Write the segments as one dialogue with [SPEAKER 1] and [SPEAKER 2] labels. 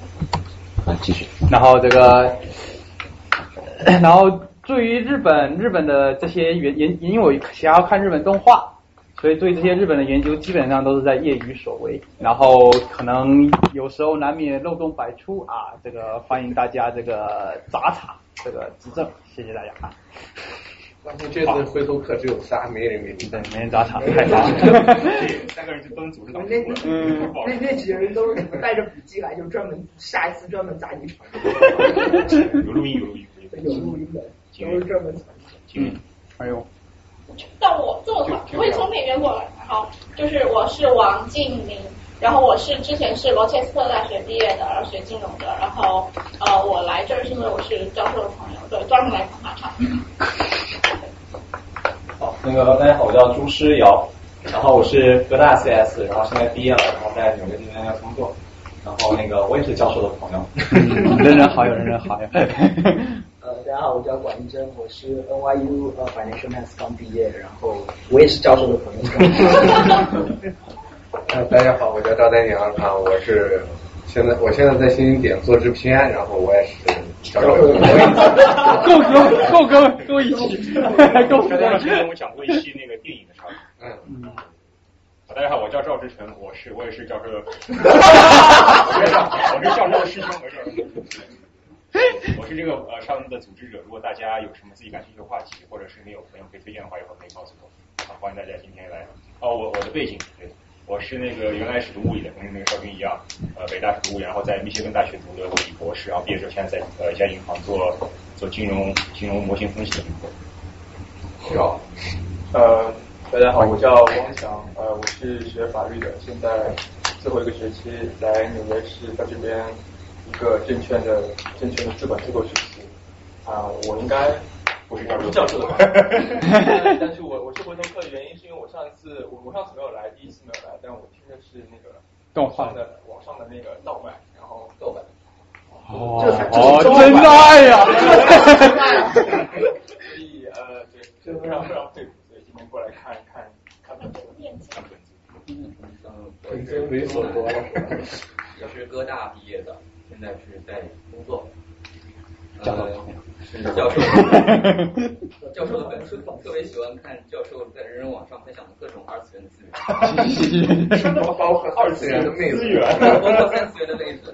[SPEAKER 1] 继续。
[SPEAKER 2] 然后然后对于日本的这些因为我想要看日本动画，所以对这些日本的研究基本上都是在业余所为，然后可能有时候难免漏洞百出啊，这个欢迎大家这个砸场这个指正，谢谢大家啊。
[SPEAKER 3] 然后这次回头课只有仨，没人听。
[SPEAKER 2] 对，没人砸场，太棒了。
[SPEAKER 4] 3个人就都能组织到。
[SPEAKER 5] 那几个人都是带着笔记来，就专门下一次专门砸你场。
[SPEAKER 4] 有录音
[SPEAKER 5] 的，都是专门
[SPEAKER 2] 哎呦。
[SPEAKER 6] 到我这么快，我也从那边过来。然后就是我是王静明，然后我是之前是罗切斯特大学毕业的，然后学金融的。然后我来这儿是因为我是教授的朋友，对，专门来捧场。
[SPEAKER 1] 好，大家好，我叫朱诗尧，然后我是哥大 CS， 然后现在毕业了，然后在纽约这边要工作，然后我也是教授的朋友。
[SPEAKER 2] 人人好友，人人好友。
[SPEAKER 5] 大家好，我叫管一真，我是 NYU Financial Maths 刚毕业，然后我也是教授的朋友。
[SPEAKER 3] 大家好，我叫赵丹阳啊，我现在在新经典做制片，然后我也是教授的朋友。
[SPEAKER 2] 够一起，
[SPEAKER 4] 够。刚才跟我讲过一期那个电影的事儿。大家好，我叫赵志成，我也是教授的。我是教授的师兄，没事。我是这个上次的组织者，如果大家有什么自己感兴趣的话题，或者是没有朋友可以推荐的话，一会儿可以告诉我。欢迎大家今天来。我的背景，对，我是原来是读物理的，跟邵军一样，北大是读物理，然后在密歇根大学读的物理博士，然后毕业之后现在在一家银行做金融模型分析的工作。
[SPEAKER 7] 是啊。大家好，我叫汪强，我是学法律的，现在最后一个学期来纽约市，在这边一个证券的资管机构实习。我应该不是教授的，但是我是回头客的原因是因为我上次没有来，第一次没有来，但我听的是那个网上的那个盗版，然后盗版。
[SPEAKER 2] 真爱呀！
[SPEAKER 7] 所以对，非常佩服，所以今天过来看本子。
[SPEAKER 3] 真猥琐多了。
[SPEAKER 1] 我是哥大毕业的，现在是在工作。是教授的本书，特别喜欢看教授在人人网上分享的各种二次元资源，
[SPEAKER 3] 什么包括二次元的妹子，
[SPEAKER 1] 包括三次元的妹子。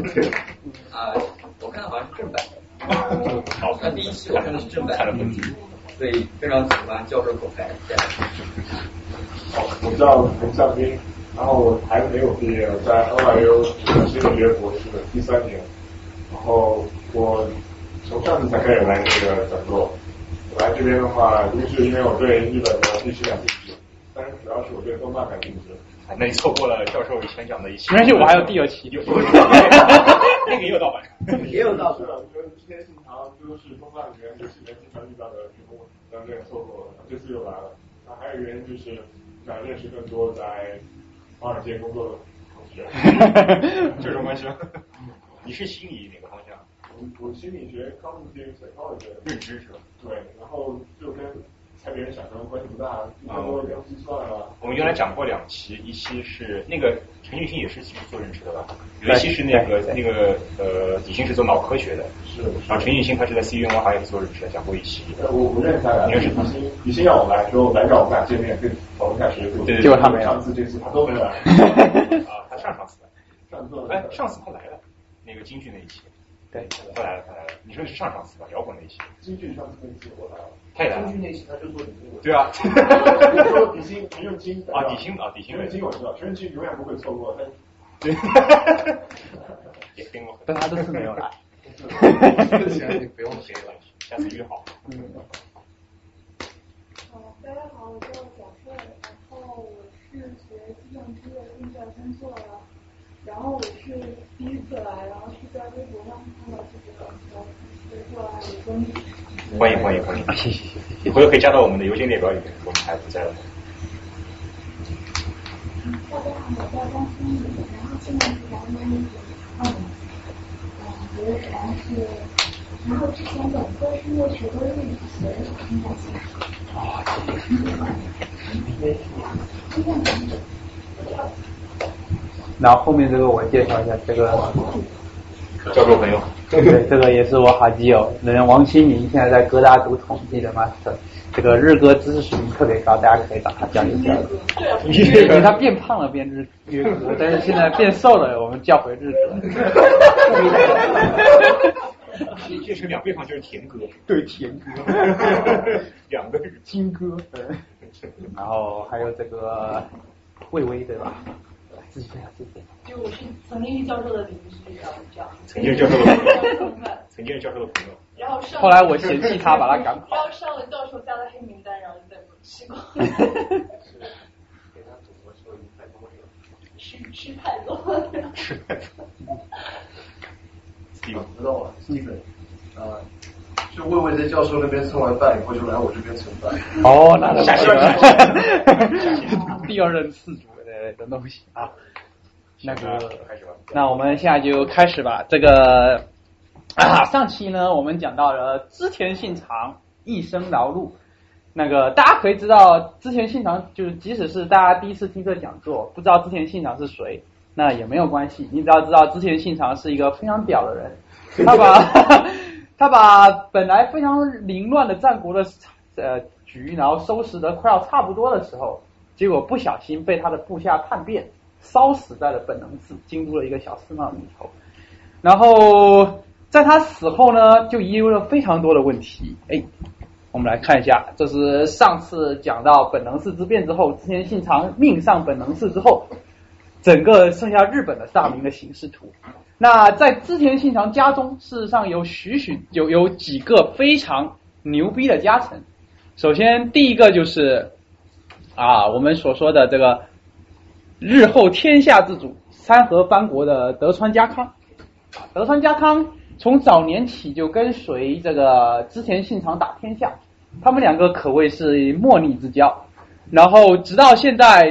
[SPEAKER 1] 我看的好像是正版的，那第一期我看的是正版，所以非常喜欢教授口才。
[SPEAKER 8] 我叫彭向斌，然后我还没有毕业，在 NYU 心理学博士的第3年，然后我从上次才开始来这个讲座。我来这边的话，一个是因为我对日本的历史感兴趣，但是主要是我对动漫感兴趣。
[SPEAKER 4] 那你错过了教授以前讲的一期。
[SPEAKER 2] 没关系，我还有第2期。
[SPEAKER 4] 那个也有盗版。
[SPEAKER 5] 也有盗版。
[SPEAKER 8] 是的，我觉得之前经常都是动漫里面游戏里面经常遇到的题目，然后这个错过了，这次又来了。那还有一个原因就是想认识更多在华尔街工作的同学。
[SPEAKER 4] 这种关系吗？你是心理哪个方向？
[SPEAKER 8] 我心理学 cognitive psychology
[SPEAKER 4] 认知是吧？
[SPEAKER 8] 对，然后就跟猜别人想象关系不大，更多聊计算啊。
[SPEAKER 4] 我们原来讲过2期，一期是那个陈玉新也是做认知的吧？有一期是那个底薪是做脑科学的，
[SPEAKER 8] 是。
[SPEAKER 4] 然后陈玉新他是在 CUN 好像也是做认知的，讲过一期。
[SPEAKER 8] 我认识他俩，因为是底薪要我来，说来找我们俩见面，跟讨论一下学术。
[SPEAKER 4] 对，
[SPEAKER 2] 结果他没来。
[SPEAKER 8] 上次这次他都没来。
[SPEAKER 4] 他上次来。上次他来了，那个京剧那一期。对，他来了。你说的是上次吧？摇滚那一期。
[SPEAKER 8] 京剧上次那一期我来了。
[SPEAKER 4] 他也来了。
[SPEAKER 3] 京剧那期他就做底薪。
[SPEAKER 4] 对啊。
[SPEAKER 8] 你说底薪没有金
[SPEAKER 4] 啊？底薪
[SPEAKER 8] 没有金我知道，陈金永远不会错过。
[SPEAKER 4] 对。也跟我，
[SPEAKER 2] 但他这次没有来。
[SPEAKER 3] 行，你不用黑了，
[SPEAKER 4] 下次约好。
[SPEAKER 9] 大家好，我叫小帅，然后我是学计算机的，现在工作了。然后我是第一次来，然后是在微博上看到这个所以说来有关系。
[SPEAKER 4] 欢迎，谢谢。你回头可以加到我们的邮件列表里面，我们还不在了。
[SPEAKER 9] 大家好，我叫张欣怡，然后现在是咱们我的主要是，然后之前本科是因为学过日语，所以我现在
[SPEAKER 2] 然后后面这个我介绍一下，这个
[SPEAKER 4] 教授朋友。
[SPEAKER 2] 对，这个也是我好基友，王新明现在在哥大读统计的 master， 这个日歌知识水平特别高，大家可以把他叫一叫。因为他变胖了变日歌，但是现在变瘦了，我们叫回日歌。
[SPEAKER 4] 变成2倍胖就是田歌。
[SPEAKER 2] 对，田歌。
[SPEAKER 4] 2个是
[SPEAKER 2] 金歌。对。然后还有这个魏巍，对吧？自己分享。
[SPEAKER 10] 就我是曾经是教授的邻居，然后这样。
[SPEAKER 4] 曾经是教授的朋友。曾经是教授的朋友。
[SPEAKER 10] 然后
[SPEAKER 2] 后来我嫌弃他，把他赶跑。
[SPEAKER 10] 然后上了教授加了黑名单，然后就再没有吃过。
[SPEAKER 3] 给他赌博时候太多了。
[SPEAKER 10] 吃太多了。
[SPEAKER 4] 吃太多。
[SPEAKER 3] 我知道了，基本就魏巍在教授那边蹭完饭以后，就来我这边蹭饭。
[SPEAKER 2] 哦，那下去了。第二任次主的东西啊。那我们现在就开始吧。这个上期呢，我们讲到了织田信长一生劳碌。那个大家可以知道，织田信长就是，即使是大家第一次听这讲座，不知道织田信长是谁，那也没有关系。你只要知道织田信长是一个非常屌的人，他把本来非常凌乱的战国的局，然后收拾得快要差不多的时候，结果不小心被他的部下叛变，烧死在了本能寺京都的一个小寺庙里头。然后在他死后呢，就遗留了非常多的问题。我们来看一下，这是上次讲到本能寺之变之后，织田信长命上本能寺之后，整个剩下日本的大明的形势图。那在织田信长家中，事实上有有几个非常牛逼的家臣。首先第一个就是我们所说的这个日后天下之主三河藩国的德川家康。德川家康从早年起就跟随这个织田信长打天下，他们两个可谓是莫逆之交。然后直到现在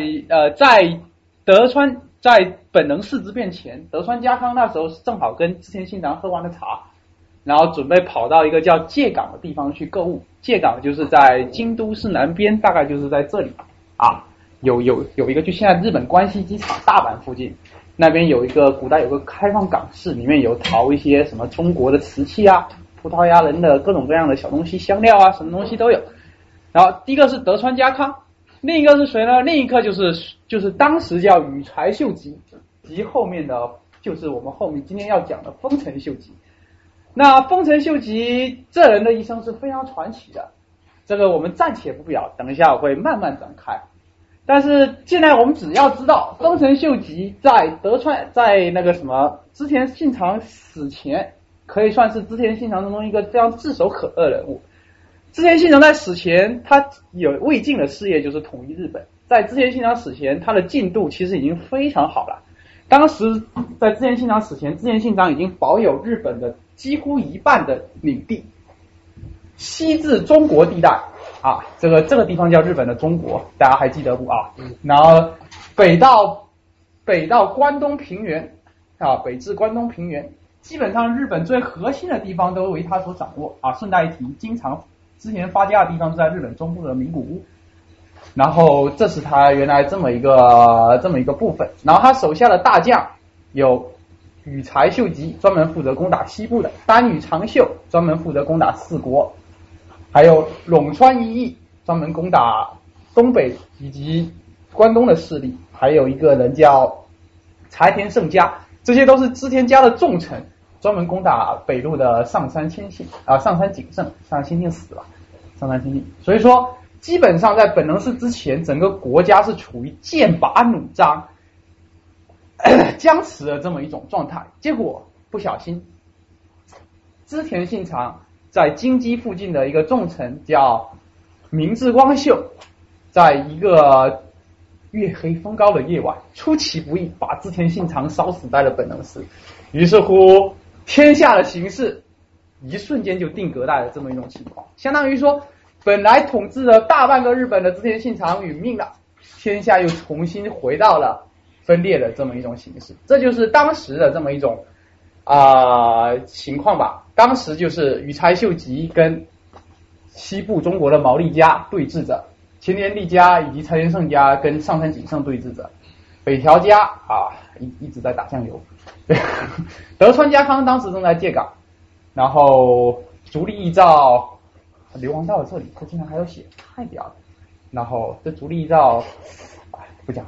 [SPEAKER 2] 在本能寺之变前，德川家康那时候正好跟织田信长喝完了茶，然后准备跑到一个叫借港的地方去购物。借港就是在京都市南边，大概就是在这里有一个就现在日本关西机场大阪附近，那边有一个古代有个开放港市，里面有淘一些什么中国的瓷器葡萄牙人的各种各样的小东西，香料什么东西都有。然后第一个是德川家康，另一个是谁呢？另一个就是当时叫羽柴秀吉，及后面的就是我们后面今天要讲的丰臣秀吉。那丰臣秀吉这人的一生是非常传奇的，这个我们暂且不表，等一下我会慢慢展开。但是现在我们只要知道，丰臣秀吉在那个什么织田信长死前，可以算是织田信长中一个非常炙手可热人物。织田信长在死前，他有未尽的事业就是统一日本。在织田信长死前，他的进度其实已经非常好了。当时在织田信长死前，织田信长已经保有日本的几乎一半的领地，西至中国地带这个地方叫日本的中国，大家还记得不然后北到关东平原北至关东平原，基本上日本最核心的地方都为他所掌握顺带一提，经常之前发家的地方是在日本中部的名古屋。然后这是他原来这么一个部分。然后他手下的大将有羽柴秀吉，专门负责攻打西部的；丹羽长秀专门负责攻打四国；还有陇川一义专门攻打东北以及关东的势力；还有一个人叫柴田胜家，这些都是织田家的重臣，专门攻打北路的上杉谦信上杉景胜，上杉谦信死了，上杉谦信。所以说基本上在本能寺之前，整个国家是处于剑拔弩张僵持的这么一种状态。结果不小心，织田信长在京畿附近的一个重臣叫明智光秀，在一个月黑风高的夜晚，出其不意把织田信长烧死在了本能寺。于是乎天下的形势一瞬间就定格在了这么一种情况，相当于说本来统治了大半个日本的织田信长殒命了，天下又重新回到了分裂的这么一种形式。这就是当时的这么一种情况吧。当时就是羽柴秀吉跟西部中国的毛利家对峙着，前田利家以及柴田胜家跟上杉景胜对峙着，北条家一直在打酱油。 德川家康当时正在借港，然后足利义昭流亡到了这里，他竟然还有写，太屌了。然后这足利义昭，不讲。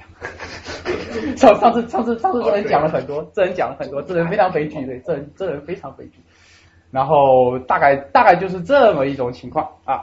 [SPEAKER 2] 上次这人讲了很多，这人非常悲剧，对，这人非常悲剧。然后大概就是这么一种情况啊。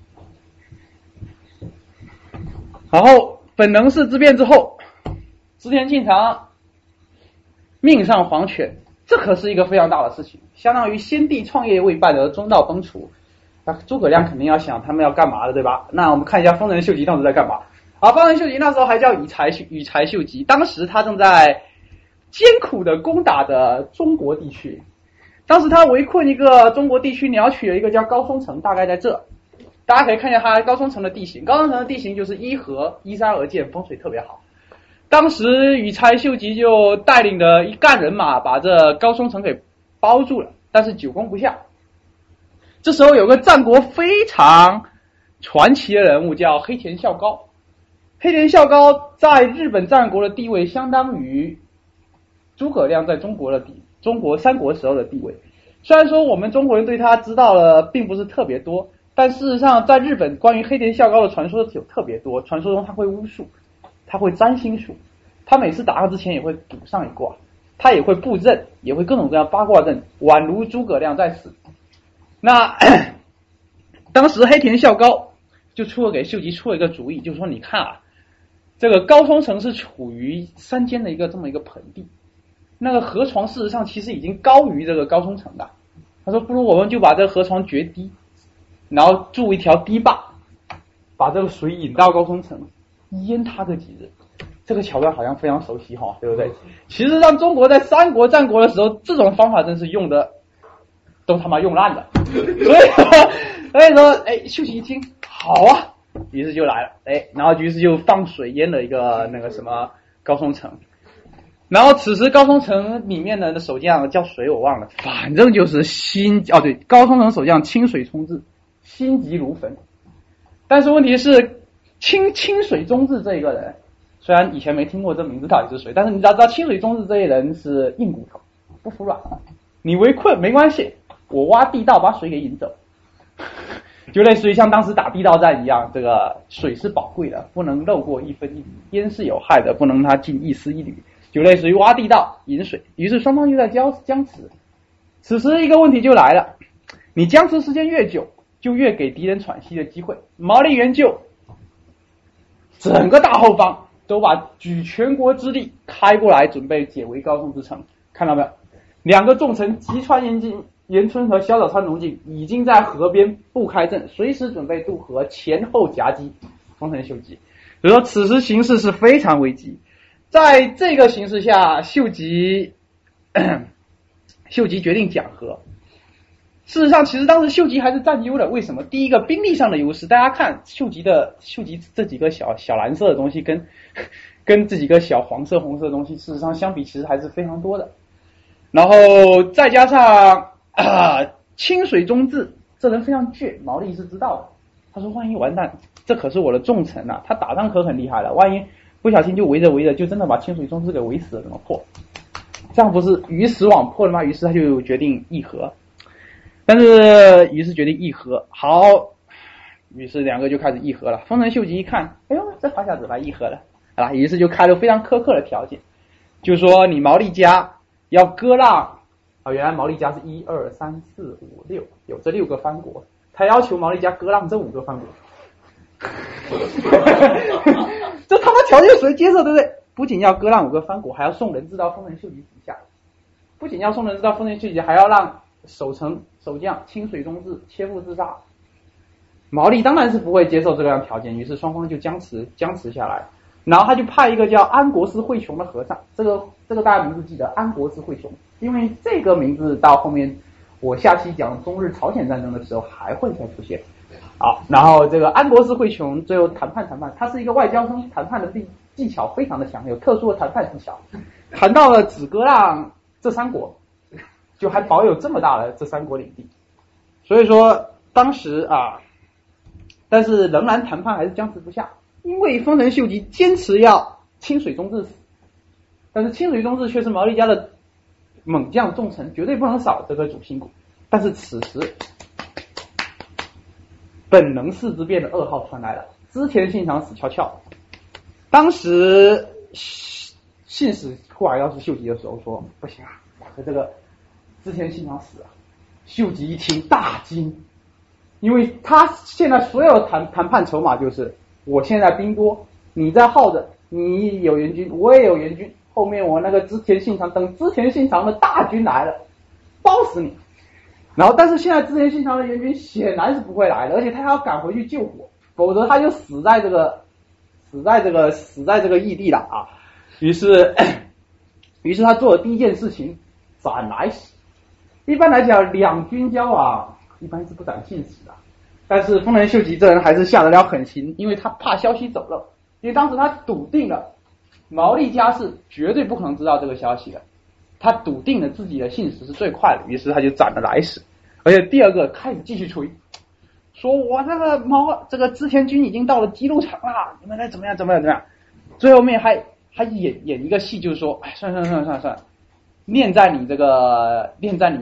[SPEAKER 2] 然后本能寺之变之后，织田信长命丧黄泉，这可是一个非常大的事情，相当于先帝创业未半而中道崩殂。诸葛亮肯定要想他们要干嘛的，对吧？那我们看一下丰臣秀吉当时在干嘛。丰臣秀吉那时候还叫羽柴秀吉，当时他正在艰苦的攻打的中国地区。当时他围困一个中国地区，鸟取了一个叫高松城，大概在这。大家可以看一下他高松城的地形，高松城的地形就是依河依山而建，风水特别好。当时羽柴秀吉就带领的一干人马把这高松城给包住了，但是久攻不下。这时候有个战国非常传奇的人物叫黑田孝高。黑田孝高在日本战国的地位相当于诸葛亮在中国三国时候的地位。虽然说我们中国人对他知道了并不是特别多，但事实上在日本关于黑田孝高的传说有特别多。传说中他会巫术，他会占星术，他每次打仗之前也会赌上一卦，他也会布阵，也会各种各样八卦阵，宛如诸葛亮在此。那当时黑田孝高就给秀吉出了一个主意，就是说你看啊，这个高松城是处于山间的这么一个盆地，那个河床事实上其实已经高于这个高松城的。他说不如我们就把这个河床决堤，然后筑一条堤坝，把这个水引到高松城，淹它个几日。这个桥段好像非常熟悉哈，对不对？其实让中国在三国战国的时候，这种方法真是用的都他妈用烂了。所以说秀吉一听好啊，于是就来了，然后于是就放水淹了一个那个什么高松城。然后此时高松城里面的守将叫谁我忘了，反正就是高松城守将清水崇治，心急如焚。但是问题是清水忠治这一个人，虽然以前没听过这名字到底是谁，但是你知道清水忠治这一人是硬骨头，不服软。你围困没关系，我挖地道把水给引走。就类似于像当时打地道战一样，这个水是宝贵的，不能漏过一分一厘，烟是有害的，不能它进一丝一缕，就类似于挖地道引水。于是双方就在僵持。此时一个问题就来了，你僵持时间越久，就越给敌人喘息的机会。毛利元就整个大后方都把举全国之力开过来，准备解围高松之城。看到没有？两个重臣吉川岩村和小早川隆景已经在河边布开阵，随时准备渡河，前后夹击丰臣秀吉。所以说此时形势是非常危机。在这个形势下，秀吉决定讲和。事实上其实当时秀吉还是占优的，为什么？第一个兵力上的优势，大家看秀吉这几个小蓝色的东西跟这几个小黄色红色的东西事实上相比其实还是非常多的。然后再加上清水忠治这人非常倔，毛利是知道的。他说万一完蛋，这可是我的重臣啊，他打仗可很厉害了，万一不小心就围着就真的把清水忠治给围死了怎么破？这样不是鱼死网破了吗？于是他就决定议和。好，于是两个就开始议和了。丰臣秀吉一看，哎呦，这好小子来议和了，于是就开了非常苛刻的条件，就说你毛利家要割让原来毛利家是1、2、3、4、5、6，有这6个藩国，他要求毛利家割让这5个藩国。这他妈条件谁接受，对不对？不仅要割让5个藩国，还要送人质到丰臣秀吉底下，不仅要送人质到丰臣秀吉，还要让守将清水忠治切腹自杀。毛利当然是不会接受这样条件，于是双方就僵持下来。然后他就派一个叫安国寺惠雄的和尚，这个大家名字记得，安国寺惠雄，因为这个名字到后面我下期讲中日朝鲜战争的时候还会再出现。好，然后这个安国寺惠雄最后谈判，他是一个外交生，谈判的技巧非常的强，有特殊的谈判技巧，谈到了只割让这3国，就还保有这么大的这3国领地。所以说当时但是仍然谈判还是僵持不下，因为丰臣秀吉坚持要清水忠治死， 但是清水宗治却是毛利家的猛将重臣，绝对不能少这颗主心骨。但是此时本能寺之变的噩耗传来了，织田信长死翘翘。当时信使忽然要是秀吉的时候说不行啊，我的这个织田信长死了。秀吉一听大惊，因为他现在所有的谈判筹码就是我现在兵多，你在耗着，你有援军，我也有援军，后面我那个织田信长等织田信长的大军来了，包死你。然后但是现在织田信长的援军显然是不会来的，而且他还要赶回去救火，否则他就死在这个异地了啊。于是他做的第一件事情斩来使。一般来讲两军交往一般是不斩信使的，但是丰臣秀吉这人还是下得了狠心，因为他怕消息走漏，因为当时他笃定了毛利家是绝对不可能知道这个消息的，他笃定了自己的信使是最快的，于是他就斩了来使。而且第二个开始继续吹，说我这个织田军已经到了姬路城了，你们该怎么样，最后面还演一个戏，就是说哎算念在你这个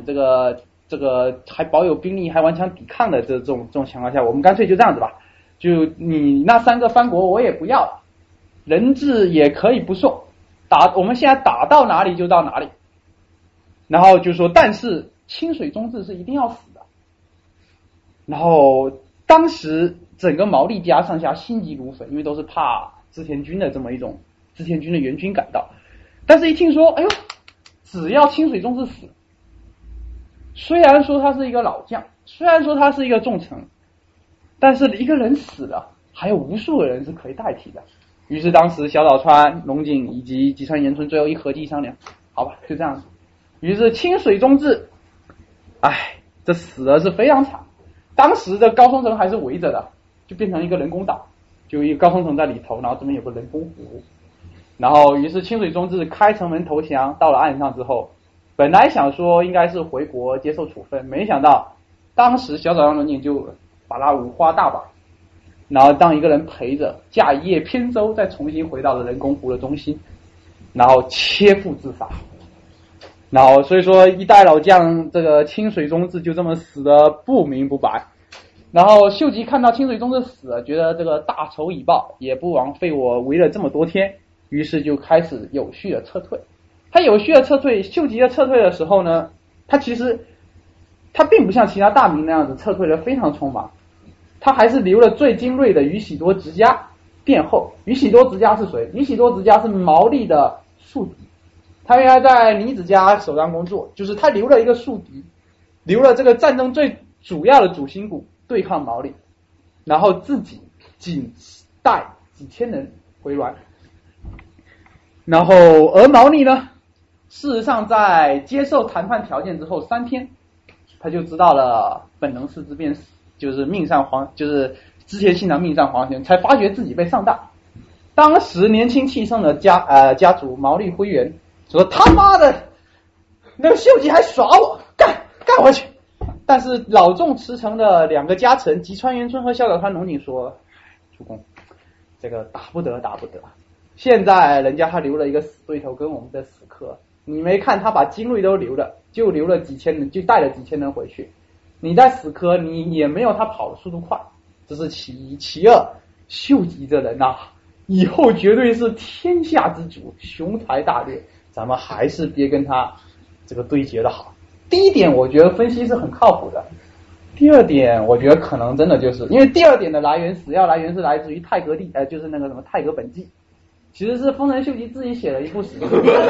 [SPEAKER 2] 还保有兵力还顽强抵抗的这种情况下，我们干脆就这样子吧，就你那3个藩国我也不要了，人质也可以不送，我们现在打到哪里就到哪里。然后就说但是清水宗治是一定要死的。然后当时整个毛利家上下心急如焚，因为都是怕织田军的这么一种织田军的援军赶到，但是一听说哎呦只要清水宗治死，虽然说他是一个老将，虽然说他是一个重臣，但是一个人死了还有无数的人是可以代替的。于是当时小早川、龙井以及吉川延春最后一合计商量，好吧就这样子。于是清水宗治这死的是非常惨，当时的高松城还是围着的，就变成一个人工岛，就一个高松城在里头，然后这边有个人工湖。然后于是清水宗治开城门投降，到了岸上之后，本来想说应该是回国接受处分，没想到当时小早川龙井就把他五花大绑，然后当一个人陪着，驾一叶扁舟，再重新回到了人工湖的中心，然后切腹自杀。然后所以说一代老将这个清水宗治就这么死的不明不白。然后秀吉看到清水宗治死了，觉得这个大仇已报，也不枉费我围了这么多天，于是就开始有序的撤退。他有序的撤退，秀吉的撤退的时候呢，他并不像其他大名那样子撤退的非常匆忙，他还是留了最精锐的宇喜多直家殿后。宇喜多直家是谁？宇喜多直家是毛利的宿敌，他原来在尼子家首当工作，就是他留了一个宿敌，留了这个战争最主要的主心骨对抗毛利，然后自己仅带几千人回銮。然后而毛利呢，事实上在接受谈判条件之后3天，他就知道了本能寺之变，就是就是织田信长命丧黄泉，才发觉自己被上当。当时年轻气盛的家主毛利辉元说他妈的那个秀吉还耍我，干回去。但是老众驰骋的2个家臣吉川元春和小早川龙井说，主公这个打不得，现在人家他留了一个死对头跟我们的死磕，你没看他把精锐都留了，就留了几千人，就带了几千人回去，你在死磕你也没有他跑的速度快，这是其一。其二，秀吉这人以后绝对是天下之主，雄才大略，咱们还是别跟他这个对决的好。第一点我觉得分析是很靠谱的，第二点我觉得可能真的就是因为第二点的死料来源是来自于太阁就是那个什么太阁本纪，其实是丰臣秀吉自己写了一部史书所以说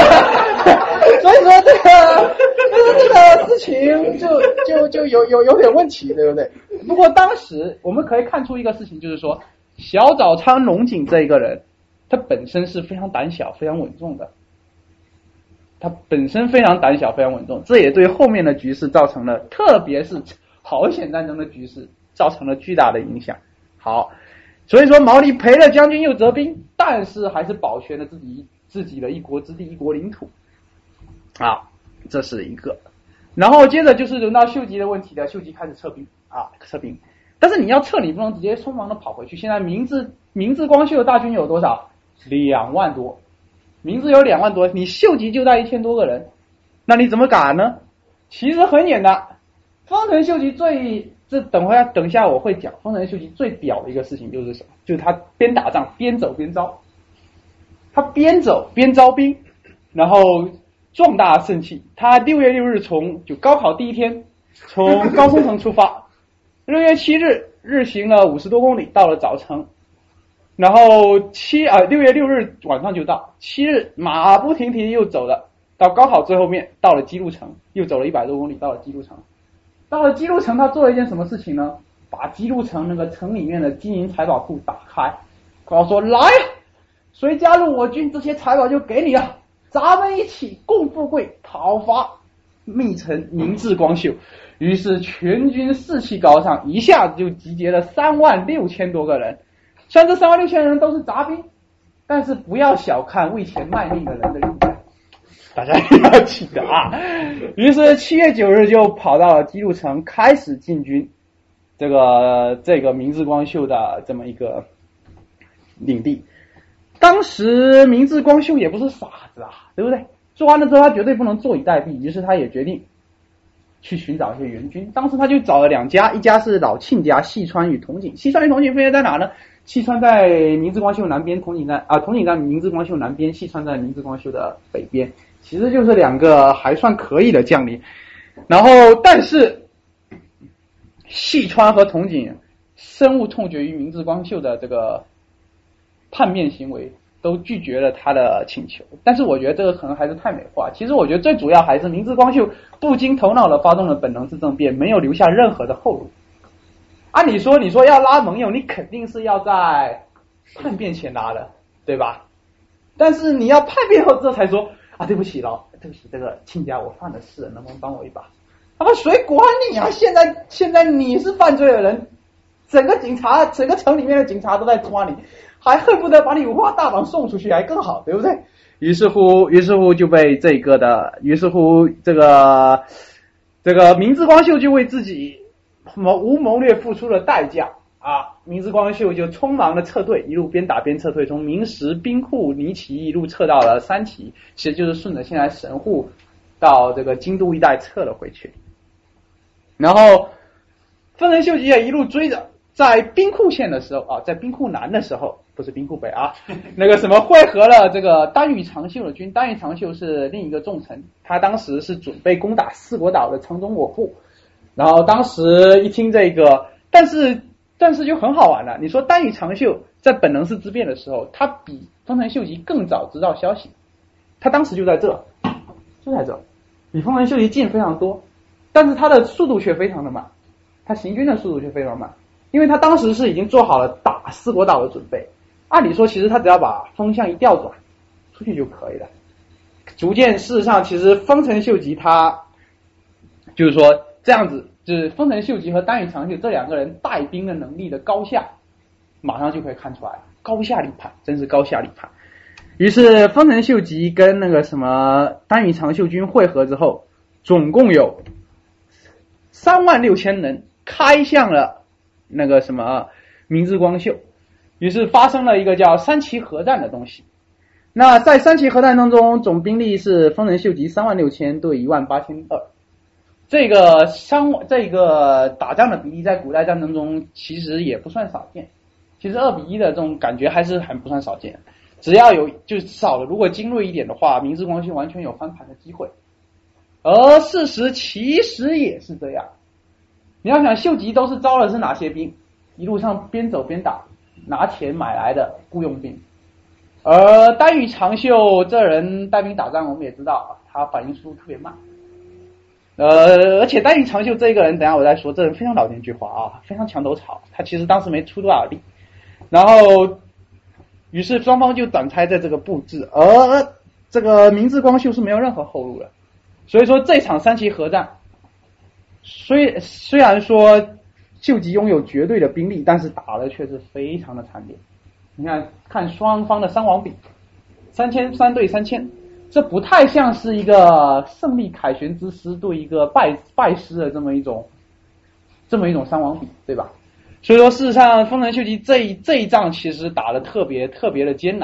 [SPEAKER 2] 这个事情就有点问题，对不对？不过当时我们可以看出一个事情，就是说小早川龙井这一个人他本身是非常胆小非常稳重的，这也对后面的局势造成了，特别是朝鲜战争的局势造成了巨大的影响。好，所以说毛利赔了将军又折兵，但是还是保全了自己的一国之地一国领土这是一个。然后接着就是轮到秀吉的问题了，秀吉开始撤兵，但是你要撤你不能直接匆忙的跑回去。现在明智光秀的大军有多少？2万多， 名字有2万多，你秀吉就带1000多个人，那你怎么赶呢？其实很简单，丰臣秀吉等一下我会讲，丰臣秀吉最屌的一个事情就是什么？就是他边打仗边走边招，他边走边招兵，然后壮大盛气。他6月6日就高考第一天从高松城出发，6月7日日行了50多公里到了早城，然后6月6日晚上就到，7日马不停蹄又走了到高考最后面，到了姬路城，又走了100多公里到了姬路城。到了姬路城，他做了一件什么事情呢？把姬路城那个城里面的金银财宝库打开，告诉说来，谁加入我军，这些财宝就给你了，咱们一起共富贵，讨伐密臣明智光秀。于是全军士气高涨，一下子就集结了36000多个人。虽然这36000人都是杂兵，但是不要小看为钱卖命的人的力量，大家要记得啊。于是7月9日就跑到了姬路城，开始进军这个明智光秀的这么一个领地。当时明智光秀也不是傻子啊，对不对？做完了之后他绝对不能坐以待毙，于是他也决定去寻找一些援军。当时他就找了2家，一家是老亲家细川与筒井。细川与筒井分别在哪呢？细川在明智光秀南边，筒井在明智光秀南边，细川在明智光秀的北边，其实就是2个还算可以的将领。然后但是细川和筒井深恶痛绝于明智光秀的这个叛变行为，都拒绝了他的请求。但是我觉得这个可能还是太美化，其实我觉得最主要还是明智光秀不经头脑的发动了本能寺政变，没有留下任何的后路。按理说你说要拉盟友，你肯定是要在叛变前拉的，对吧？但是你要叛变后之后才说啊，对不起这个亲家我犯了事，能不能帮我一把？他们谁管你啊？现在你是犯罪的人，整个城里面的警察都在抓你，还恨不得把你五花大绑送出去，还更好，对不对？于是乎就被这个明智光秀就为自己无谋略付出了代价啊！明智光秀就匆忙的撤退，一路边打边撤退，从明石兵库尼崎一路撤到了三崎，其实就是顺着现在神户到这个京都一带撤了回去。然后丰臣秀吉也一路追着，在兵库县的时候啊，在兵库南的时候，不是兵库北啊，那个什么汇合了这个丹羽长秀的军。丹羽长秀是另一个重臣，他当时是准备攻打四国岛的城中我部。然后当时一听这个，但是就很好玩了。你说丹羽长秀在本能寺之变的时候，他比丰臣秀吉更早知道消息，他当时就在这，比丰臣秀吉近非常多，但是他的速度却非常的慢，他行军的速度却非常慢，因为他当时是已经做好了打四国岛的准备。按理说其实他只要把风向一调转出去就可以了。逐渐事实上其实丰臣秀吉他就是说这样子，就是丰臣秀吉和丹羽长秀这两个人带兵的能力的高下马上就可以看出来，高下立判，真是高下立判。于是丰臣秀吉跟那个什么丹羽长秀军会合之后，总共有36000人开向了那个什么明智光秀，于是发生了一个叫三崎合战的东西。那在三崎合战当中，总兵力是丰臣秀吉36000对18200。这个打仗的比例在古代战争中其实也不算少见，其实2比1的这种感觉还是很不算少见。只要有就是少了，如果精锐一点的话，明智光秀完全有翻盘的机会。而事实其实也是这样。你要想秀吉都是招的是哪些兵？一路上边走边打，拿钱买来的雇佣兵。而丹羽长秀这人带兵打仗，我们也知道他反应速度特别慢。而且丹羽长秀这个人，等一下我再说，这人非常老奸巨猾啊，非常墙头草，他其实当时没出多少力。然后于是双方就展开在这个布置，而这个明智光秀是没有任何后路的。所以说这场三崎合战虽然说秀吉拥有绝对的兵力，但是打的却是非常的惨烈。你看双方的伤亡比，3300对3000，这不太像是一个胜利凯旋之师对一个败师的这么一种伤亡比，对吧？所以说事实上丰臣秀吉这一仗其实打得特别的艰难。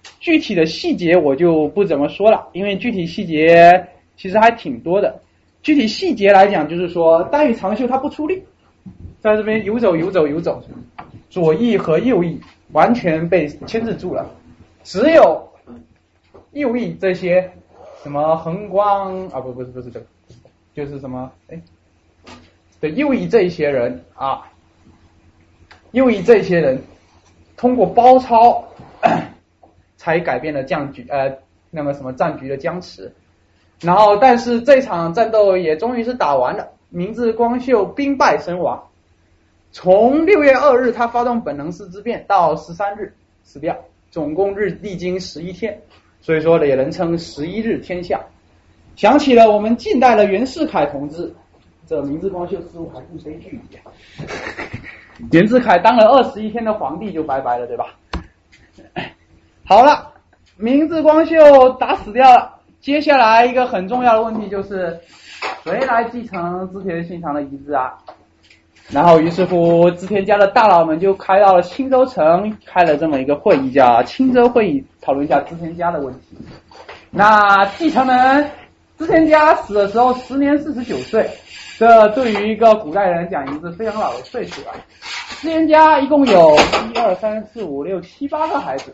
[SPEAKER 2] 具体的细节我就不怎么说了，因为具体细节其实还挺多的。具体细节来讲，就是说单羽长袖它不出力，在这边游走，左翼和右翼完全被牵制住了，只有右翼这些什么横光啊，不是这个，就是什么对，右翼这一些人啊，右翼这些人通过包抄才改变了战局的僵持。然后但是这场战斗也终于是打完了，明智光秀兵败身亡。从6月2日他发动本能寺之变到13日死掉，总共历经11天，所以说也人称11日天下。想起了我们近代的袁世凯同志，这明智光秀似乎还不悲剧一样。袁世凯当了21天的皇帝就拜拜了，对吧？好了，明智光秀打死掉了，接下来一个很重要的问题就是谁来继承织田信长的遗志啊？然后于是乎织田家的大佬们就开到了青州城，开了这么一个会议，叫青州会议，讨论一下织田家的问题。那继承人织田家死的时候时年49岁，这对于一个古代人讲已经是非常老的岁数了。织田家一共有1、2、3、4、5、6、7、8个孩子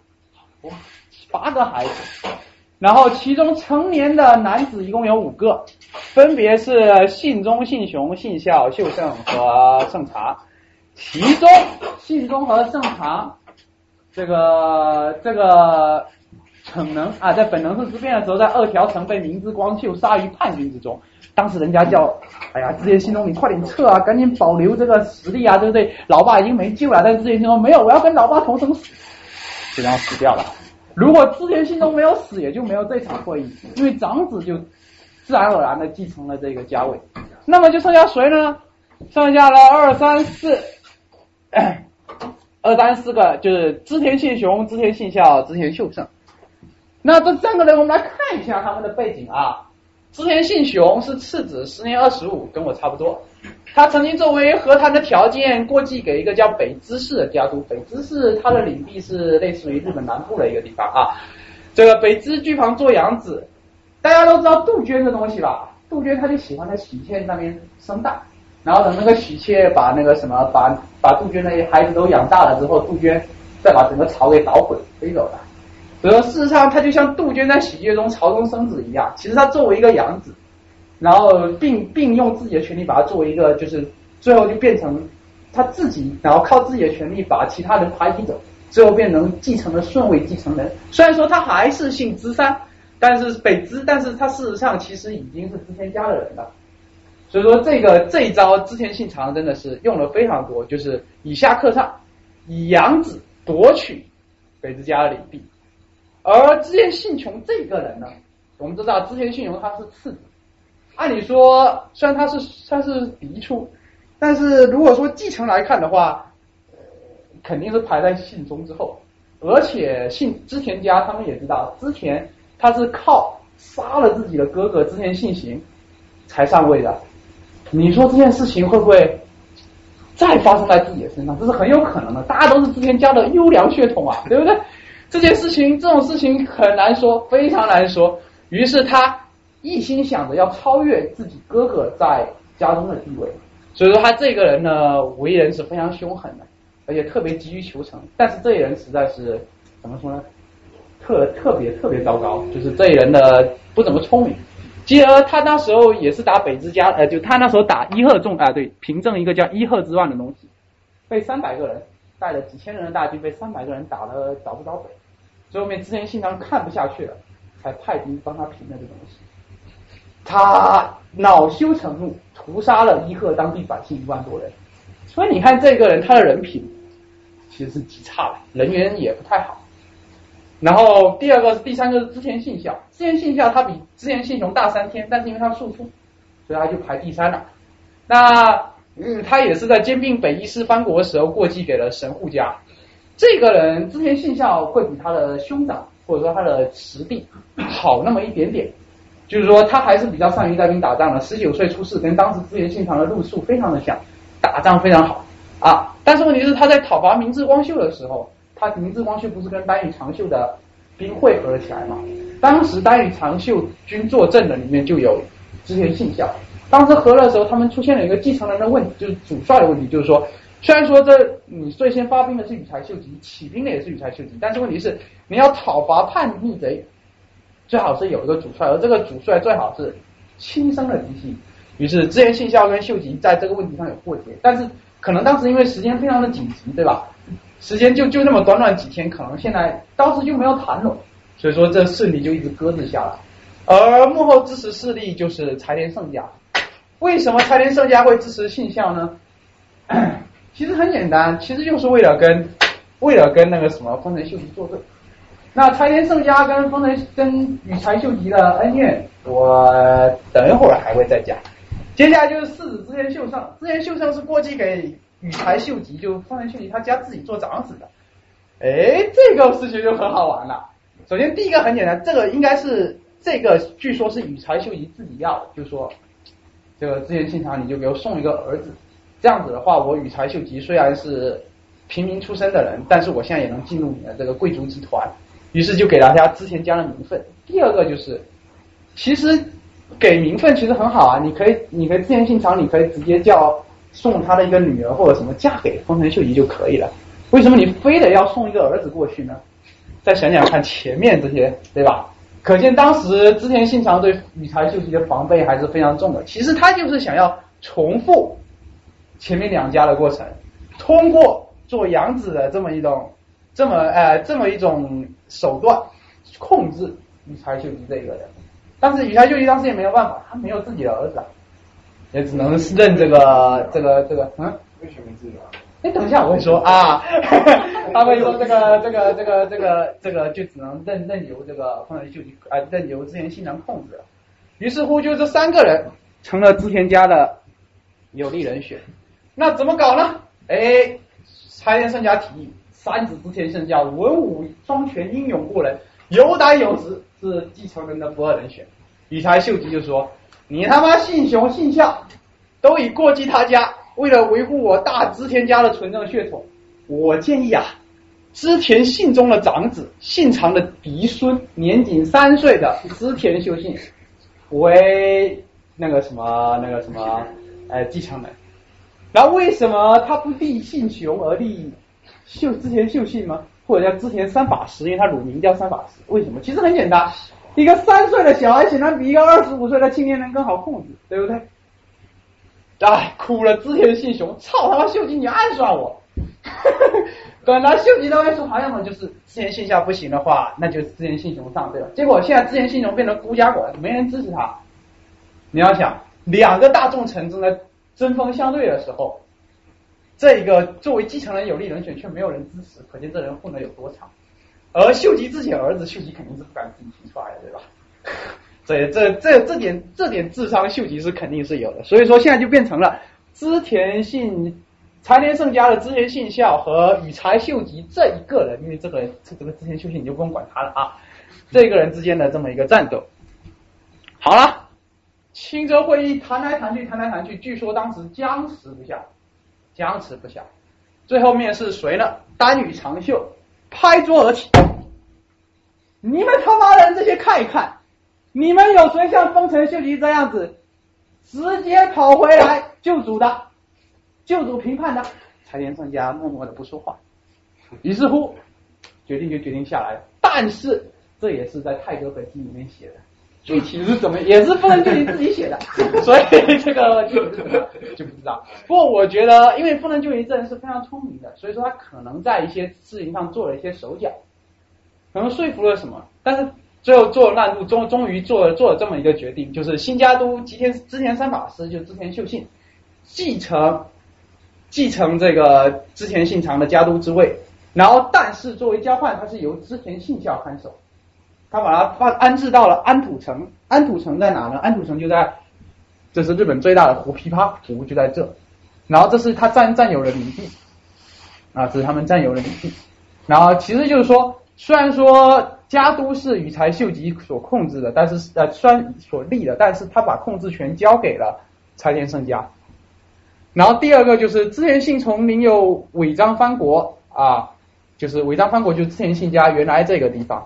[SPEAKER 2] ，8个孩子，然后其中成年的男子一共有5个，分别是信忠、信雄、信孝、秀胜和胜长。其中信忠和胜长这个逞能啊，在本能寺之变的时候，在2条城被明智光秀杀于叛军之中。当时人家叫，哎呀，织田信忠你快点撤啊，赶紧保留这个实力啊，对不对？老爸已经没救了。但是织田信忠没有，我要跟老爸同生死，就这样死掉了。如果织田信忠没有死，也就没有这场会议，因为长子就自然而然的继承了这个家位。那么就剩下谁呢？剩下了2、3、4个，就是织田信雄、织田信孝、织田秀胜。那这3个人我们来看一下他们的背景啊。织田信雄是次子，时年25，跟我差不多。他曾经作为和谈的条件过继给一个叫北知氏的家督。北知氏他的领地是类似于日本南部的一个地方啊。这个北知居旁做养子，大家都知道杜鹃这东西吧？杜鹃他就喜欢在喜鹊那边生蛋，然后等那个喜鹊把杜鹃的孩子都养大了之后，杜鹃再把整个巢给捣毁飞走了。所以说事实上他就像杜鹃在喜鹊中巢中生子一样，其实他作为一个养子，然后并用自己的权利把它作为一个，就是最后就变成他自己，然后靠自己的权利把其他人排挤走，最后变成继承了顺位继承人。虽然说他还是姓织山，但是北织，但是他事实上其实已经是织田家的人了。所以说这一招织田信长真的是用了非常多，就是以下克上，以养子夺取北织家的领地。而织田信雄这个人呢，我们知道织田信雄他是次子，按理说虽然他是嫡出，但是如果说继承来看的话，肯定是排在信忠之后。而且织田家他们也知道，织田他是靠杀了自己的哥哥织田信行才上位的。你说这件事情会不会再发生在自己的身上？这是很有可能的，大家都是织田家的优良血统啊，对不对？这种事情很难说，非常难说。于是他一心想着要超越自己哥哥在家中的地位，所以说他这个人呢，为人是非常凶狠的，而且特别急于求成。但是这一人实在是怎么说呢，特别糟糕，就是这一人呢不怎么聪明。继而他那时候也是打北织家，就他那时候打伊贺对，平正一个叫伊贺之乱的东西，被300个人带了几千人的大军，被300个人打了找不着北。最后面织田信长看不下去了，才派兵帮他平了这东西。他恼羞成怒，屠杀了伊贺当地百姓1万多人。所以你看这个人，他的人品其实是极差的，人缘也不太好。然后第三个是织田信孝。织田信孝他比织田信雄大3天，但是因为他庶出，所以他就排第3了。那他也是在兼并北伊势藩国的时候过继给了神户家。这个人织田信孝会比他的兄长或者说他的实弟好那么一点点，就是说他还是比较善于带兵打仗的。19岁出世，跟当时织田信长的路数非常的像，打仗非常好啊。但是问题是他在讨伐明智光秀的时候，明智光秀不是跟丹羽长秀的兵汇合了起来嘛。当时单于长袖军坐镇的里面就有织田信孝，当时合了的时候，他们出现了一个继承人的问题，就是主帅的问题，就是说，虽然说你最先发兵的是羽柴秀吉，起兵的也是羽柴秀吉，但是问题是你要讨伐叛逆贼，最好是有一个主帅，而这个主帅最好是亲生的嫡系。于是织田信孝跟秀吉在这个问题上有过节，但是可能当时因为时间非常的紧急，对吧？时间就那么短短几天，可能现在当时就没有谈拢，所以说这势力就一直搁置下来。而幕后支持势力就是柴田胜家。为什么柴田胜家会支持信孝呢？其实很简单，其实就是为了跟那个什么丰臣秀吉作对。那柴田胜家跟羽柴秀吉的恩怨，我等一会儿还会再讲。接下来就是四子织田秀胜，织田秀胜是过继给羽柴秀吉，就丰臣秀吉他家自己做长子的。这个事情就很好玩了。首先第一个很简单，这个应该是这个据说是羽柴秀吉自己要的，就说这个织田信长你就给我送一个儿子，这样子的话，我羽柴秀吉虽然是平民出身的人，但是我现在也能进入你的这个贵族集团，于是就给了他织田家的名分。第二个就是，其实给名分其实很好啊，你可以织田信长，你可以直接送他的一个女儿或者什么嫁给丰臣秀吉就可以了，为什么你非得要送一个儿子过去呢？再想想看前面这些，对吧？可见当时织田信长对羽柴秀吉的防备还是非常重的。其实他就是想要重复前面两家的过程，通过做养子的这么一种手段控制羽柴秀吉这个人。但是羽柴秀吉当时也没有办法，他没有自己的儿子，也只能认这个
[SPEAKER 8] 为什么自己啊？
[SPEAKER 2] 等一下我会说啊，他会说这个就只能任由这个丰臣秀吉任由织田信长控制了。于是乎就这三个人成了织田家的有力人选。那怎么搞呢？柴田胜家提议，三子织田胜家文武双全，英勇过人，有胆有识，是继承人的不二人选。羽柴秀吉就说，你他妈信雄信孝都已过继他家，为了维护我大织田家的纯正血统，我建议织田信中的长子信长的嫡孙，年仅3岁的织田秀信为那个什么继承人。然后为什么他不立信雄而立织田秀信吗？或者叫织田三法师，因为他乳名叫三法师。为什么？其实很简单，一个3岁的小孩显然比一个25岁的青年人更好控制，对不对？苦了织田信雄，操他妈秀吉你暗算我。本来秀吉都会说好像就是织田信孝不行的话，那就织田信雄上，对吧？结果现在织田信雄变成孤家寡人，没人支持他。你要想，两个大重臣正在针锋相对的时候，这个作为继承人有力人选却没有人支持，可见这人混得有多长。而秀吉自己的儿子，秀吉肯定是不敢自己提出来的，对吧？这点智商，秀吉是肯定是有的。所以说现在就变成了柴田胜家的织田信孝和羽柴秀吉这一个人，因为这个织田秀信你就不用管他了啊，这个人之间的这么一个战斗。好了，清泽会议谈来谈去，据说当时僵持不下，最后面是谁呢？丹羽长秀拍桌而起，你们他妈的这些看一看，你们有谁像丰臣秀吉这样子直接跑回来救主平叛的？柴田胜家默默的不说话，于是乎决定下来了。但是这也是在泰戈本纪里面写的，具体是怎么也是丰臣秀吉自己写的，所以这个就不知道。不过我觉得，因为丰臣秀吉这人是非常聪明的，所以说他可能在一些事情上做了一些手脚，可能说服了什么，但是最后做了烂路，终于做了这么一个决定，就是新家督织田三法师，就织田秀信继承这个织田信长的家督之位，然后但是作为交换，他是由织田信孝看守，他把他安置到了安土城。安土城在哪呢？安土城就在，这是日本最大的湖，琵琶湖就在这，然后这是他占有的领地啊，这是他们占有的领地。然后其实就是说，虽然说家督是羽柴秀吉所控制的，但是虽然所立的，但是他把控制权交给了柴田胜家。然后第二个就是织田信从领有尾张藩国啊，就是尾张藩国就是织田信家原来这个地方。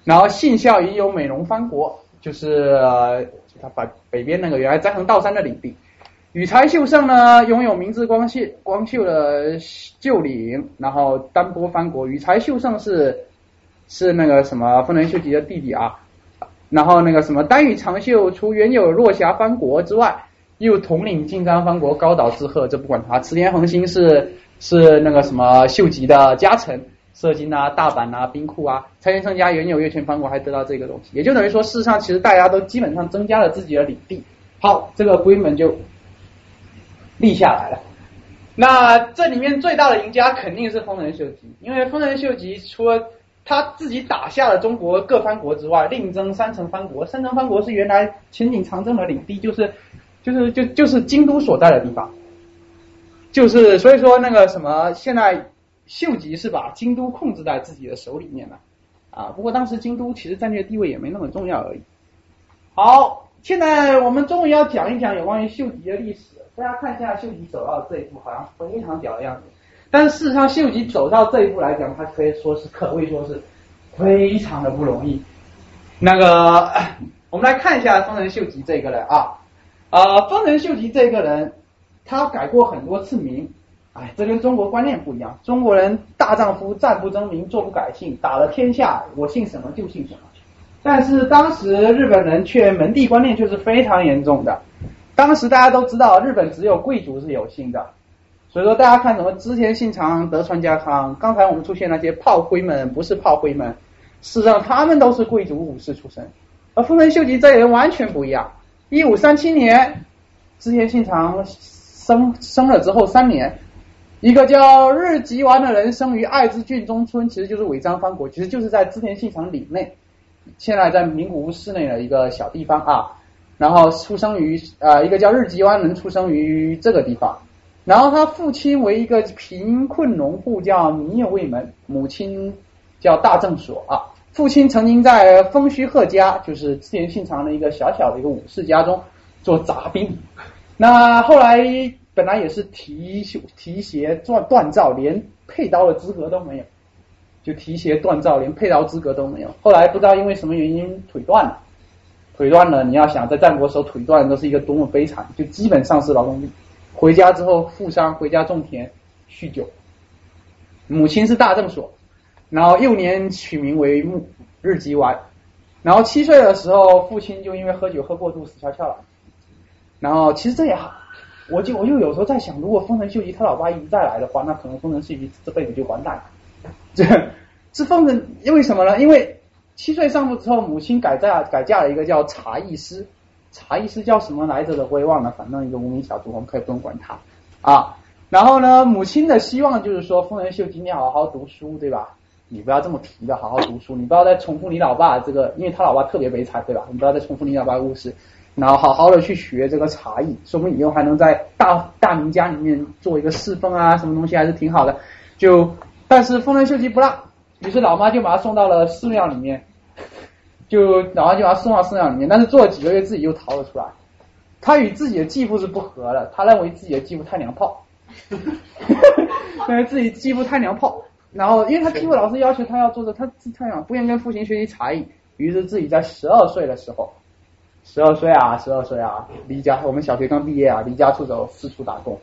[SPEAKER 2] 然后信孝也有美浓藩国，就是他把北边那个原来斋藤道三的领地。羽柴秀胜呢，拥有明治光秀的旧领，然后丹波藩国。羽柴秀胜是那个什么丰臣秀吉的弟弟啊。然后那个什么丹羽长秀除原有落霞藩国之外，又统领近江藩国高岛志贺，这不管他。池田恒星是那个什么秀吉的家臣，射津啊、大阪啊、兵库啊。柴田胜家原有越前藩国还得到这个东西，也就等于说事实上其实大家都基本上增加了自己的领地。好，这个规门就立下来了。那这里面最大的赢家肯定是丰臣秀吉，因为丰臣秀吉除了他自己打下了中国各藩国之外，另增三城藩国。三城藩国是原来前井长政的领地，就是京都所在的地方。就是所以说那个什么，现在秀吉是把京都控制在自己的手里面了啊。不过当时京都其实战略地位也没那么重要而已。好，现在我们终于要讲一讲有关于秀吉的历史。大家看一下秀吉走到这一步，好像非常屌的样子。但是事实上，秀吉走到这一步来讲，他可谓说是非常的不容易。那个，我们来看一下丰臣秀吉这个人啊，丰臣秀吉这个人，他改过很多次名，这跟中国观念不一样。中国人大丈夫战不争名，坐不改姓，打了天下，我姓什么就姓什么。但是当时日本人却门第观念却是非常严重的。当时大家都知道，日本只有贵族是有姓的。所以说大家看什么织田信长、德川家康，刚才我们出现那些炮灰们不是炮灰们，事实上他们都是贵族武士出身。而丰臣秀吉这人完全不一样。1537年，织田信长生了之后3年，一个叫日吉丸的人生于爱知郡中村，其实就是尾张藩国，其实就是在织田信长领内，现在在名古屋市内的一个小地方啊。然后出生于一个叫日吉丸人出生于这个地方。然后他父亲为一个贫困农户叫尼友卫门，母亲叫大正所啊。父亲曾经在丰须贺家，就是织田信长的一个小小的一个武士家中做杂兵。那后来本来也是提携锻造，连配刀的资格都没有，就提携锻造，连配刀资格都没有。后来不知道因为什么原因腿断了，你要想在战国时候腿断都是一个多么悲惨，就基本上是劳动力。回家之后负伤，回家种田酗酒。母亲是大正所，然后幼年取名为日吉丸。然后7岁的时候，父亲就因为喝酒喝过度死翘翘了。然后其实这也好，我就有时候在想，如果丰臣秀吉他老爸一直再来的话，那可能丰臣秀吉这辈子就完蛋了。这丰臣为什么呢？因为7岁上路之后，母亲改嫁了一个叫茶艺师。茶艺师叫什么来着的我也忘了，反正一个无名小卒，我们可以不用管他啊。然后呢，母亲的希望就是说，丰臣秀吉你好好读书，对吧？你不要这么皮的，好好读书，你不要再重复你老爸这个，因为他老爸特别悲惨，对吧？你不要再重复你老爸的故事，然后好好的去学这个茶艺，说不定以后还能在大名家里面做一个侍奉啊，什么东西还是挺好的。但是丰臣秀吉不让，于是老妈就把他送到了寺庙里面。然后就把他送到寺庙里面，但是做了几个月自己又逃了出来。他与自己的继父是不和的，他认为自己的继父太娘炮，认为自己继父太娘炮。然后因为他继父老师要求他要做的，他不愿跟父亲学习茶艺，于是自己在12岁的时候，12岁啊，离家，我们小学刚毕业啊，离家出走，四处打工。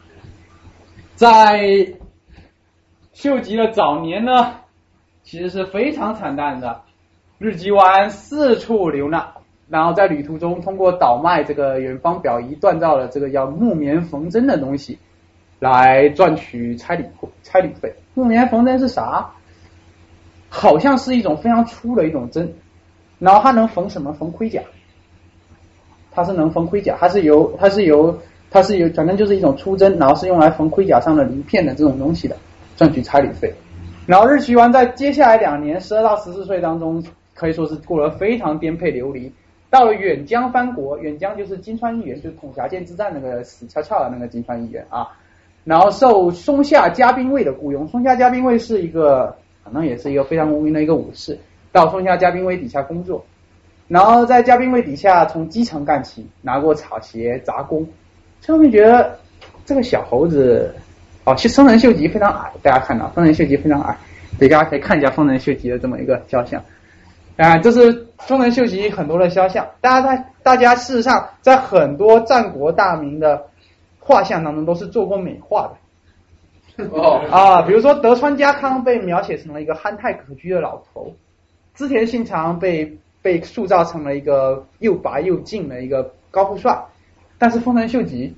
[SPEAKER 2] 在秀吉的早年呢，其实是非常惨淡的。日吉丸四处流浪，然后在旅途中通过倒卖这个远方表仪锻造了这个叫木棉缝针的东西来赚取差旅费。木棉缝针是啥？好像是一种非常粗的一种针，然后它能缝什么？缝盔甲。它是能缝盔甲，它是由反正就是一种粗针，然后是用来缝盔甲上的鳞片的这种东西的，赚取差旅费。然后日吉丸在接下来2年12到14岁当中，可以说是过得非常颠沛流离。到了远江藩国，远江就是金川议员，就是统辖舰之战那个死翘翘的那个金川议员啊。然后受松下家兵卫的雇佣，松下家兵卫是一个可能也是一个非常无名的一个武士，到松下家兵卫底下工作。然后在家兵卫底下从基层干起，拿过草鞋杂工。这后面觉得这个小猴子其实丰臣秀吉非常矮，大家看到丰臣秀吉非常矮，大家可以看一下丰臣秀吉的这么一个肖像。 啊，这是丰臣秀吉很多的肖像，大家事实上在很多战国大名的画像当中都是做过美化的。比如说德川家康被描写成了一个憨态可掬的老头，织田信长被塑造成了一个又白又净的一个高富帅，但是丰臣秀吉，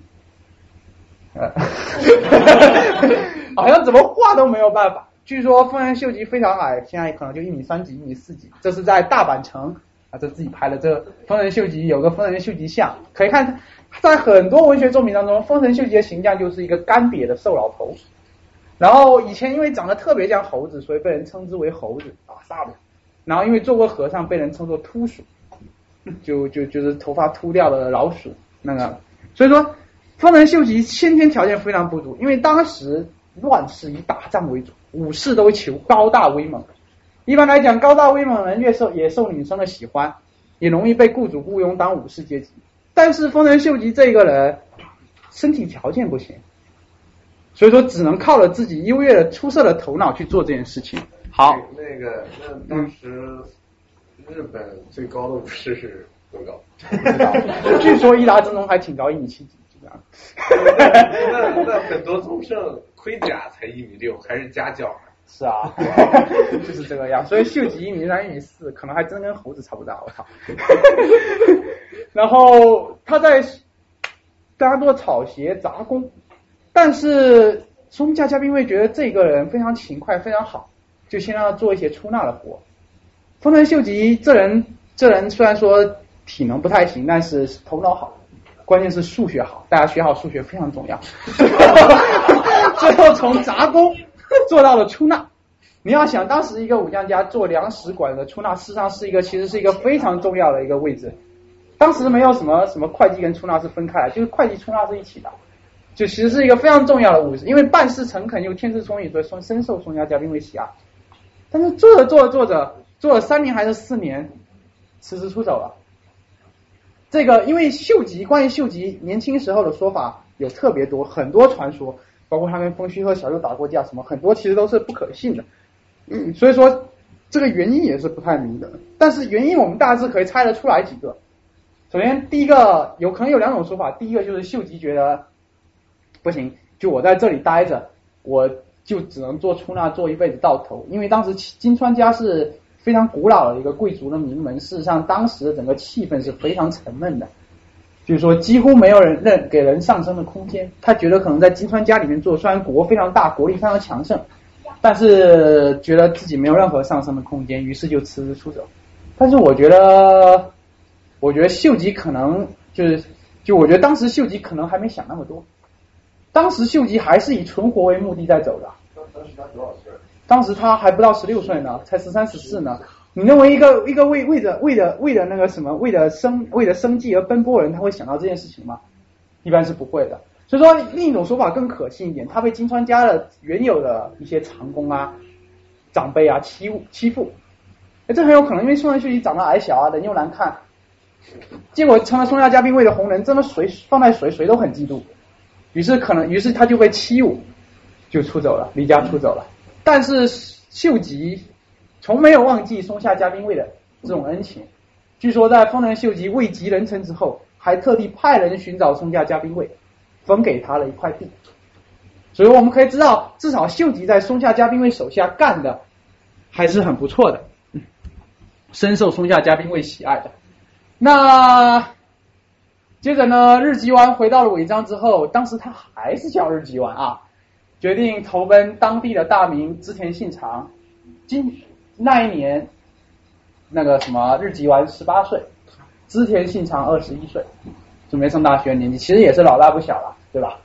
[SPEAKER 2] 好像怎么画都没有办法。据说丰臣秀吉非常矮，现在可能就1.3米、1.4米。这是在大阪城啊，这自己拍的。这丰臣秀吉有个丰臣秀吉像，可以看在很多文学作品当中，丰臣秀吉的形象就是一个干瘪的瘦老头。然后以前因为长得特别像猴子，所以被人称之为猴子啊，傻的。然后因为做过和尚，被人称作秃鼠，就是头发秃掉的老鼠那个。所以说，丰臣秀吉先天条件非常不足，因为当时乱世以打仗为主，武士都求高大威猛。一般来讲，高大威猛的人也受女生的喜欢，也容易被雇主雇佣当武士阶级。但是丰臣秀吉这个人身体条件不行，所以说只能靠着自己优越的出色的头脑去做这件事情。好，
[SPEAKER 3] 那当时日本最高的武士是多高？
[SPEAKER 2] 据说伊达政宗还挺高，1.7米几这样。
[SPEAKER 3] 那很多宗盛盔甲才1.6米，还是家教。
[SPEAKER 2] 是啊，就是这个样。所以秀吉1.3米、1.4米，可能还真跟猴子差不多。我操！然后他在当做草鞋杂工，但是松下嘉兵卫觉得这个人非常勤快，非常好，就先让他做一些出纳的活。丰臣秀吉这人虽然说体能不太行，但是头脑好，关键是数学好，大家学好数学非常重要。最后从杂工做到了出纳。你要想当时一个武将家做粮食管的出纳，事实上其实是一个非常重要的一个位置。当时没有什么会计跟出纳是分开来，就是会计出纳是一起的，就其实是一个非常重要的位置。因为办事诚恳又天资聪颖，所以深受松下嘉兵卫喜爱。但是做着了3年还是4年，辞职出走了。这个因为关于秀吉年轻时候的说法有特别多，很多传说，包括他跟丰须贺小六打过架什么，很多其实都是不可信的。所以说这个原因也是不太明的。但是原因我们大致可以猜得出来几个。首先第一个可能有2种说法，第一个就是秀吉觉得不行，就我在这里待着，我就只能做出纳做一辈子到头。因为当时金川家是非常古老的一个贵族的名门，事实上当时的整个气氛是非常沉闷的，就是说几乎没有人给人上升的空间。他觉得可能在金川家里面做，虽然国非常大，国力非常强盛，但是觉得自己没有任何上升的空间，于是就辞职出走。但是我觉得秀吉可能我觉得当时秀吉可能还没想那么多，当时秀吉还是以存活为目的在走的。
[SPEAKER 8] 当时他多少岁？
[SPEAKER 2] 当时他还不到16岁呢，才13、14呢。你认为一个为了那个什么为了生计而奔波的人，他会想到这件事情吗？一般是不会的。所以说另一种说法更可信一点，他被金川家的原有的一些长工啊、长辈啊欺负，这很有可能因为松下秀吉长得矮小啊，人又难看，结果成了松下嘉兵卫的红人，这么放在谁都很嫉妒，于是他就被欺侮，就出走了，离家出走了。但是秀吉从没有忘记松下嘉兵卫的这种恩情，据说在丰臣秀吉位极人臣之后，还特地派人寻找松下嘉兵卫，分给他了一块地。所以我们可以知道，至少秀吉在松下嘉兵卫手下干的还是很不错的，深受松下嘉兵卫喜爱的。那接着呢，日吉丸回到了尾张之后，当时他还是叫日吉丸啊，决定投奔当地的大名织田信长。那一年那个什么日吉丸18岁，织田信长21岁，准备上大学的年纪，其实也是老大不小了，对吧？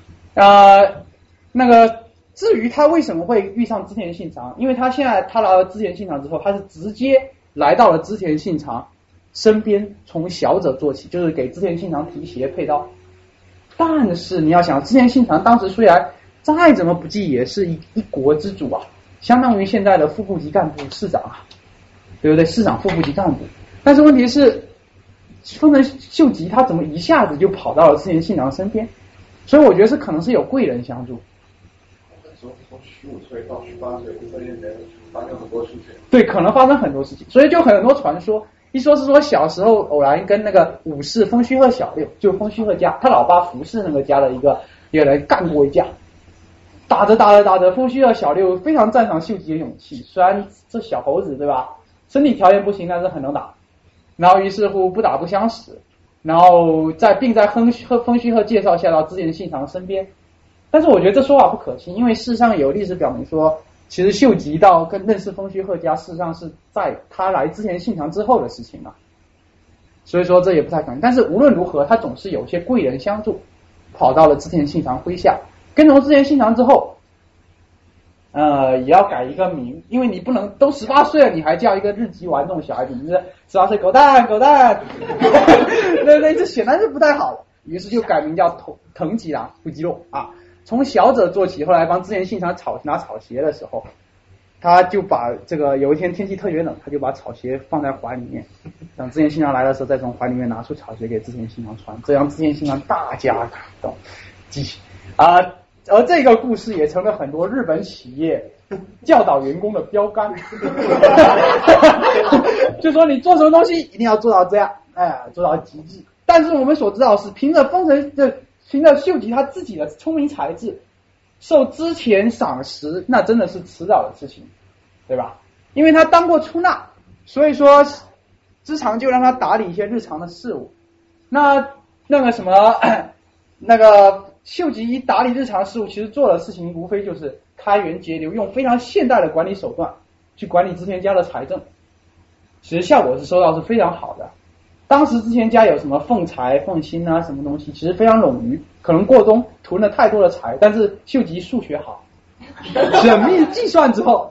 [SPEAKER 2] 那个至于他为什么会遇上织田信长，因为他来到织田信长之后，他是直接来到了织田信长身边，从小者做起，就是给织田信长提鞋配刀。但是你要想，织田信长当时虽然再怎么不济也是一国之主啊，相当于现在的副部级干部市长啊，对不对？市长副部级干部。但是问题是丰臣秀吉他怎么一下子就跑到了织田信长身边？所以我觉得可能是有贵人相助。
[SPEAKER 8] 从15岁到18岁这3年间发生很多事情。
[SPEAKER 2] 对，可能发生很多事情，所以就很多传说。一说是说小时候偶然跟那个武士风须贺小六，就风须贺家他老爸服侍那个家的一个人干过一架，打着，风须贺小六非常赞赏秀吉的勇气，虽然这小猴子对吧，身体条件不行，但是很能打。然后于是乎不打不相识，然后并在风须贺介绍下到织田信长身边。但是我觉得这说法不可信，因为事实上有历史表明说，其实秀吉到跟认识风须贺家，事实上是在他来织田信长之后的事情了，所以说这也不太可能。但是无论如何，他总是有些贵人相助，跑到了织田信长麾下，跟从织田信长之后，也要改一个名，因为你不能都18岁了，你还叫一个日籍丸这种小孩子，你是18岁狗蛋，那这显然是不太好的。于是就改名叫藤吉郎富吉洛啊。从小者做起，后来帮织田信长拿草鞋的时候，他就把这个有一天天气特别冷，他就把草鞋放在怀里面，等织田信长来的时候再从怀里面拿出草鞋给织田信长穿，这样织田信长大加感动。而这个故事也成了很多日本企业教导员工的标杆，就说你做什么东西一定要做到这样，做到极致。但是我们所知道的是，凭着秀吉他自己的聪明才智，受织田赏识，那真的是迟早的事情，对吧？因为他当过出纳，所以说织长就让他打理一些日常的事务。那个秀吉一打理日常事务，其实做的事情无非就是开源节流，用非常现代的管理手段去管理织田家的财政，其实效果是收到是非常好的。当时织田家有什么奉财奉新啊什么东西，其实非常冗余，可能过冬囤了太多的财，但是秀吉数学好，缜密计算之后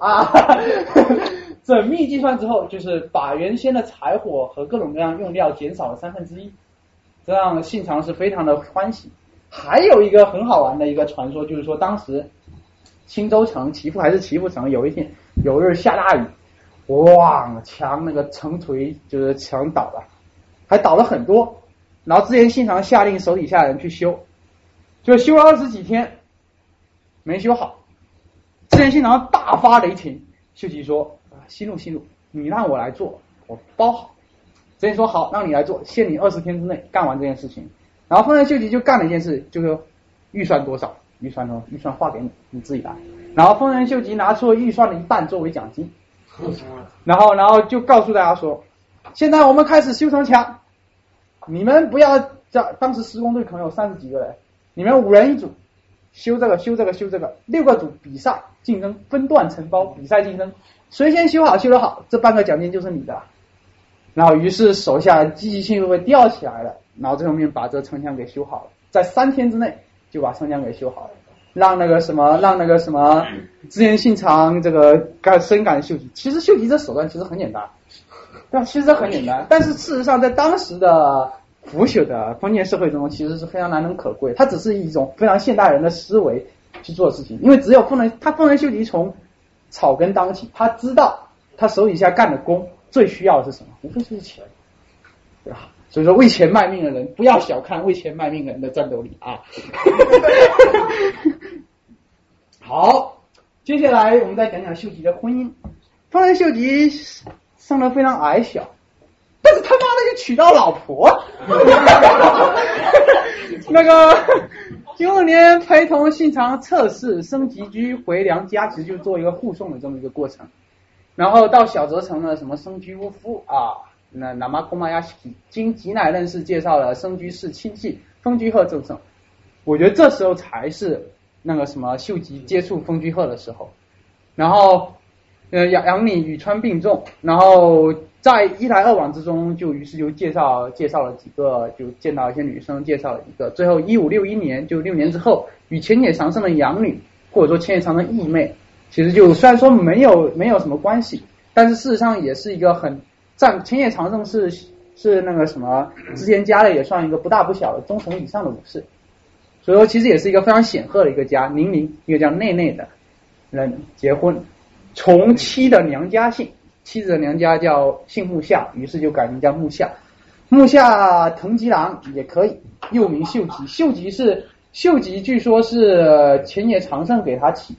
[SPEAKER 2] 就是把原先的柴火和各种各样用料减少了1/3，这样信长是非常的欢喜。还有一个很好玩的一个传说，就是说当时青州城岐阜城有一日下大雨，哇，墙那个城颓就是墙倒了，还倒了很多，然后织田信长下令手底下人去修，就修了20几天没修好，织田信长大发雷霆，秀吉说息怒，你让我来做，我包好。织田说好，让你来做，限你20天之内干完这件事情。然后丰臣秀吉就干了一件事，就是预算多少，预算划给你自己来。然后丰臣秀吉拿出了预算的一半作为奖金，然后就告诉大家说，现在我们开始修城墙，你们不要当时施工队可能有30几个人，你们5人一组，修这个，6个组比赛竞争，分段承包比赛竞争，谁先修得好，这半个奖金就是你的。然后于是手下积极性就被吊起来了，然后最后面把这城墙给修好了，在3天之内就把城墙给修好了，让那个什么织田信长这个深感秀吉。其实秀吉这手段其实很简单，对吧？其实很简单，但是事实上在当时的腐朽的封建社会中，其实是非常难能可贵。它只是一种非常现代人的思维去做事情，因为只有丰臣秀吉从草根当起，他知道他手底下干的工最需要的是什么，无非就是钱，对吧？所以说为钱卖命的人，不要小看为钱卖命的人的战斗力啊！好，接下来我们再讲讲秀吉的婚姻。丰臣秀吉生得非常矮小，但是他妈的就娶到老婆。那个95年陪同信长测试升级居回娘家，其实就做一个护送的这么一个过程。然后到小泽城的什么生居屋夫啊，那南马空马亚西经吉乃认识介绍了生居氏亲戚丰居贺正胜。我觉得这时候才是那个什么秀吉接触丰居贺的时候。然后养女宇川病重，然后在一来二往之中，于是介绍了几个，就见到一些女生，介绍了一个，最后1561年就6年之后，与前野长盛的养女或者说前野长盛义妹，其实就虽然说没有什么关系，但是事实上也是一个很前野长盛是那个什么织田家的，也算一个不大不小的中层以上的武士，所以说其实也是一个非常显赫的一个家，一个叫内内的人结婚，从妻的娘家姓，妻子的娘家叫姓木下，于是就改名叫木下。木下藤吉郎也可以，又名秀吉。秀吉据说是前野长盛给他起的，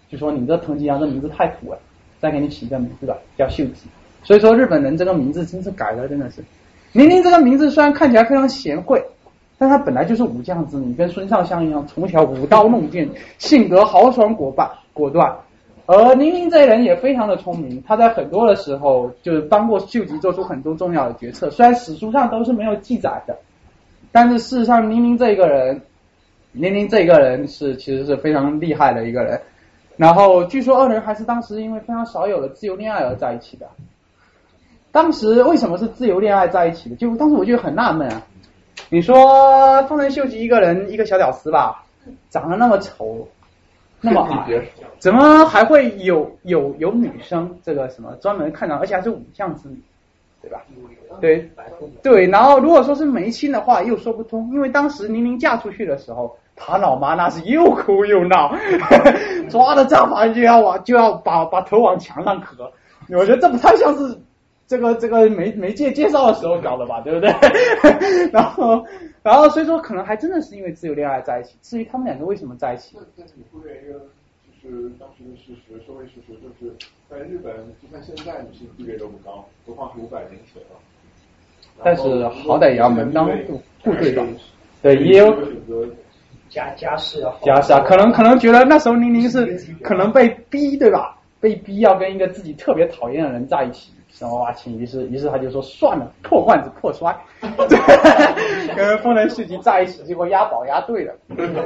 [SPEAKER 2] 就说你这藤吉阳这名字太土了，再给你起一个名字吧，叫秀吉。所以说日本人这个名字真是改的真的是。宁宁这个名字虽然看起来非常贤惠，但他本来就是武将之名，跟孙尚香一样，从小舞刀弄剑，性格豪爽果断。而宁宁这人也非常的聪明，他在很多的时候就是帮过秀吉做出很多重要的决策，虽然史书上都是没有记载的，但是事实上宁宁这个人是其实是非常厉害的一个人。然后据说二人还是当时因为非常少有的自由恋爱而在一起的。当时为什么是自由恋爱在一起的？就当时我就很纳闷啊，你说丰臣秀吉一个人一个小屌丝吧，长得那么丑那么矮，怎么还会有女生这个什么专门看到，而且还是武将之女，对吧？对，然后如果说是梅亲的话又说不通，因为当时宁宁嫁出去的时候，他老妈那是又哭又闹，抓着帐篷就要把头往墙上磕，我觉得这不太像是这个媒介介绍的时候搞的吧，对不对？然后所以说可能还真的是因为自由恋爱在一起。至于他们两个为什么在一起，
[SPEAKER 8] 但是你忽略一个就是当时的事实，社会事实，就是在日本就算现在女性地位都不高，何况是500年前了。
[SPEAKER 2] 但是好歹也要门当户对吧？对，也有
[SPEAKER 5] 家世啊，
[SPEAKER 2] 可能觉得那时候宁宁是可能被逼，对吧？被逼要跟一个自己特别讨厌的人在一起，然后于是他就说算了，破罐子破摔，跟丰臣秀吉在一起，结果押宝押对了，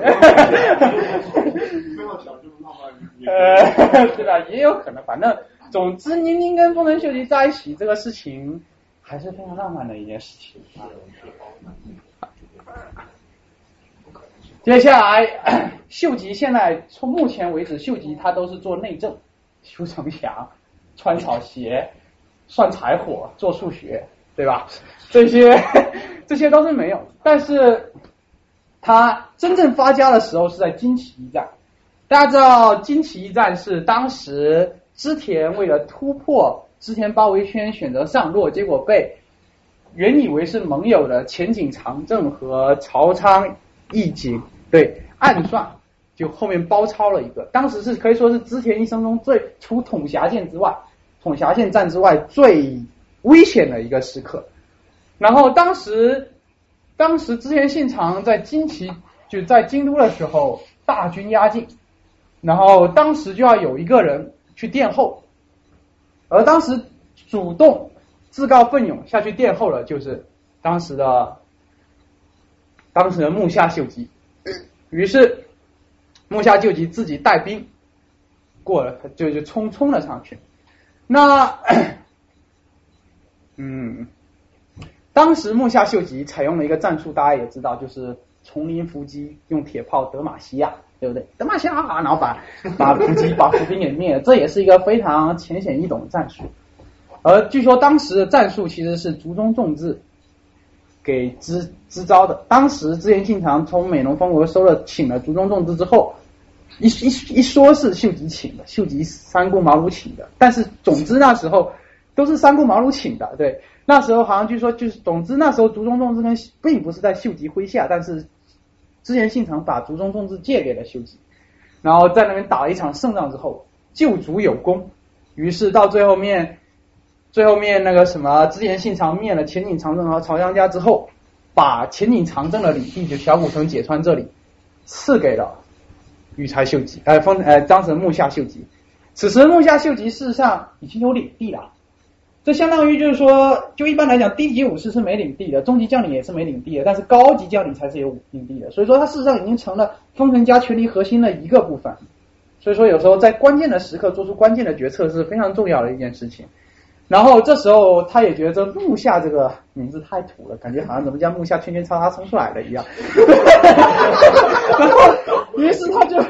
[SPEAKER 2] 对吧？也有可能，反正总之宁宁跟丰臣秀吉在一起这个事情还是非常浪漫的一件事情。接下来秀吉现在从目前为止，秀吉他都是做内政，修城墙，穿草鞋，算柴火，做数学，对吧？这些都是没有。但是他真正发家的时候是在金崎一战。大家知道金崎一战是当时织田为了突破织田包围圈选择上洛，结果被原以为是盟友的前井长政和朝仓义景对暗算，就后面包抄了一个。当时是可以说是织田一生中除统辖线战之外最危险的一个时刻。然后当时织田信长在金崎就在京都的时候大军压境，然后当时就要有一个人去殿后，而当时主动自告奋勇下去殿后的就是当时的木下秀吉。于是木下秀吉自己带兵过了，就冲了上去。那当时木下秀吉采用了一个战术，大家也知道，就是丛林伏击，用铁炮德玛西亚，对不对？德玛西亚，然后把伏兵给灭了，这也是一个非常浅显易懂的战术。而据说当时的战术其实是竹中重治给支招的。当时织田信长从美浓丰国请了竹中重治之后，一说是秀吉请的，秀吉三顾茅庐请的，但是总之那时候都是三顾茅庐请的，对。那时候好像据说就是，总之那时候竹中重治并不是在秀吉麾下，但是织田信长把竹中重治借给了秀吉，然后在那边打了一场胜仗之后，救竹有功，于是到最后面那个什么织田信长灭了前井长政和朝阳家之后，把前井长政的领地就小古城解川这里赐给了羽柴秀吉，当时木下秀吉。此时木下秀吉事实上已经有领地了，这相当于就是说，就一般来讲，低级武士是没领地的，中级将领也是没领地的，但是高级将领才是有领地的。所以说他事实上已经成了丰臣家权力核心的一个部分。所以说有时候在关键的时刻做出关键的决策是非常重要的一件事情。然后这时候他也觉得这木下这个名字太土了，感觉好像怎么叫木下圈圈叉叉生出来的一样。然后于是他就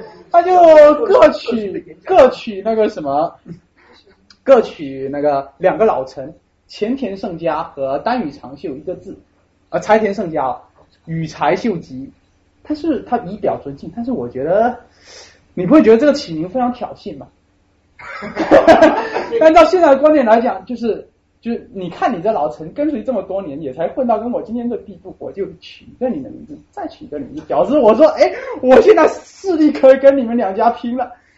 [SPEAKER 2] 各取那个什么，各取那个两个老臣前田胜家和丹羽长秀一个字，柴田胜家羽柴秀吉，他以表尊敬，但是我觉得你不会觉得这个起名非常挑衅吗？按照现在的观点来讲，就是你看你这老臣跟随这么多年，也才混到跟我今天这地步，我就取一个你的名字，再取一个名字，表示我说，我现在势力可以跟你们两家拼了。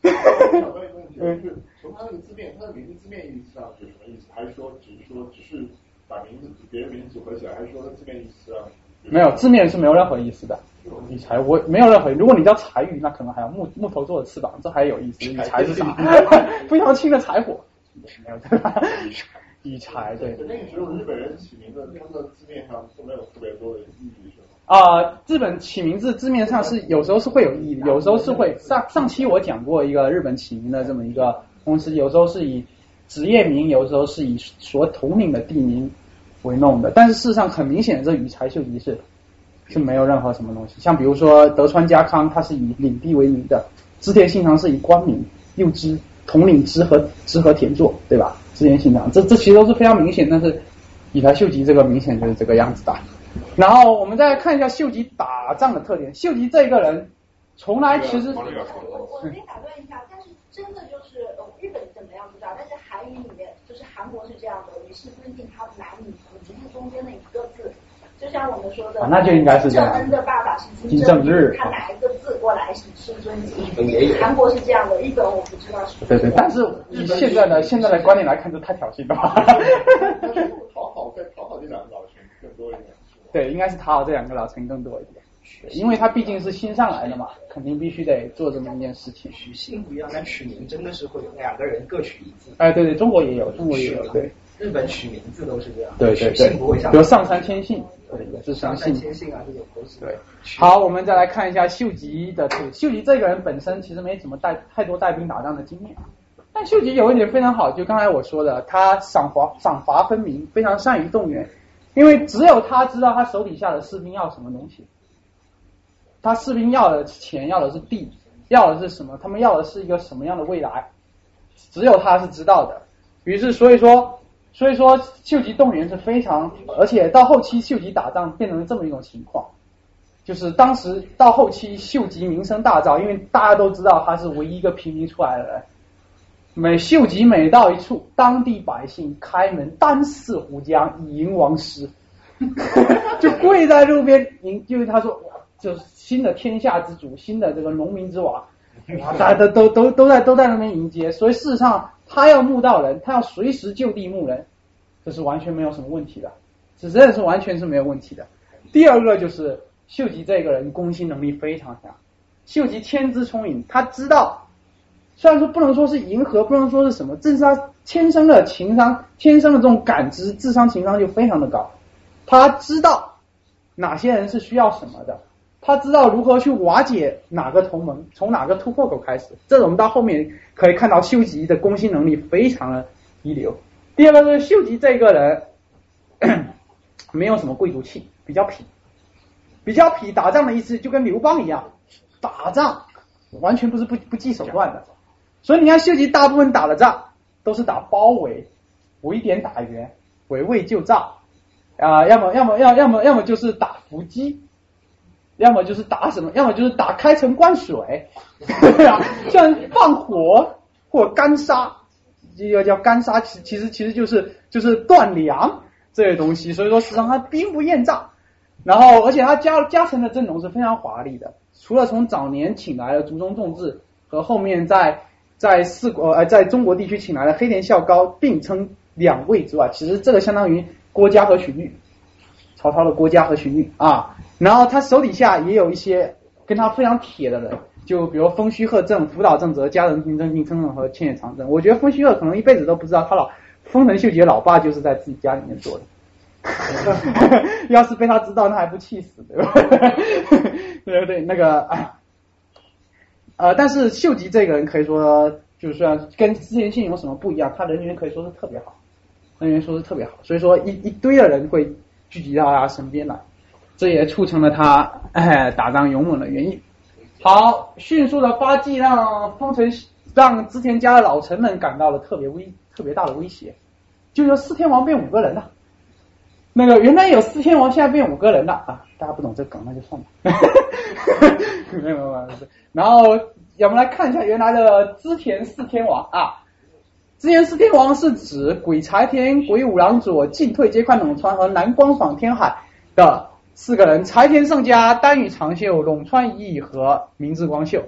[SPEAKER 8] 我想问一个问题，就是从它那个字面，它的名字字面意思上是什么意思？还是说只是把名字别人名字组合起来，还是说它字面意思上？
[SPEAKER 2] 没有，字面是没有任何意思的。理财我没有任何，如果你叫财玉，那可能还有木头做的翅膀，这还有意思。理财是啥？非常轻的柴火。没有对吧？理财对。
[SPEAKER 8] 那个时候日本人起名字，他们的字面上都没有特别多的意义，是吗？
[SPEAKER 2] 日本起名字字面上是有时候是会有意义的，有时候是会上期我讲过一个日本起名的这么一个公司，有时候是以职业名，有时候是以所统领的地名为弄的，但是事实上很明显的，这羽柴秀吉是没有任何什么东西。像比如说德川家康，他是以领地为名的；织田信长是以官名，又之统领织和田作，对吧？织田信长，这其实都是非常明显，但是羽柴秀吉这个明显就是这个样子的。然后我们再看一下秀吉打仗的特点。秀吉这个人从来其实
[SPEAKER 11] 我可以打断一下，但是真的就是日本怎么样不知道，但是韩语里面就是韩国是这样的，语式规定它男女不是中间的一个字，就像我们说的，
[SPEAKER 2] 那就应该是这样。
[SPEAKER 11] 郑恩的爸爸是金正日，他哪一个字过来是尊敬？韩国是这样的，日本我不知道是。
[SPEAKER 2] 对，但是以现在的观点来看，这太挑衅了吧？
[SPEAKER 8] 但是讨好这两个老臣更多一点。
[SPEAKER 2] 对，应该是讨好这两个老臣更多一点。因为他毕竟是新上来的嘛，肯定必须得做这么一件事情。
[SPEAKER 5] 取姓不一样，但取名真的是会两个人各取一字。
[SPEAKER 2] 对，中国也有，对。
[SPEAKER 5] 日本取名字都是这样。
[SPEAKER 2] 对，比如上杉谦信，对，也是
[SPEAKER 5] 上杉谦信啊，这种都是。
[SPEAKER 2] 对。好，我们再来看一下秀吉的特点。秀吉这个人本身其实没怎么太多带兵打仗的经验，但秀吉有一点非常好，就刚才我说的，他赏罚分明，非常善于动员。因为只有他知道他手底下的士兵要什么东西，他士兵要的钱，要的是地，要的是什么，他们要的是一个什么样的未来，只有他是知道的。于是所以说秀吉动员是非常，而且到后期秀吉打仗变成这么一种情况，就是当时到后期秀吉名声大噪，因为大家都知道他是唯一一个平民出来的人。秀吉每到一处，当地百姓开门单似胡浆，以迎王师，就跪在路边迎，就是他说，就是新的天下之主，新的这个农民之王，大家都在那边迎接。所以事实上，他要募到人，他要随时就地募人，这是完全没有什么问题的，这真的是完全是没有问题的。第二个就是秀吉这个人攻心能力非常强，秀吉天资聪颖，他知道。虽然说不能说是迎合，不能说是什么，正是他天生的情商，天生的这种感知，智商情商就非常的高。他知道哪些人是需要什么的，他知道如何去瓦解哪个同盟，从哪个突破口开始。这我们到后面可以看到秀吉的攻心能力非常的一流。第二个是秀吉这个人没有什么贵族气，比较痞，打仗的意思就跟刘邦一样，打仗完全不是不计手段的。所以你看秀吉大部分打的仗都是打包围、围点打援、围魏救赵要么就是打伏击，要么就是打什么，要么就是打开城灌水，像放火或干杀，要叫干杀，其实就是断粮这些东西。所以说实际上他兵不厌诈，然后而且他加成的阵容是非常华丽的，除了从早年请来的竹中重治和后面在中国地区请来的黑田孝高并称两位之外，其实这个相当于郭嘉和荀彧，曹操的郭嘉和荀彧啊。然后他手底下也有一些跟他非常铁的人，就比如丰须贺正、福岛正则、家人平正定称和千野长政。我觉得丰须贺可能一辈子都不知道丰臣秀吉的老爸就是在自己家里面做的。要是被他知道，那还不气死，对吧？对，那个但是秀吉这个人可以说，就是虽然跟织田信有什么不一样，他人缘可以说是特别好，所以说一堆的人会聚集到他身边来，这也促成了他打仗勇猛的原因。好，迅速的发迹让织田家的老臣们感到了特别大的威胁，就是说四天王变5个人了。那个原来有4天王，现在变5个人了啊！大家不懂这梗，那就算了。没有。然后我们来看一下原来的织田4天王啊。织田4天王是指鬼柴田、鬼五郎左、进退皆宽陇川和南光访天海的4个人，柴田胜家、丹羽长秀、陇川一义和明智光秀。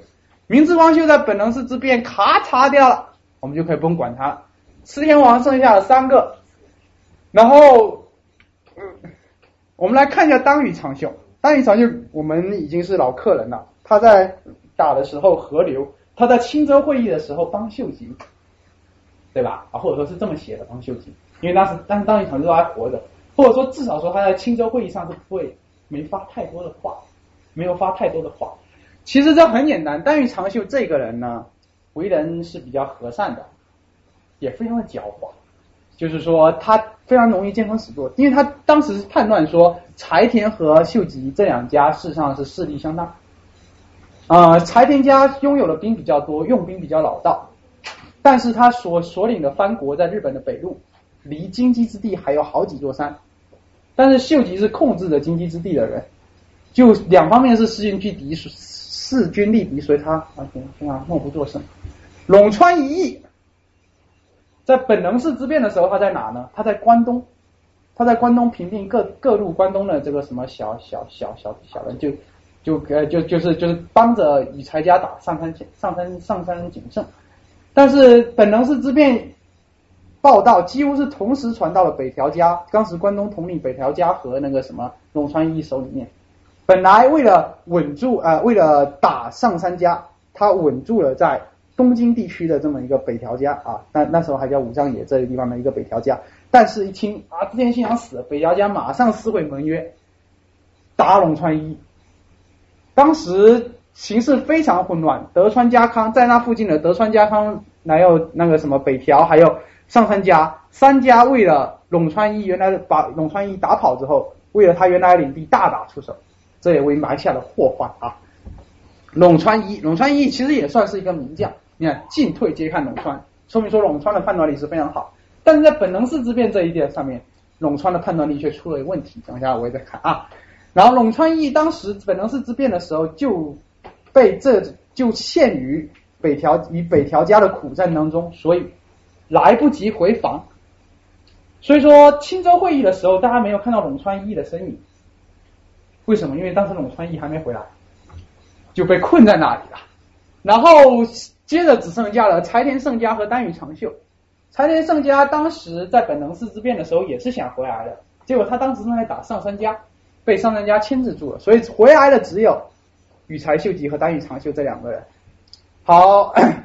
[SPEAKER 2] 明智光秀在本能寺之变咔嚓掉了，我们就可以不用管他了。吃天王剩下了3个，然后我们来看一下当羽长秀。当羽长秀我们已经是老客人了，他在打的时候合流，他在青州会议的时候帮秀吉，对吧？或者说是这么写的帮秀吉，因为当时当羽长秀还活着，或者说至少说他在青州会议上是没发太多的话，没有发太多的话。其实这很简单，当羽长秀这个人呢，为人是比较和善的，也非常的狡猾，就是说他非常容易见风使舵，因为他当时判断说柴田和秀吉这2家事实上是势力相当。柴田家拥有的兵比较多，用兵比较老道，但是他所领的藩国在日本的北路，离京畿之地还有好几座山，但是秀吉是控制着京畿之地的人，就2方面是势均力敌，所以他非常默不作声。陇川一役在本能寺之变的时候，他在哪呢？他在关东，平定各路关东的这个什么小人，就是帮着羽柴家打上山景胜。但是本能寺之变报道几乎是同时传到了北条家，当时关东统领北条家和那个什么陇川一手里面。本来为了为了打上杉家，他稳住了在东京地区的这么一个北条家啊，那时候还叫武藏野这个地方的一个北条家。但是一听织田信长死了，北条家马上撕毁盟约，打陇川一。当时形势非常混乱，德川家康在那附近的德川家康，还有那个什么北条，还有上杉家3家，为了陇川一原来把陇川一打跑之后，为了他原来的领地大打出手，这也为埋下了祸患啊。陇川一其实也算是一个名将，你看进退皆看陇川，说明说陇川的判断力是非常好。但是在本能寺之变这一点上面，陇川的判断力却出了问题，等一下我也在看啊。然后陇川一当时本能寺之变的时候，就陷于北条家的苦战当中，所以来不及回防。所以说青州会议的时候，大家没有看到陇川一的身影。为什么？因为当时陇川一还没回来，就被困在那里了。然后接着只剩下了柴田胜家和丹羽长秀。柴田胜家当时在本能寺之变的时候也是想回来的，结果他当时正在打上杉家，被上杉家牵制住了，所以回来的只有羽柴秀吉和丹羽长秀这2个人。好，哎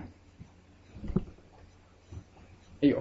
[SPEAKER 2] 呦，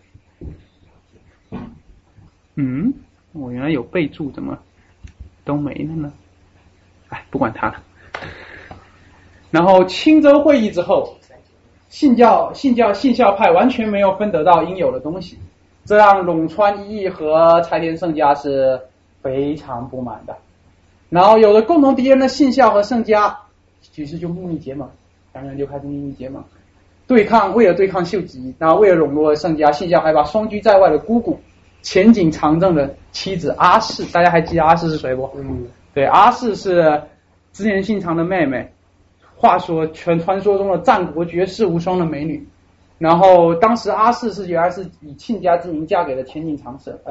[SPEAKER 2] 我原来有备注，怎么都没了呢？不管他了。然后青州会议之后，信校派完全没有分得到应有的东西，这让陇川一役和柴田胜家是非常不满的。然后有了共同敌人的信校和胜家，于是就秘密结盟，2个人就开始秘密结盟，为了对抗秀吉，然后为了笼络胜家，信校还把双居在外的姑姑前井长政的妻子阿市，大家还记得阿市是谁不？对，阿市是织田信长的妹妹，话说传说中的战国绝世无双的美女。然后当时阿市原来是以亲家之名嫁给了前井长胜，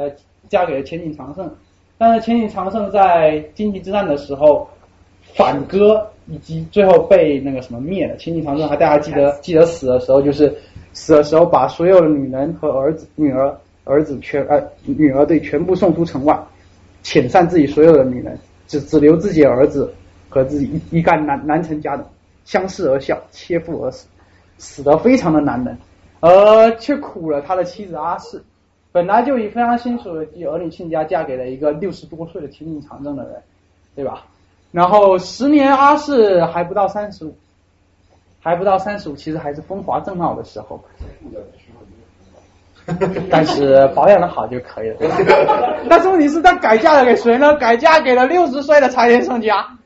[SPEAKER 2] 但是前井长胜在京畿之战的时候反戈，以及最后被那个什么灭了。前井长胜还大家记得死的时候，就是死的时候把所有的女人和女儿对全部送出城外，遣散自己所有的女人，只留自己的儿子和自己一干男臣家等，相视而笑，切腹而死，死得非常的难忍，而却苦了他的妻子阿市。本来就以非常辛楚的儿女亲家嫁给了一个60多岁的前井长政的人，对吧？然后10年阿市还不到35，其实还是风华正茂的时候，但是保养的好就可以了。但是问题是他改嫁了给谁呢？改嫁给了60岁的柴田胜家。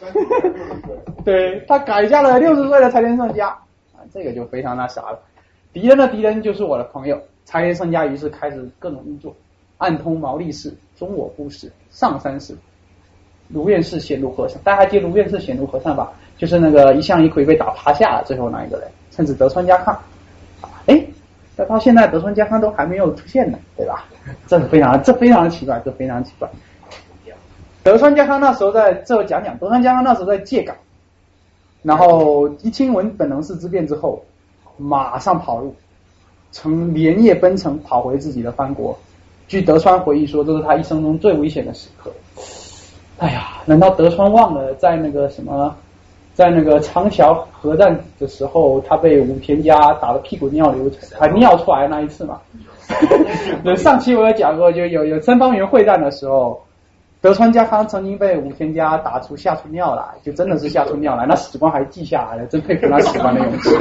[SPEAKER 2] 对，他改嫁了60岁的柴田胜家，这个就非常那啥了。敌人的敌人就是我的朋友。柴田胜家于是开始各种运作，暗通毛利氏、中我部氏、上杉氏、卢院氏、显如和尚。大家还记得卢院氏、显如和尚吧？就是那个一向一葵被打趴下了，最后那一个人，甚至德川家康。到现在德川家康都还没有出现呢，对吧？这非常奇怪，德川家康那时候在，这我讲讲，德川家康那时候在借港， 然后一听闻本能寺之变之后，马上跑路，连夜奔城跑回自己的藩国。据德川回忆说，这是他一生中最危险的时刻。哎呀，难道德川忘了在那个长桥合战的时候，他被武田家打得屁滚尿流，还尿出来那一次嘛？上期我有讲过，就有三方原会战的时候，德川家康曾经被武田家打出吓出尿来，就真的是吓出尿来，那史官还记下来了，真佩服那史官的勇气。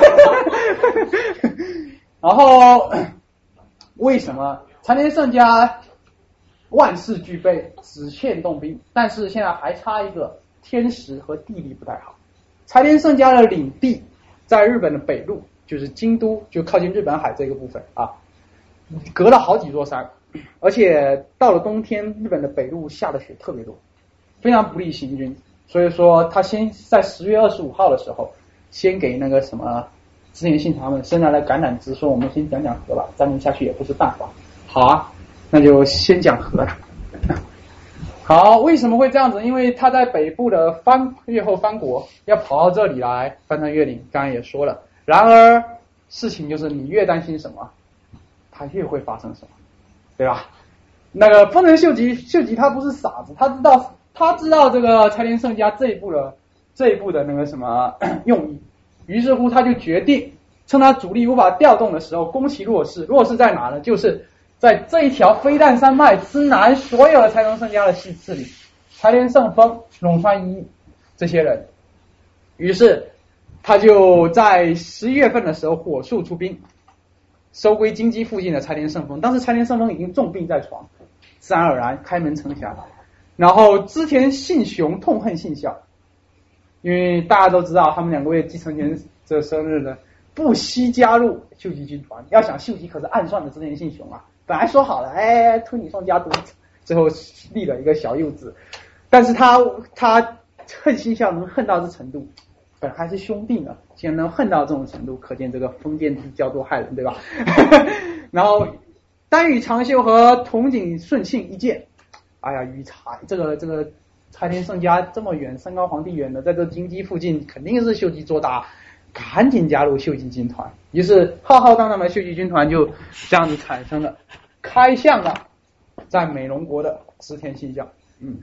[SPEAKER 2] 然后为什么柴田胜家万事俱备，只欠动兵，但是现在还差一个天时和地利不太好。柴田胜家的领地在日本的北路，就是京都，就靠近日本海这个部分啊，隔了好几座山，而且到了冬天，日本的北路下的雪特别多，非常不利行军。所以说他先在10月25号的时候，先给那个什么织田信长们伸来了橄榄枝，说我们先讲讲和吧，再弄下去也不是办法。好啊，那就先讲和了。好，为什么会这样子？因为他在北部的越后藩国要跑到这里来翻山越岭，刚才也说了。然而事情就是你越担心什么，他越会发生什么，对吧？那个丰臣秀吉他不是傻子，他知道这个柴田胜家这一步的那个什么用意，于是乎他就决定趁他主力无法调动的时候攻其弱势。弱势在哪呢？就是在这一条飞弹山脉之南，所有的柴田胜家的系次里，柴田胜丰、陇川一这些人，于是他就在11月份的时候火速出兵，收归京畿附近的柴田胜丰。当时柴田胜丰已经重病在床，自然而然开门城下。然后织田信雄痛恨信孝，因为大家都知道他们2个月继承权这生日呢，不惜加入秀吉军团。要想秀吉可是暗算的织田信雄啊，本来说好了，推你上家督，最后立了一个小幼子。但是他恨信孝能恨到这程度，本来还是兄弟呢，竟然能恨到这种程度，可见这个封建帝叫做害人，对吧？然后丹羽长秀和筒井顺庆一见，哎呀，这个柴田胜家这么远，山高皇帝远的，在这京畿附近，肯定是秀吉做大，赶紧加入秀吉军团。于是浩浩荡荡的秀吉军团就这样子产生了，开向了在美浓国的织田信孝。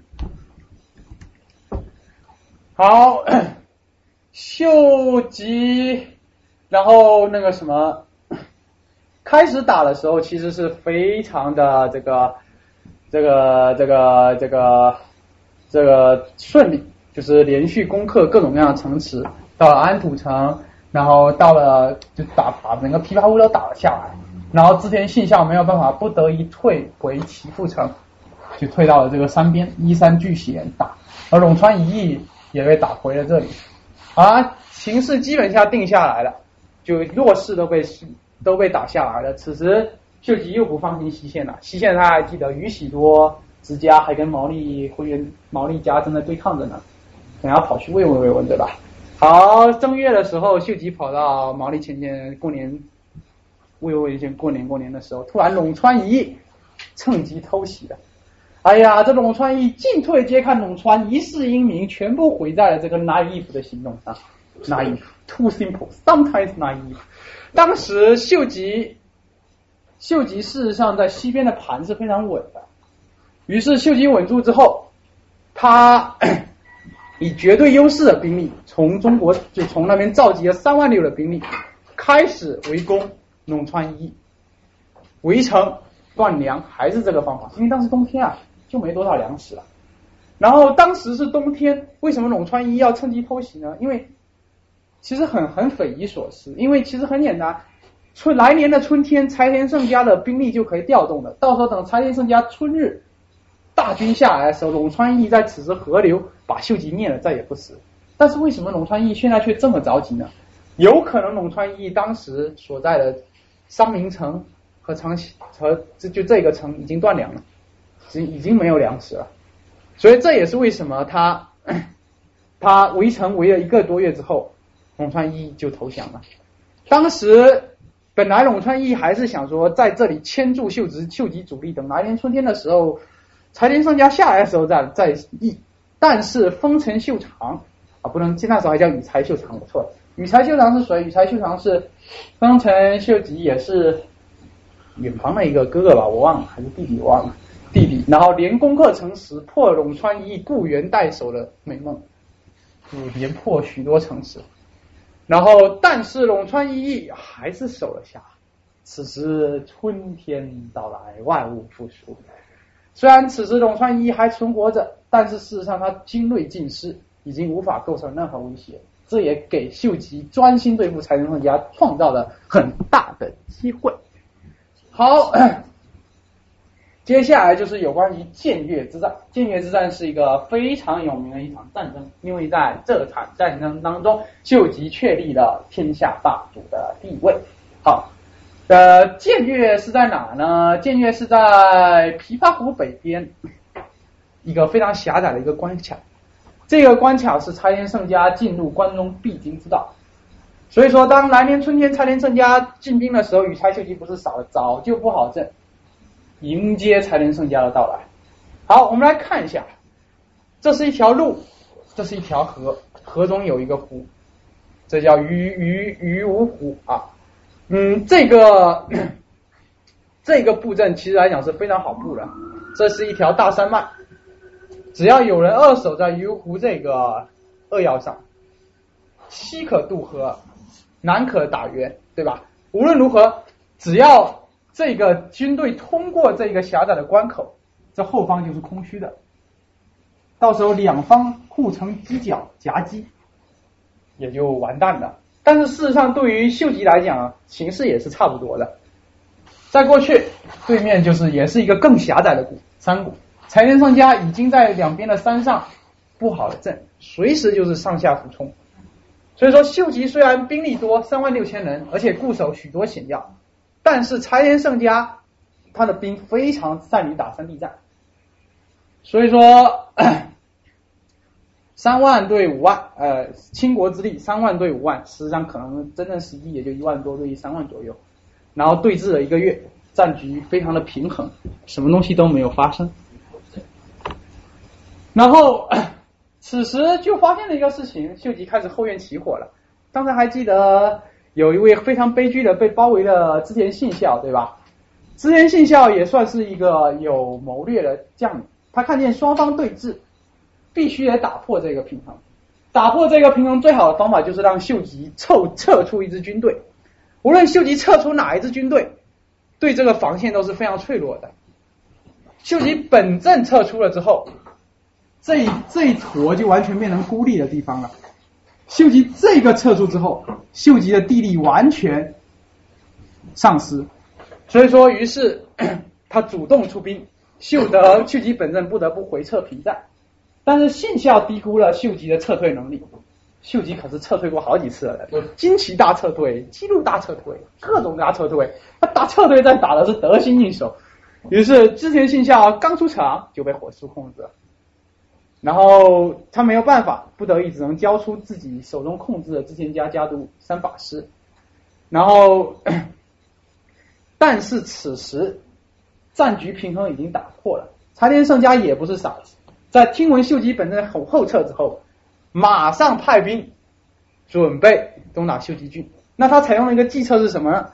[SPEAKER 2] 好，秀吉，然后那个什么，开始打的时候其实是非常的这个顺利，就是连续攻克各种各样的城池，到了安土城，然后到了就把整个琵琶湖都打了下来，然后织田信孝没有办法，不得已退回岐阜城，就退到了这个山边依山据险打，而陇川一役也被打回了这里，形势基本下定下来了，就弱势都被打下来了。此时秀吉又不放心西线了，西线他还记得宇喜多之家还跟毛利家正在对抗着呢，可能要跑去慰问，对吧？好，正月的时候，秀吉跑到毛利前线过年慰问过年的时候，突然陇川一役趁机偷袭了。哎呀，这陇川一进退皆看陇川一世英名，全部毁在了这个 naive 的行动上。naive too simple sometimes naive。当时秀吉事实上在西边的盘是非常稳的，于是秀吉稳住之后，他以绝对优势的兵力从那边召集了36000的兵力，开始围攻陇川一，围城断粮，还是这个方法，因为当时冬天就没多少粮食了。然后当时是冬天，为什么陇川一要趁机偷袭呢？因为其实很匪夷所思，因为其实很简单，来年的春天柴田胜家的兵力就可以调动了，到时候等柴田胜家春日大军下来的时候，陇川义在此时河流把秀吉灭了，再也不死。但是为什么陇川义现在却这么着急呢？有可能陇川义当时所在的商名城和就这个城已经断粮了，已经没有粮食了，所以这也是为什么他围城围了1个多月之后，陇川义就投降了。当时本来陇川义还是想说在这里牵住秀吉主力，等来年春天的时候柴田胜家下来的时候再议，但是丰臣秀长啊，不能，那时候还叫羽柴秀长，我错了。羽柴秀长是谁？羽柴秀长是丰臣秀吉也是远房的一个哥哥吧，我忘了，还是弟弟我忘了，弟弟。然后连攻克城池，破陇川一役，固原代守的美梦，连破许多城池。然后但是陇川一役还是守了下。此时春天到来，万物复苏。虽然此时陇川一役还存活着，但是事实上他精锐尽失，已经无法构成任何威胁。这也给秀吉专心对付柴田胜家创造了很大的机会。好，接下来就是有关于建越之战。建越之战是一个非常有名的一场战争，因为在这场战争当中，秀吉确立了天下霸主的地位。好，建越是在哪呢？建越是在琵琶湖北边一个非常狭窄的一个关卡。这个关卡是柴田胜家进入关中必经之道，所以说当来年春天柴田胜家进兵的时候，羽柴秀吉不是早就布好阵，迎接柴田胜家的到来。好，我们来看一下，这是一条路，这是一条河，河中有一个湖，这叫鱼无湖啊。这个布阵其实来讲是非常好布的，这是一条大山脉。只要有人扼守在鱼湖这个扼要上，西可渡河，南可打援，对吧？无论如何，只要这个军队通过这个狭窄的关口，这后方就是空虚的，到时候两方互成犄角夹击，也就完蛋了。但是事实上对于秀吉来讲，形势也是差不多的。在过去，对面也是一个更狭窄的山谷，柴田胜家已经在两边的山上布好了阵，随时就是上下俯冲。所以说秀吉虽然兵力多36000人，而且固守许多险要，但是柴田胜家他的兵非常善于打山地战，所以说3万对5万，倾国之力3万对5万，实际上可能真正实际也就1万多对3万左右。然后对峙了1个月，战局非常的平衡，什么东西都没有发生。然后此时就发现了一个事情，秀吉开始后院起火了。刚才还记得有一位非常悲剧的被包围的织田信孝，对吧？织田信孝也算是一个有谋略的将领，他看见双方对峙，必须得打破这个平衡。打破这个平衡最好的方法就是让秀吉撤出一支军队。无论秀吉撤出哪一支军队，对这个防线都是非常脆弱的。秀吉本阵撤出了之后，这一坨就完全变成孤立的地方了。秀吉这个撤出之后，秀吉的地利完全丧失，所以说于是他主动出兵，秀吉本阵不得不回撤平战。但是信孝低估了秀吉的撤退能力，秀吉可是撤退过好几次了，有惊奇大撤退、记录大撤退、各种大撤退，他打撤退战打的是得心应手。于是织田信孝刚出场就被火速控制了，然后他没有办法，不得已只能交出自己手中控制的织田家家督3法师。然后但是此时战局平衡已经打破了，柴田胜家也不是傻子，在听闻秀吉本阵后撤之后，马上派兵准备攻打秀吉军。那他采用了一个计策是什么呢？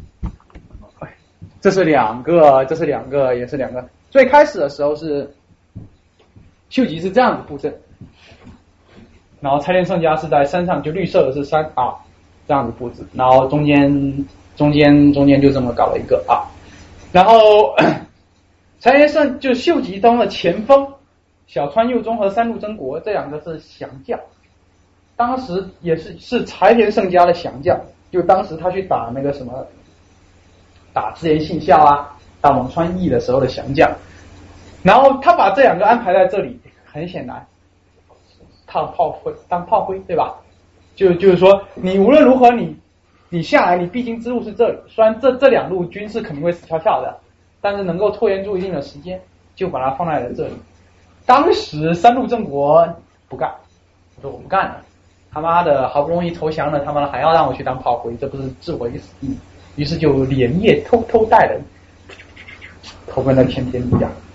[SPEAKER 2] 这是两个。最开始的时候是秀吉是这样子布阵，然后柴田胜家是在山上，就绿色的是山啊，这样子布置，然后中间就这么搞了一个啊，然后柴田胜就秀吉当了前锋，小川右忠和三鹿征国这两个是降将，当时也是柴田胜家的降将，就当时他去打那个什么，打织田信孝啊，打颍川义的时候的降将，然后他把这两个安排在这里，很显然当炮灰，对吧？就是说你无论如何你下来，你必经之路是这里，虽然这两路军事肯定会死翘翘的，但是能够拖延住一定的时间，就把它放在了这里。当时三鹿征国不干，我说我不干了，他妈的好不容易投降了，他妈的还要让我去当炮灰，这不是置我于死地。于是就连夜偷偷带人投奔了天地下。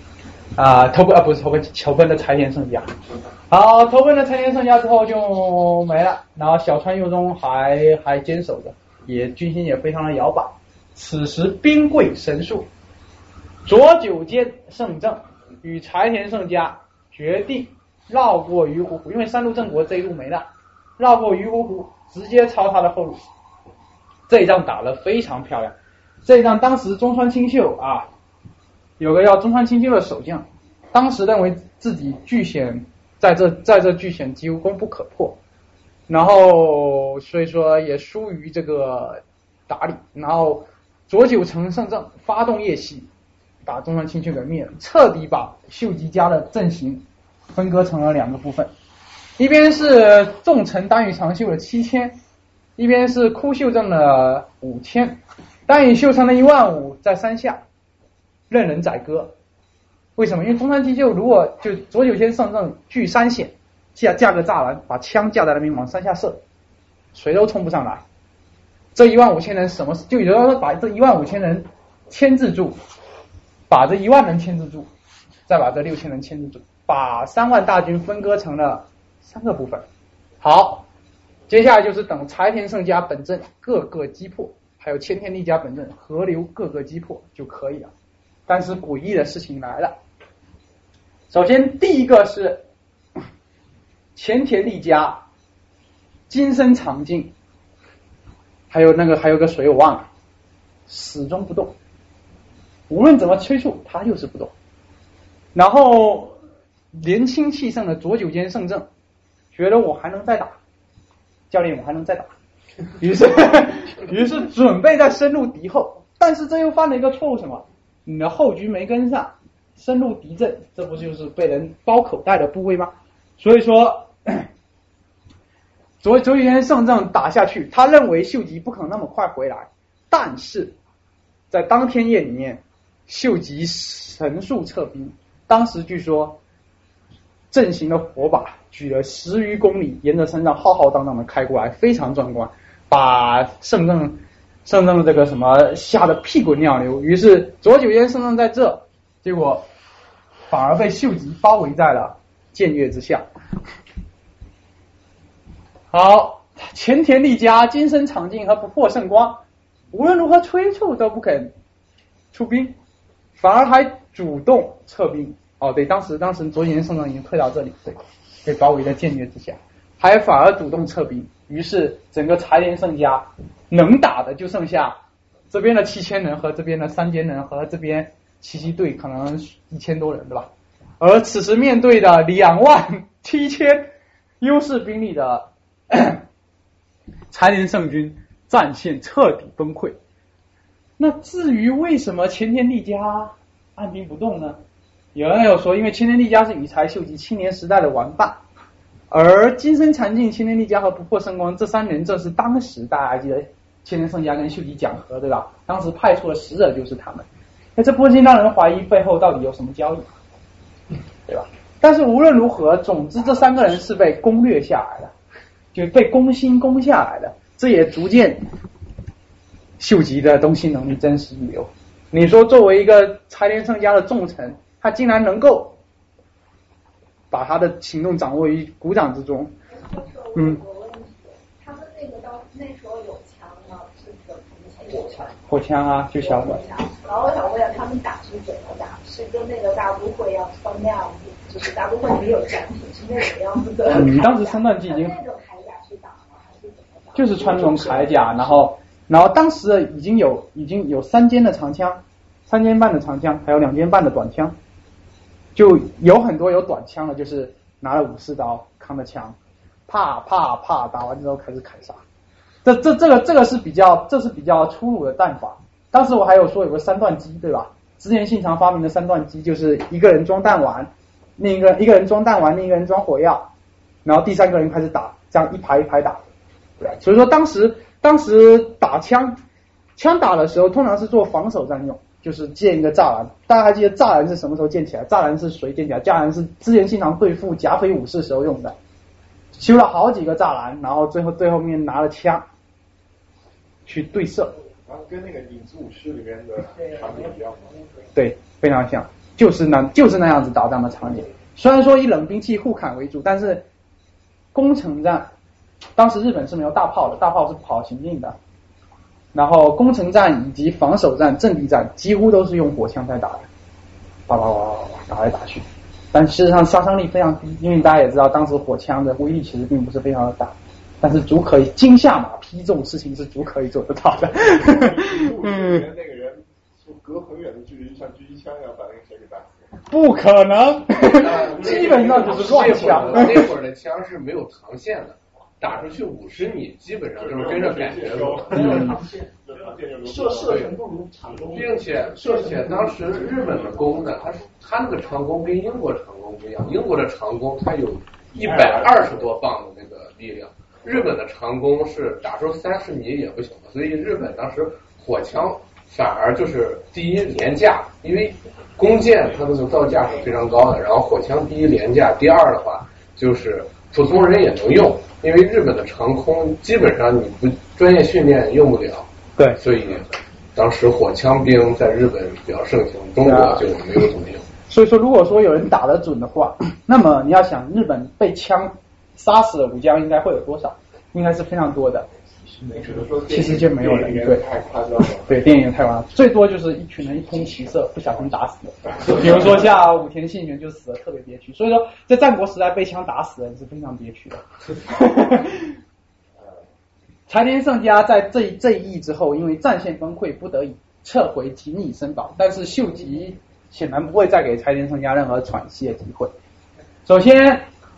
[SPEAKER 2] 投奔的柴田胜家。好，投奔了柴田胜家之后就没了，然后小川右中还坚守着，军心也非常的摇摆。此时兵贵神速，左久间胜政与柴田胜家决定绕过鱼湖湖，因为三路正国这一路没了，绕过鱼湖湖，直接抄他的后路。这一仗打得非常漂亮。这一仗当时中川清秀啊，有个叫中川清秀的守将，当时认为自己据险在这据险几乎攻不可破，然后所以说也疏于这个打理，然后左久成胜政发动夜袭，把中川清秀给灭了，彻底把秀吉家的阵型分割成了两个部分，一边是重臣丹羽长秀的7000，一边是枯秀正的5000。丹羽秀成了15000在山下任人宰割。为什么？因为中川清秀如果就左久间胜政据山险，架个栅栏，把枪架在那边往山下射，谁都冲不上来。这15000人什么就有人说把这15000人牵制住，把这10000人牵制住，再把这6000人牵制住，把3万大军分割成了3个部分。好，接下来就是等柴田胜家本阵各个击破，还有千田利家本阵合流各个击破就可以了。但是诡异的事情来了，首先第一个是前田利家金身长进，还有个谁我忘了，始终不动，无论怎么催促他就是不动。然后年轻气盛的左久间胜政觉得我还能再打，教练我还能再打，于是准备再深入敌后，但是这又犯了一个错误，什么？你的后局没跟上，深入敌阵，这不就是被人包口袋的部位吗？所以说左久间胜政打下去，他认为秀吉不可能那么快回来，但是在当天夜里面，秀吉神速撤兵，当时据说阵型的火把举了10余公里，沿着山上浩浩荡荡的开过来，非常壮观，把胜政的这个什么吓得屁滚尿流。于是左久间胜政在这，结果反而被秀吉包围在了僭越之下。好，前田利家金身长进和不破圣光无论如何催促都不肯出兵，反而还主动撤兵。哦，对，当时左久间胜政已经退到这里，对，被包围在僭越之下，还反而主动撤兵。于是整个柴田胜家能打的就剩下这边的7000人和这边的3000人和这边奇袭队可能1000多人，对吧？而此时面对的27000优势兵力的柴田胜军战线彻底崩溃。那至于为什么前田利家按兵不动呢？有人有说，因为前田利家是羽柴秀吉青年时代的玩伴，而金身长进、前田利家和不破圣光这3人，这是当时大家还记得前田胜家跟秀吉讲和，对吧？当时派出的使者就是他们，那这不禁让人怀疑背后到底有什么交易，对吧？但是无论如何，总之这3个人是被攻略下来的，就被攻心攻下来的，这也逐渐秀吉的东西能力真实一流。你说作为一个柴田胜家的重臣，他竟然能够把他的行动掌握于股掌之中。
[SPEAKER 11] 他们那个到那时候有枪吗？是怎么
[SPEAKER 2] 火枪啊，就小的。
[SPEAKER 11] 然后我想问一下，他们打是怎么打？是跟那个大都会要穿那样子，就是大都会里面有展品是那种样子的？
[SPEAKER 2] 你当时三段机已经
[SPEAKER 11] 那种铠甲去打吗？还是怎么打？
[SPEAKER 2] 就是穿那种铠甲，然后当时已经有3尖的长枪，3尖半的长枪，还有2尖半的短枪，就有很多有短枪的，就是拿了武士刀扛着枪，啪啪啪打完之后开始砍杀。这个是比较粗鲁的弹法。当时我还有说有个3段机，对吧？织田信长发明的3段机，就是一个人装弹丸，一个人装弹丸，另一个人装火药，然后第3个人开始打，这样一排一排打。对，所以说当时打枪打的时候，通常是做防守战用，就是建一个栅栏。大家还记得栅栏是什么时候建起来？栅栏是谁建起来？栅栏是织田信长对付甲斐武士时候用的，修了好几个栅栏，然后最后面拿了枪去对射。
[SPEAKER 8] 然后跟那个影子武士里面的场景一样吗？
[SPEAKER 2] 对，非常像。 就是那样子打仗的场景。虽然说以冷兵器互砍为主，但是攻城战，当时日本是没有大炮的，大炮是不好行进的。然后攻城战以及防守战、阵地战几乎都是用火枪在打的，叭叭叭叭打来打去。但事实上杀伤力非常低，因为大家也知道，当时火枪的威力其实并不是非常的大。但是竹可以惊下马匹这种事情是竹可以做得到的。
[SPEAKER 8] 那个人就隔很远的距离，像狙击枪一样把那个谁给打死。
[SPEAKER 2] 不可能，基本上就是乱枪。
[SPEAKER 3] 那会儿的枪是没有长线的，打出去50米，基本上就是跟着感觉走。
[SPEAKER 11] 射程不如长弓，
[SPEAKER 3] 并且当时日本的弓呢，它那个长弓跟英国长弓不一样，英国的长弓它有120多磅的那个力量。日本的长弓是打出30米也不行的，所以日本当时火枪反而就是第一廉价，因为弓箭它那个造价是非常高的，然后火枪第一廉价，第二的话就是普通人也能用，因为日本的长弓基本上你不专业训练用不了，
[SPEAKER 2] 对，
[SPEAKER 3] 所以当时火枪兵在日本比较盛行，中国就没有怎么用。
[SPEAKER 2] 所以说，如果说有人打得准的话，那么你要想日本被枪杀死的武将应该会有多少？应该是非常多的。其实就没有人，对，
[SPEAKER 8] 太夸张了。
[SPEAKER 2] 对，电影太夸张，最多就是一群人一通骑射，不小心打死的。比如说像武田信玄就死得特别憋屈，所以说在战国时代被枪打死的人是非常憋屈的。柴田胜家在这一役之后，因为战线崩溃，不得已撤回锦里森堡，但是秀吉显然不会再给柴田胜家任何喘息的机会。首先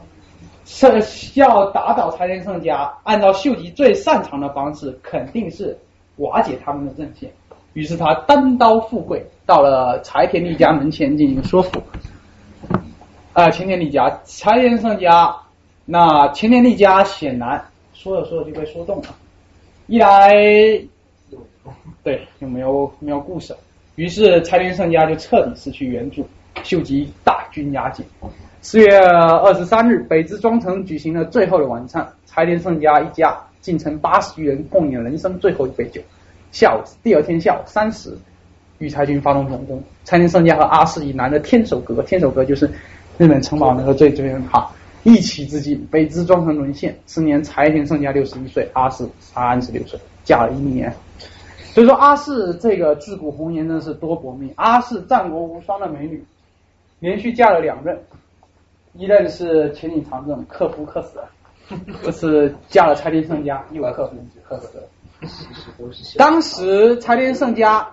[SPEAKER 2] 要打倒柴田胜家，按照秀吉最擅长的方式，肯定是瓦解他们的阵线。于是他单刀赴会，到了柴田利家门前进行说服。前田利家、柴田胜家，那前田利家显然说着说着就被说动了。一来，对，就没有故事了。于是柴田胜家就彻底失去援助，秀吉大军压境。4月23日，北之庄城举行了最后的晚餐，柴田胜家一家进城80余人共饮人生最后一杯酒。第二天下午3时，御柴军发动总攻，柴田胜家和阿市以南的天守阁，天守阁就是日本城堡那个最哈，一起之际，北之庄城沦陷。次年，柴田胜家61岁，阿市36岁，嫁了1年。所以说，阿市这个自古红颜真是多薄命。阿市战国无双的美女，连续嫁了2任。一任是前井长政，克夫克死了，这次嫁了柴田胜家，又克夫克死了。当时柴田胜家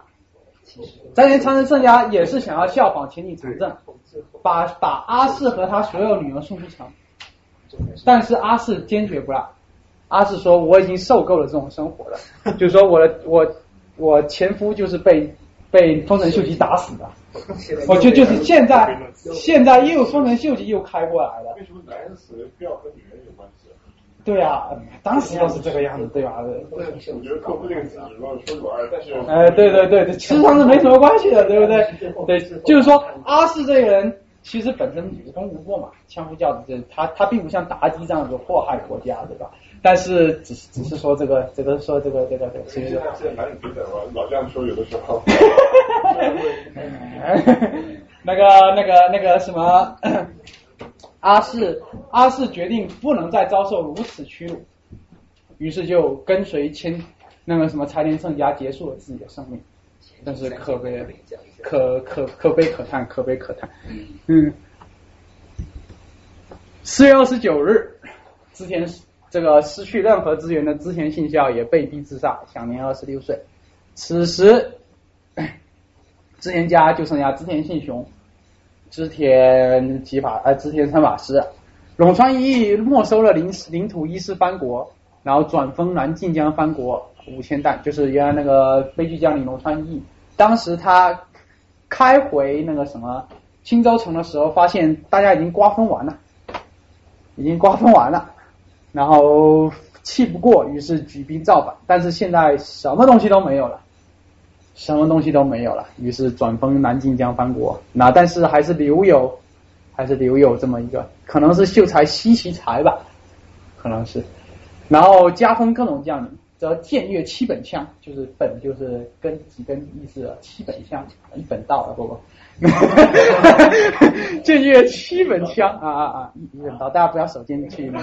[SPEAKER 2] 也是想要效仿前井长政，把阿市和他所有女儿送出城，但是阿市坚决不让。阿市说：“我已经受够了这种生活了，就是说我前夫就是被丰臣秀吉打死的。”我就是现在又丰臣秀吉又开过来了。
[SPEAKER 8] 为什么男人死非要和女人有关系？
[SPEAKER 2] 对啊，当时都是这个样子，对吧？
[SPEAKER 8] 我觉得克夫这个词只能说有二，但是
[SPEAKER 2] 对，其实上是没什么关系的，对不对？对，就是说阿市这个人其实本身无功无过嘛，相夫教子，他并不像妲己这样子祸害国家，对吧？但是只是说这个，其实
[SPEAKER 8] 现在男女平等嘛，老这样说有的时候。
[SPEAKER 2] 那个什么，阿市决定不能再遭受如此屈辱，于是就跟随柴田胜家结束了自己的生命，但是可悲可叹。4月29日，织田这个失去任何资源的织田信孝也被逼自杀，享年26岁。此时织田家就剩下织田信雄、织田三法师。陇川一役没收了领土伊势藩国，然后转封南近江藩国5000担，就是原来那个悲剧将领陇川一役。当时他开回那个什么青州城的时候，发现大家已经瓜分完了，然后气不过，于是举兵造反。但是现在什么东西都没有了，于是转封南近江藩国。那但是还是留有这么一个，可能是秀才西岐才吧，可能是。然后加封各种将领， 则僭越七本枪，就是本就是根几根意思的，七本枪一本道了，不，僭越七本枪一本道，大家不要手贱去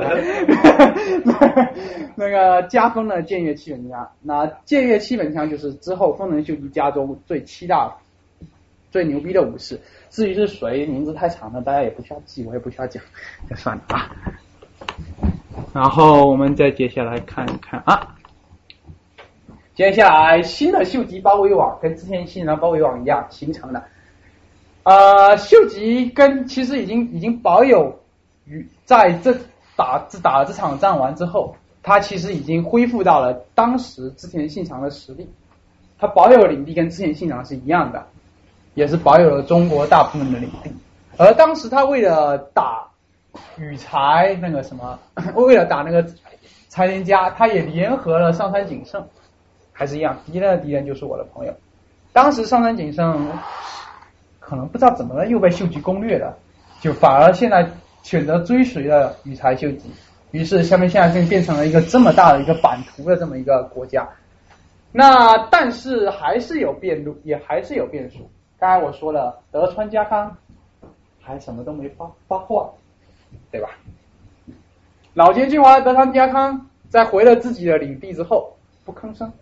[SPEAKER 2] 那个加封了僭越七本枪。那僭越七本枪就是之后丰臣秀吉家中最七大最牛逼的武士。至于是谁，名字太长了，大家也不需要记，我也不需要讲，就算了啊。然后我们再接下来看一看啊，接下来新的秀吉包围网跟之前新的包围网一样形成了。秀吉其实已经保有在打了这场战完之后，他其实已经恢复到了当时织田信长的实力，他保有领地跟织田信长是一样的，也是保有了中国大部分的领地。而当时他为了打羽柴那个什么，为了打那个柴田家，他也联合了上杉景胜，还是一样，敌人的敌人就是我的朋友。当时上杉景胜可能不知道怎么了又被秀吉攻略了，就反而现在选择追随了羽柴秀吉，于是下面现在就变成了一个这么大的一个版图的这么一个国家。那但是还是有变路，也还是有变数。刚才我说了，德川家康还什么都没发话，对吧？老奸巨猾的德川家康在回了自己的领地之后不吭声，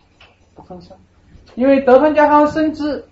[SPEAKER 2] 因为德川家康深知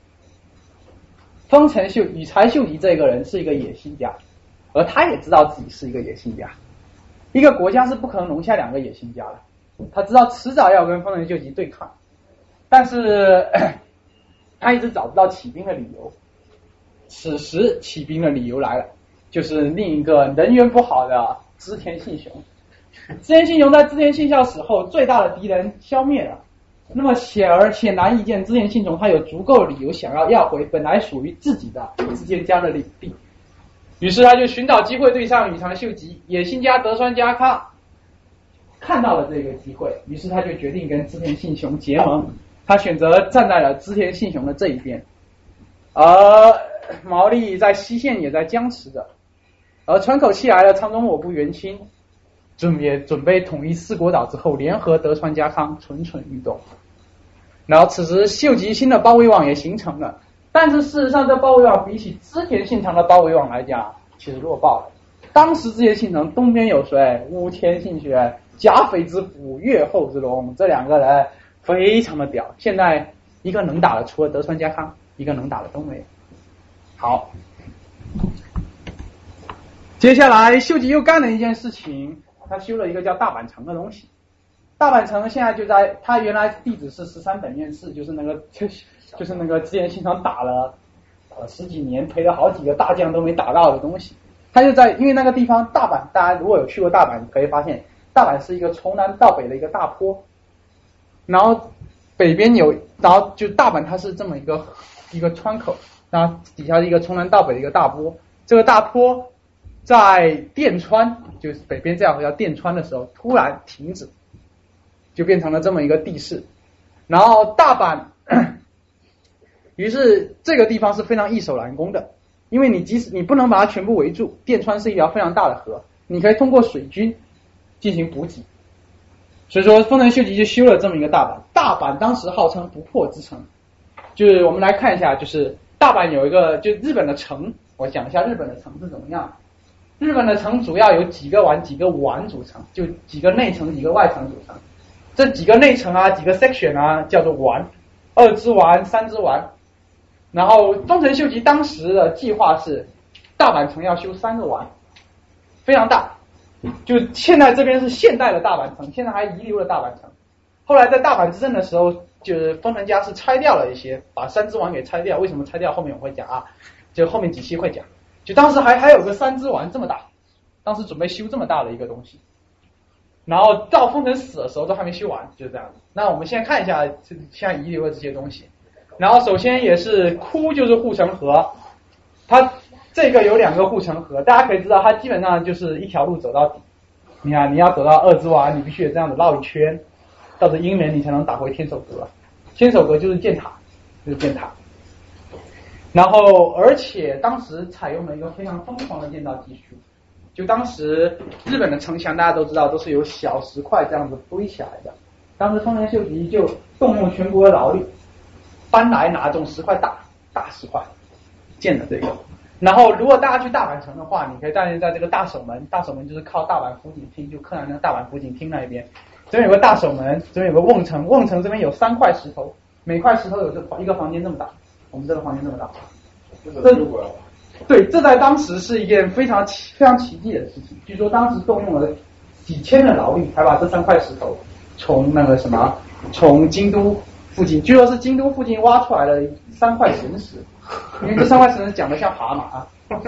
[SPEAKER 2] 羽柴秀吉这个人是一个野心家，而他也知道自己是一个野心家。一个国家是不可能容下两个野心家的，他知道迟早要跟丰臣秀吉对抗，但是他一直找不到起兵的理由。此时起兵的理由来了，就是另一个人缘不好的织田信雄。织田信雄在织田信孝死后，最大的敌人消灭了。那么显然易见，织田信雄他有足够的理由想要回本来属于自己的织田家的领地，于是他就寻找机会对上羽柴秀吉。野心家德川家康看到了这个机会，于是他就决定跟织田信雄结盟，他选择站在了织田信雄的这一边，而毛利在西线也在僵持着。而喘口气来了长宗我部元亲准备统一四国岛之后，联合德川家康蠢蠢欲动。然后此时秀吉新的包围网也形成了，但是事实上这包围网比起织田信长的包围网来讲其实弱爆了。当时织田信长东边有谁？乌田信玄、甲斐之虎、越后之龙，这两个人非常的屌，现在一个能打的除了德川家康，一个能打的都没有。好，接下来秀吉又干了一件事情，他修了一个叫大阪城的东西。大阪城现在就在他原来地址是13本院寺，就是那个织田信长打了十几年，赔了好几个大将都没打到的东西。他就在因为那个地方大阪，大家如果有去过大阪，可以发现大阪是一个从南到北的一个大坡，然后北边然后就大阪它是这么一个川口，然后底下是一个从南到北的一个大坡。这个大坡在电川，就是北边这条河叫电川的时候突然停止，就变成了这么一个地势。然后大阪于是这个地方是非常易守难攻的，因为你即使你不能把它全部围住，电川是一条非常大的河，你可以通过水军进行补给。所以说丰臣秀吉就修了这么一个大阪。大阪当时号称不破之城，就是我们来看一下，就是大阪有一个就日本的城，我讲一下日本的城是怎么样。日本的城主要有几个丸组成，就几个内城几个外城组成。这几个内城啊几个 section 啊叫做丸，2之丸3之丸。然后丰臣秀吉当时的计划是大阪城要修3个丸，非常大，就现在这边是现代的大阪城，现在还遗留了大阪城。后来在大阪之阵的时候，就是丰臣家是拆掉了一些，把3之丸给拆掉。为什么拆掉后面我会讲啊，就后面几期会讲。就当时还有个3之丸这么大，当时准备修这么大的一个东西，然后到丰臣死的时候都还没修完，就是这样子。那我们现在看一下现在遗留的这些东西。然后首先也是窟，就是护城河，它这个有2个护城河，大家可以知道它基本上就是一条路走到底。你看你要走到2之丸，你必须得这样子绕一圈，到这阴人你才能打回天守阁。天守阁就是箭塔，然后而且当时采用了一个非常疯狂的建造技术，就当时日本的城墙大家都知道都是由小石块这样子堆起来的， 当时丰臣秀吉就动用全国的劳力，搬来哪种石块大石块，建了这个。然后如果大家去大阪城的话，你可以在这个大守门就是靠大阪府警厅，就柯南那个大阪府警厅那一边，这边有个大守门，这边有个瓮城，瓮城这边有3块石头，每块石头有一个房间这么大，我们这个房间这么大。对，这在当时是一件非常奇迹的事情。据说当时动用了几千的劳力，才把这3块石头从京都附近，据说是京都附近挖出来了3块神石，因为这3块神石讲得像蛤蟆啊，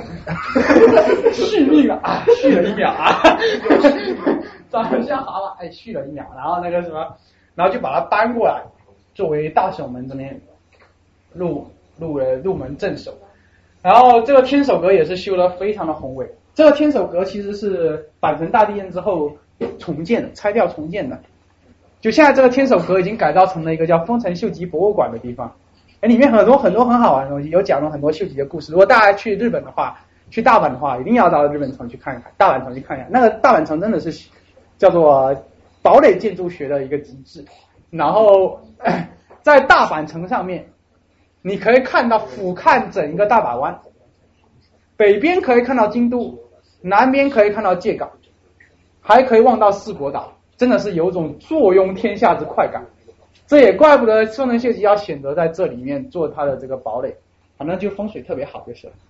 [SPEAKER 2] 续命了啊，续了1秒啊，长得像蛤蟆，续了1秒，然后然后就把它搬过来，作为大守门这边入门镇守。然后这个天守阁也是修得非常的宏伟。这个天守阁其实是阪神大地震之后重建的，拆掉重建的。就现在这个天守阁已经改造成了一个叫丰臣秀吉博物馆的地方，里面很多很好玩的东西，有讲了很多秀吉的故事。如果大家去日本的话，去大阪的话，一定要到日本城去看一看，大阪城去看一下。那个大阪城真的是叫做堡垒建筑学的一个极致。然后在大阪城上面，你可以俯瞰整一个大阪湾，北边可以看到京都，南边可以看到借港，还可以望到四国岛，真的是有种坐拥天下之快感。这也怪不得丰臣秀吉要选择在这里面做他的这个堡垒，反正就风水特别好就是了。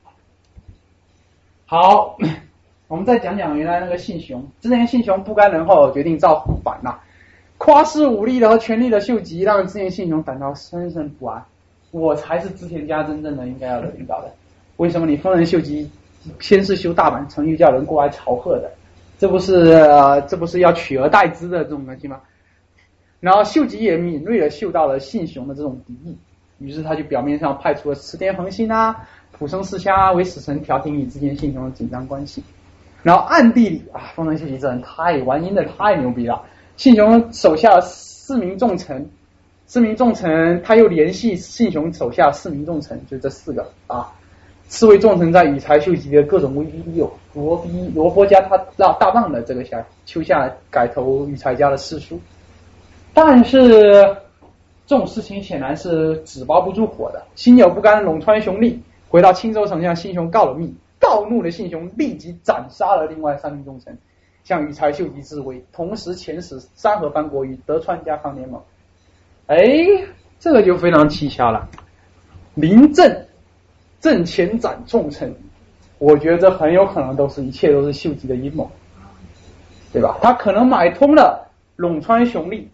[SPEAKER 2] 好，我们再讲讲原来那个信雄。之前信雄不甘人后，决定造反了。夸饰武力的和权力的秀吉，让织田信雄感到深深不安。我才是织田家真正的应该要领导的，为什么你丰臣秀吉先是修大阪城，又叫人过来朝贺的？这不是要取而代之的这种东西吗？然后秀吉也敏锐地嗅到了信雄的这种敌意，于是他就表面上派出了池田恒信啊、浦生四香啊为使臣，调停与织田信雄的紧张关系。然后暗地里丰臣秀吉这人太玩阴的太牛逼了，信雄手下4名重臣，他又联系信雄手下4名重臣，就这4个4位重臣在羽柴秀吉的各种威逼利诱，罗伯家他大棒的这个秋夏改投羽柴家的世书。但是这种事情显然是纸包不住火的。心有不甘的陇川雄利回到青州城向信雄告了密，暴怒的信雄立即斩杀了另外3名重臣，向羽柴秀吉自危，同时遣使山河藩国与德川家康联盟。这个就非常蹊跷了。临阵前斩重臣，我觉得这很有可能一切都是秀吉的阴谋，对吧？他可能买通了陇川雄利，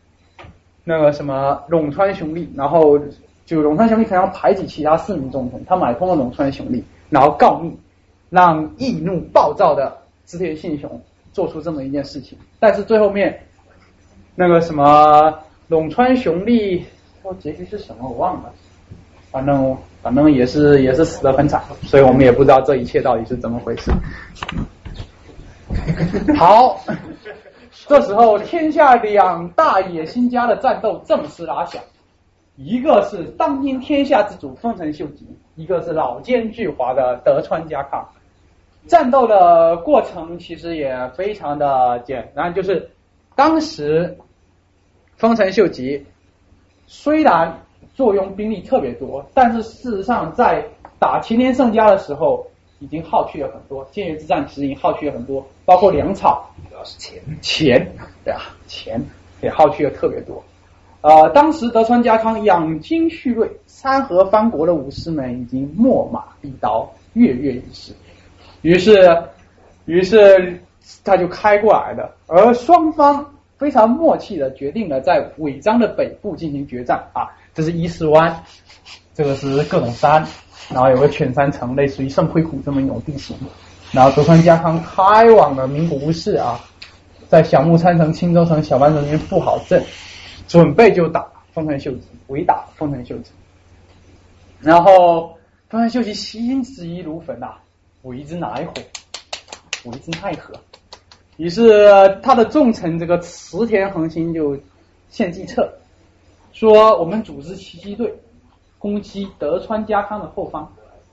[SPEAKER 2] 陇川雄利，然后就陇川雄利可能要排挤其他4名重臣，他买通了陇川雄利，然后告密，让易怒暴躁的织田信雄做出这么一件事情。但是最后面陇川雄利结局是什么我忘了，反正也是死得很惨，所以我们也不知道这一切到底是怎么回事。好，这时候天下2大野心家的战斗正式拉响，一个是当今天下之主丰臣秀吉，一个是老奸巨猾的德川家康。战斗的过程其实也非常的简单，就是当时丰臣秀吉虽然坐拥兵力特别多，但是事实上在打前田胜家的时候已经耗去了很多，建越之战其实已经耗去了很多，包括粮草，
[SPEAKER 5] 主要是
[SPEAKER 2] 钱，对啊，钱也耗去了特别多。当时德川家康养精蓄锐，山河藩国的武士们已经秣马逼刀，跃跃欲试，于是他就开过来了，而双方非常默契的决定了在尾张的北部进行决战这是伊势湾，这个是各种山，然后有个犬山城，类似于圣灰谷这么一种地形。然后德川家康开往了名古屋市在小木参城、青州城、小坂城那边布好阵，准备就打丰臣秀吉，围打丰臣秀吉。然后丰臣秀吉心急如焚为之奈何。于是他的重臣这个池田恒信就献计策，说我们组织奇袭队攻击德川家康的后方，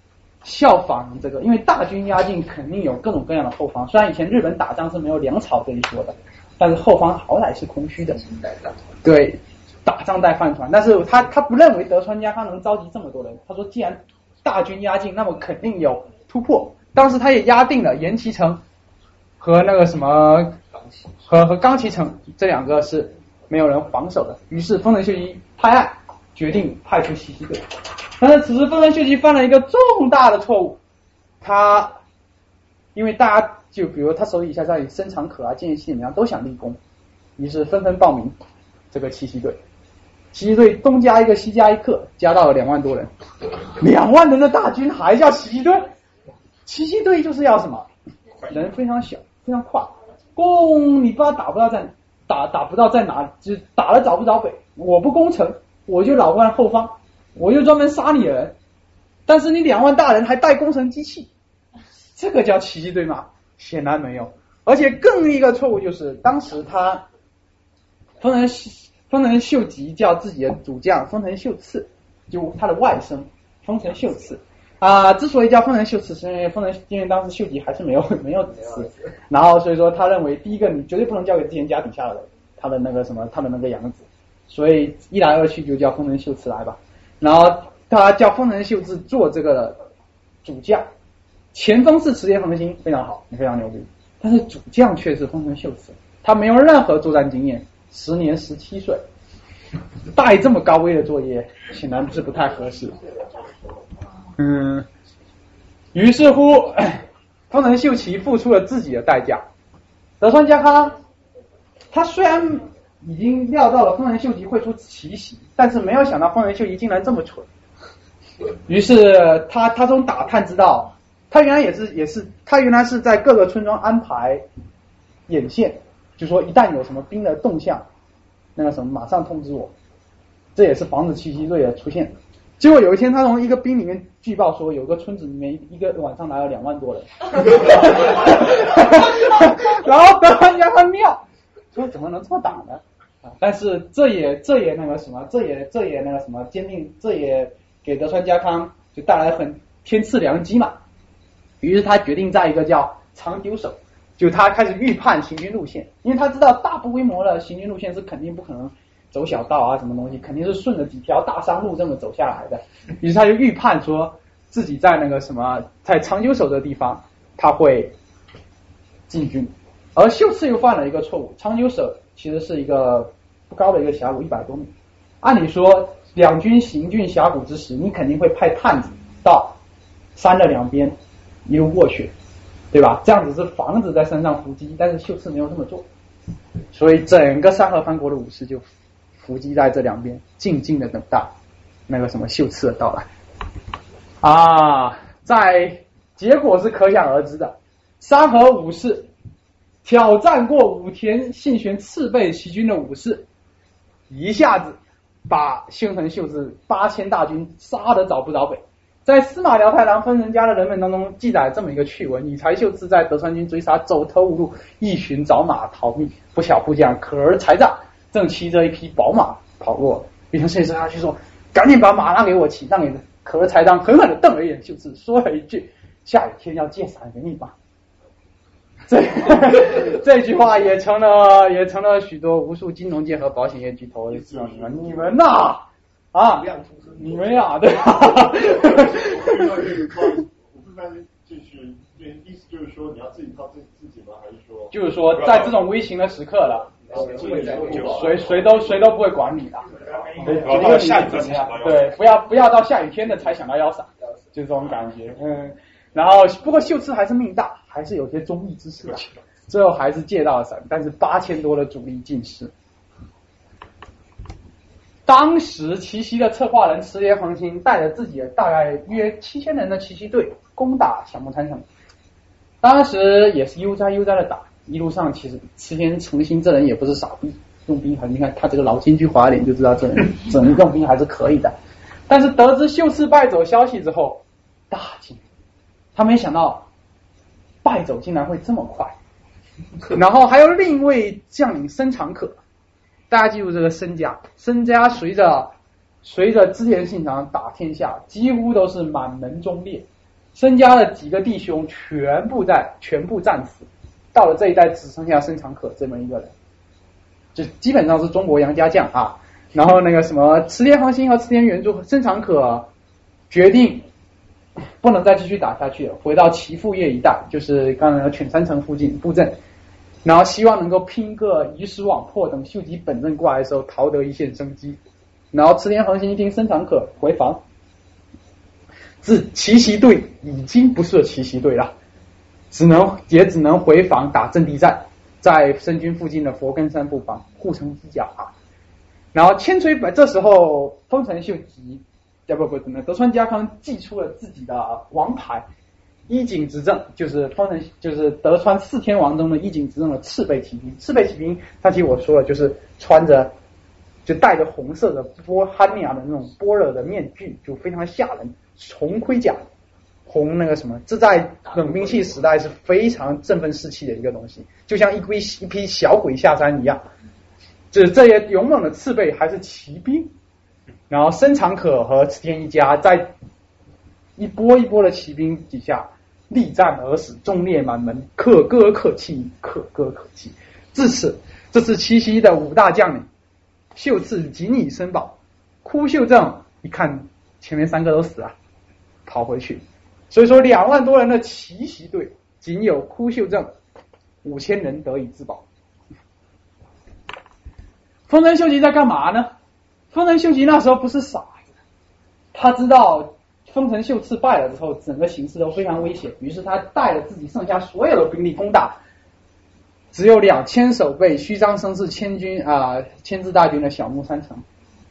[SPEAKER 2] 效仿这个，因为大军压境肯定有各种各样的后方。虽然以前日本打仗是没有粮草这一说的，但是后方好歹是空虚的。对，打仗带饭团。但是他不认为德川家康能召集这么多人。他说，既然大军压境，那么肯定有突破。当时他也压定了岩崎城和那个什么和冈崎城这两个是没有人防守的。于是丰臣秀吉拍案，决定派出奇袭队。但是此时丰臣秀吉犯了一个重大的错误，他因为大家就比如他手底下像生长可啊、建业系怎么样都想立功，于是纷纷报名这个奇袭队。奇袭队东加一个西加一个，加到了2万多人，2万人的大军还叫奇袭队？奇袭队就是要什么？人非常小，非常快，攻你不知道打不到在哪，就打了找不着北。我不攻城，我就扰乱后方。我就专门杀你人，但是你2万大人还带工程机器，这个叫奇袭队吗？显然没有。而且更一个错误就是，当时丰臣秀吉叫自己的主将丰臣秀次，就他的外甥丰臣秀次之所以叫丰臣秀次，是因为当时秀吉还是没有子嗣，然后所以说他认为第一个你绝对不能交给之前家底下的人，他的那个养子，所以一来二去就叫丰臣秀次来吧。然后他叫丰臣秀次做这个主将，前锋是池田恒星，非常好，非常牛逼，但是主将却是丰臣秀次，他没有任何作战经验，10年17岁，带这么高危的作业，显然是不太合适。于是乎，丰臣秀吉付出了自己的代价。德川家康，他虽然已经料到了丰臣秀吉会出奇袭，但是没有想到丰臣秀吉竟然这么蠢。于是他从打探知道，他原来是在各个村庄安排眼线，就说一旦有什么兵的动向，那个什么马上通知我，这也是防止奇袭队的出现。结果有一天他从一个兵里面据报说，有个村子里面一个晚上来了2万多人然后德川家康妙说怎么能这么打呢？但是这也那个什么，这也那个什么坚定，这也给德川家康就带来很天赐良机嘛。于是他决定在一个叫长久手，就他开始预判行军路线，因为他知道大规模的行军路线是肯定不可能走小道啊什么东西，肯定是顺着几条大商路这么走下来的。于是他就预判说自己在那个什么在长久手的地方他会进军。而秀次又犯了一个错误，长久手其实是一个不高的一个峡谷，100多米。按理说两军行军峡谷之时，你肯定会派探子到山的两边一路过去，对吧？这样子是防止在山上伏击，但是秀次没有这么做，所以整个山河藩国的武士就伏击在这两边，静静的等待那个什么秀次的到来在结果是可想而知的。山河武士挑战过武田信玄赤背齐军的武士，一下子把丰臣秀次8000大军杀得找不着北。在司马辽太郎丰臣家的人们当中记载这么一个趣闻：羽柴秀次在德川军追杀走投无路，一寻找马逃命，不巧部将可儿柴藏正骑着一匹宝马跑过，羽柴秀次他去说：“赶紧把马让给我骑。”让给可儿柴藏狠狠地瞪了一眼秀次，说了一句：“下雨天要借伞给你吧。”这句话也成了许多无数金融界和保险业巨头的知道你们呐你们呀，对吧？
[SPEAKER 8] 我不担心继续，意思就是说你要自己靠自己吗？还是说？
[SPEAKER 2] 就是说在这种危情的时刻了，谁都不会管你的。
[SPEAKER 4] 到下雨天才想到
[SPEAKER 2] 对，不要到下雨天的才想到要伞，就这种感觉。然后不过秀次还是命大，还是有些忠义之士的，最后还是借到了伞，但是8000多的主力尽失。当时奇袭的策划人池田恒星带着自己的大概约7000人的奇袭队攻打小牧山城，当时也是悠哉的打，一路上其实池田恒星这人也不是傻逼，用兵你看他这个老金句滑脸就知道这人用兵还是可以的。但是得知秀次败走消息之后大惊，他没想到败走竟然会这么快。然后还有另一位将领森长可，大家记住这个森家随着织田信长打天下几乎都是满门忠烈， 申家的几个弟兄全部战死，到了这一代只剩下申长可这么一个人，就基本上是中国杨家将啊。然后那个什么池田航行和池田元助，申长可决定不能再继续打下去了，回到岐阜叶一带，就是刚才的犬山城附近布阵，然后希望能够拼个以矢网破，等秀吉本阵过来的时候逃得一线生机。然后池田航行一听申长可回防，奇袭队已经不是奇袭队了，只能回防打阵地战，在深军附近的佛根山布防护城机甲啊。然后这时候丰臣秀吉德川家康祭出了自己的王牌伊井直政，就是德川四天王中的伊井直政的赤背骑兵。赤背骑兵上期我说了，就是戴着红色的汉尼亚的那种般若的面具，就非常吓人，红盔甲红那个什么，这在冷兵器时代是非常振奋士气的一个东西，就像一批小鬼下山一样。就是这些勇猛的赤背还是骑兵，然后申长可和池田一家在一波一波的骑兵底下力战而死，忠烈满门，可歌可泣。至此，这次奇袭的5大将领秀次仅以身保，枯秀正一看前面3个都死了，跑回去。所以说2万多人的奇袭队，仅有枯秀正5000人得以自保。丰臣秀吉在干嘛呢？丰臣秀吉那时候不是傻子，他知道丰臣秀次败了之后，整个形势都非常危险，于是他带了自己剩下所有的兵力攻打只有2000守备须张生是千字大军的小牧山城。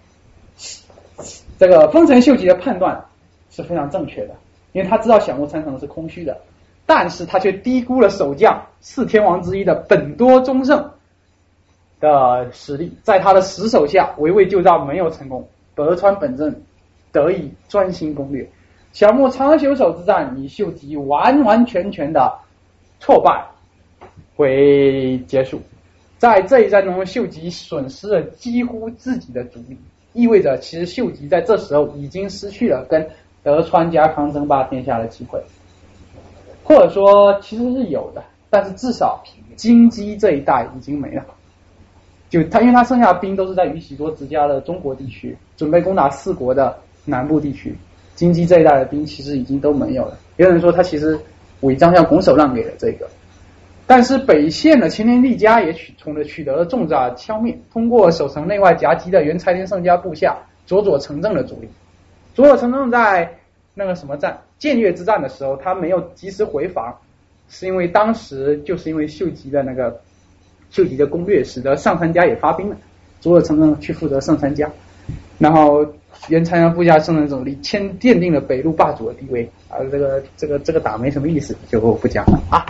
[SPEAKER 2] 这个丰臣秀吉的判断是非常正确的，因为他知道小牧山城是空虚的，但是他却低估了守将4天王之一的本多忠胜的实力，在他的死守下围魏救赵没有成功，德川本阵得以专心攻略。小牧长久手之战以秀吉完完全全的挫败为结束。在这一战中，秀吉损失了几乎自己的主力，意味着其实秀吉在这时候已经失去了跟德川家康争霸天下的机会，或者说其实是有的，但是至少京畿这一带已经没了。因为他剩下的兵都是在宇喜多直辖的中国地区，准备攻打4国的南部地区，京畿这一带的兵其实已经都没有了。有人说他其实尾张向拱手让给了这个，但是北线的前田利家也取得了重大消灭，通过守城内外夹击的原柴田胜家部下佐佐成正的主力。佐佐成正在那个什么战建越之战的时候，他没有及时回防，是因为当时就是因为秀吉的攻略使得上杉家也发兵了，佐佐成正去负责上杉家，然后原柴田部下胜任总理，奠定了北陆霸主的地位。这个打没什么意思，就不讲了啊。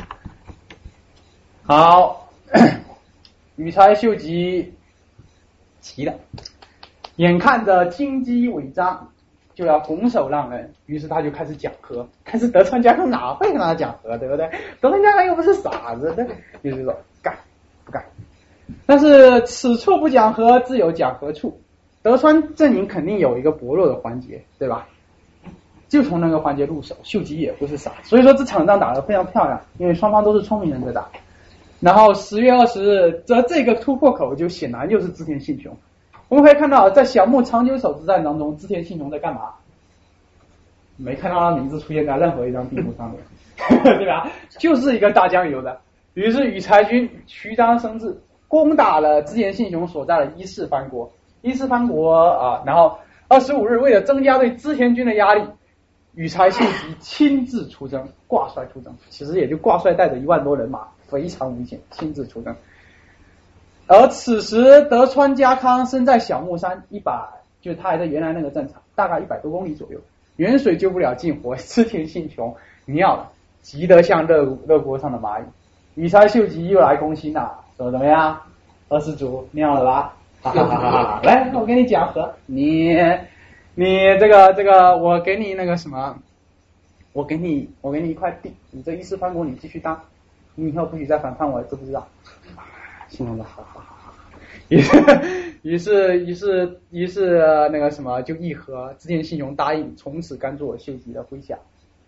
[SPEAKER 2] 好，羽柴秀吉急了，眼看着京畿尾张就要拱手让人，于是他就开始讲和。但是德川家康哪会跟他讲和，对不对？德川家康又不是傻子，对，就是说不干。但是此处不讲和，自有讲和处。德川阵营肯定有一个薄弱的环节，对吧？就从那个环节入手，秀吉也不是傻，所以说这场仗打得非常漂亮，因为双方都是聪明人在打。然后10月20日，这个突破口就显然就是织田信雄。我们可以看到，在小牧长久手之战当中，织田信雄在干嘛？没看到他名字出现在任何一张地图上面，对吧？就是一个大江流的。于是羽柴军徐张生智攻打了织田信雄所在的伊势藩国。然后25日为了增加对织田军的压力，羽柴秀吉亲自出征，挂帅出征，其实也就挂帅带着1万多人马，非常危险，亲自出征。而此时德川家康身在小牧山就是他还在原来那个战场，大概100多公里左右，远水救不了近火，织田信雄尿了，急得像热锅上的蚂蚁。羽柴秀吉又来攻心了，说怎么样？20主尿了吧？哈哈哈哈！来，我跟你讲和，你这个，我给你那个什么，我给你一块地，你这伊势藩国你继续当，你以后不许再反叛我，知不知道？心中的好。于是那个什么就议和，织田信雄答应从此甘做秀吉的麾下。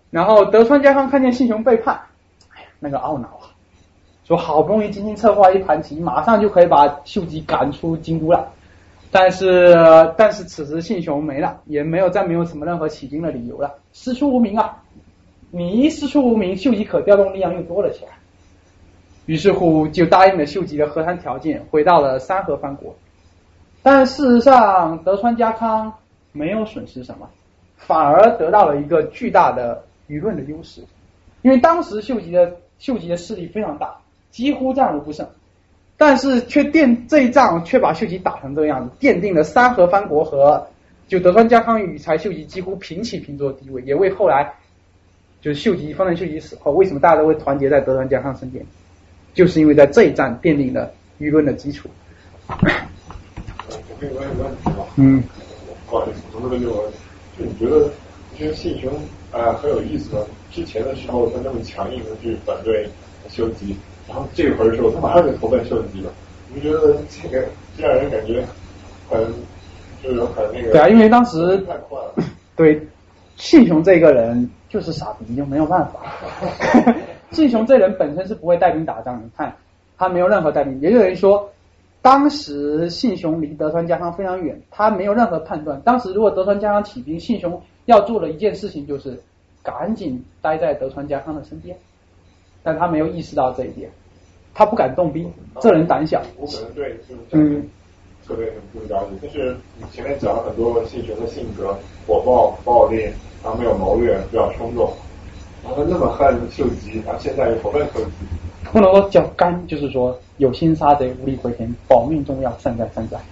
[SPEAKER 2] 然后德川家康看见信雄背叛，哎呀，那个懊恼啊，说好不容易精心策划一盘棋，马上就可以把秀吉赶出京都了。但是此时信雄没了，也没有什么任何起兵的理由了，师出无名啊！你一师出无名，秀吉可调动力量又多了起来。于是乎就答应了秀吉的和谈条件，回到了三河藩国。但事实上，德川家康没有损失什么，反而得到了一个巨大的舆论的优势。因为当时秀吉的势力非常大，几乎战无不胜。但是这一仗却把秀吉打成这个样子，奠定了三河藩国和就德川家康与羽柴秀吉几乎平起平坐的地位，也为后来就是丰臣秀吉死后，为什么大家都会团结在德川家康身边，就是因为在这一战奠定了舆论的基础。
[SPEAKER 8] 我可以问一个问题吗？不好意思，我这个就你觉得这些信雄很有意思吗？之前的时候他那么强硬的去反对秀吉。然后这会儿的时候，他马上就投奔秀吉了。你觉得这让人感觉很那个？
[SPEAKER 2] 对啊，因为当时
[SPEAKER 8] 太快了。
[SPEAKER 2] 对信雄这个人就是傻逼，就没有办法。信雄这人本身是不会带兵打仗，你看他没有任何带兵，也就是说，当时信雄离德川家康非常远，他没有任何判断。当时如果德川家康起兵，信雄要做的一件事情就是赶紧待在德川家康的身边。但他没有意识到这一点，他不敢动兵，这人胆小。
[SPEAKER 8] 我可能对就是特别不了解，就是你前面讲了很多信雄的性格，火爆、暴烈，然后没有谋略，比较冲动，然后那么恨秀吉，然后现在又投奔秀吉。
[SPEAKER 2] 不能说叫干，就是说有心杀贼，无力回天，保命重要，善哉善哉。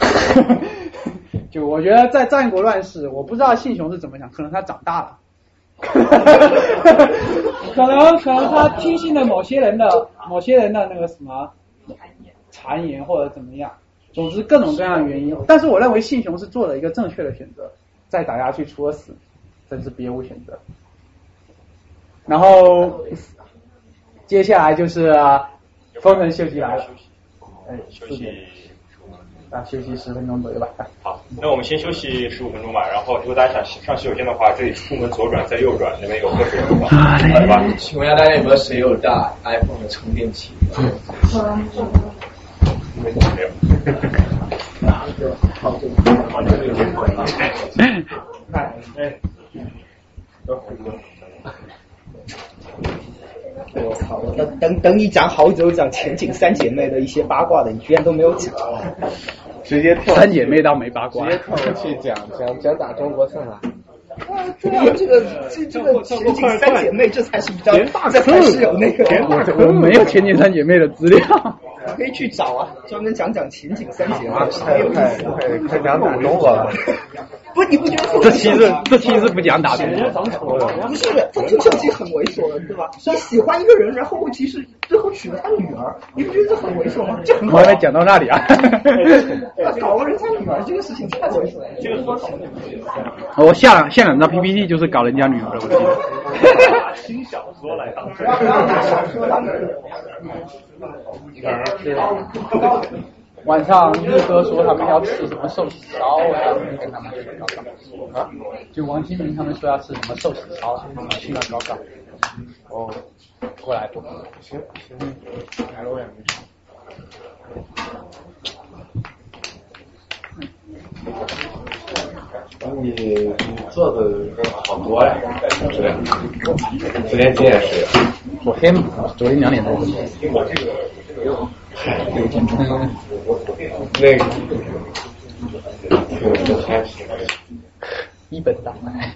[SPEAKER 2] 就我觉得在战国乱世，我不知道信雄是怎么想，可能他长大了。可能他听信了某些人的那个什么谗言或者怎么样，总之各种各样的原因。但是我认为信雄是做了一个正确的选择，再打下去除了死，真是别无选择。然后接下来就是丰臣秀吉来了，休息10分钟左右吧。
[SPEAKER 4] 好，那我们先休息15分钟吧。然后如果大家想上洗手间的话，这里出门左转，再右转，那边有喝水的地方，对吧？
[SPEAKER 5] 请问一下大家有没有谁有带 iPhone 的充电器？
[SPEAKER 4] 没有。
[SPEAKER 5] 我操！我等你讲好久讲前景三姐妹的一些八卦的，你居然都没有讲，
[SPEAKER 3] 直接跳。
[SPEAKER 2] 三姐妹倒没八卦，
[SPEAKER 3] 直接跳过去讲打中国胜了。
[SPEAKER 5] 对啊，这个前景三姐妹这才是比较，这才是有那个。
[SPEAKER 2] 我没有前景三姐妹的资料。
[SPEAKER 5] 可以去找啊，专门讲前景三姐妹，
[SPEAKER 3] 太有意思了。快讲打中国了。
[SPEAKER 5] 不，你不觉得
[SPEAKER 2] 这期是不讲打中国？
[SPEAKER 5] 不是，丰臣秀吉很猥琐的，对吧？你喜欢一个人，然后其实最后娶了他女儿，你不觉得这很猥琐吗？这很好。
[SPEAKER 2] 我还没讲到那里啊。
[SPEAKER 5] 搞了人家女儿这个事情太猥琐了。这个
[SPEAKER 2] 我下两张 PPT 就是搞人家女儿的，我记得。
[SPEAKER 4] 新小说来当。
[SPEAKER 2] 晚上日哥说他们要吃什么寿喜烧，我要跟他们去搞搞。啊？就王金明他们说要吃什么寿喜烧，去那搞搞。哦，过来不？行，来了我也没吃。
[SPEAKER 3] 你做的好多呀，昨天几点睡？
[SPEAKER 2] 昨天2点多。
[SPEAKER 8] 我这个
[SPEAKER 3] 那个
[SPEAKER 2] 一本档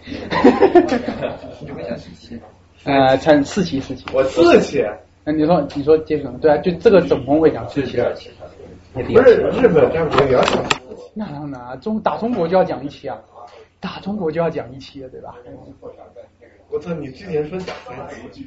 [SPEAKER 2] 案。参4期。
[SPEAKER 3] 我4期。
[SPEAKER 2] 那你说接什么？对啊，就这个总共会讲4期。
[SPEAKER 3] 不是日本这样子也要讲。
[SPEAKER 2] 那打中国就要讲1期啊，打中国就要讲1期了，对吧？
[SPEAKER 3] 我操，你之前说讲3期。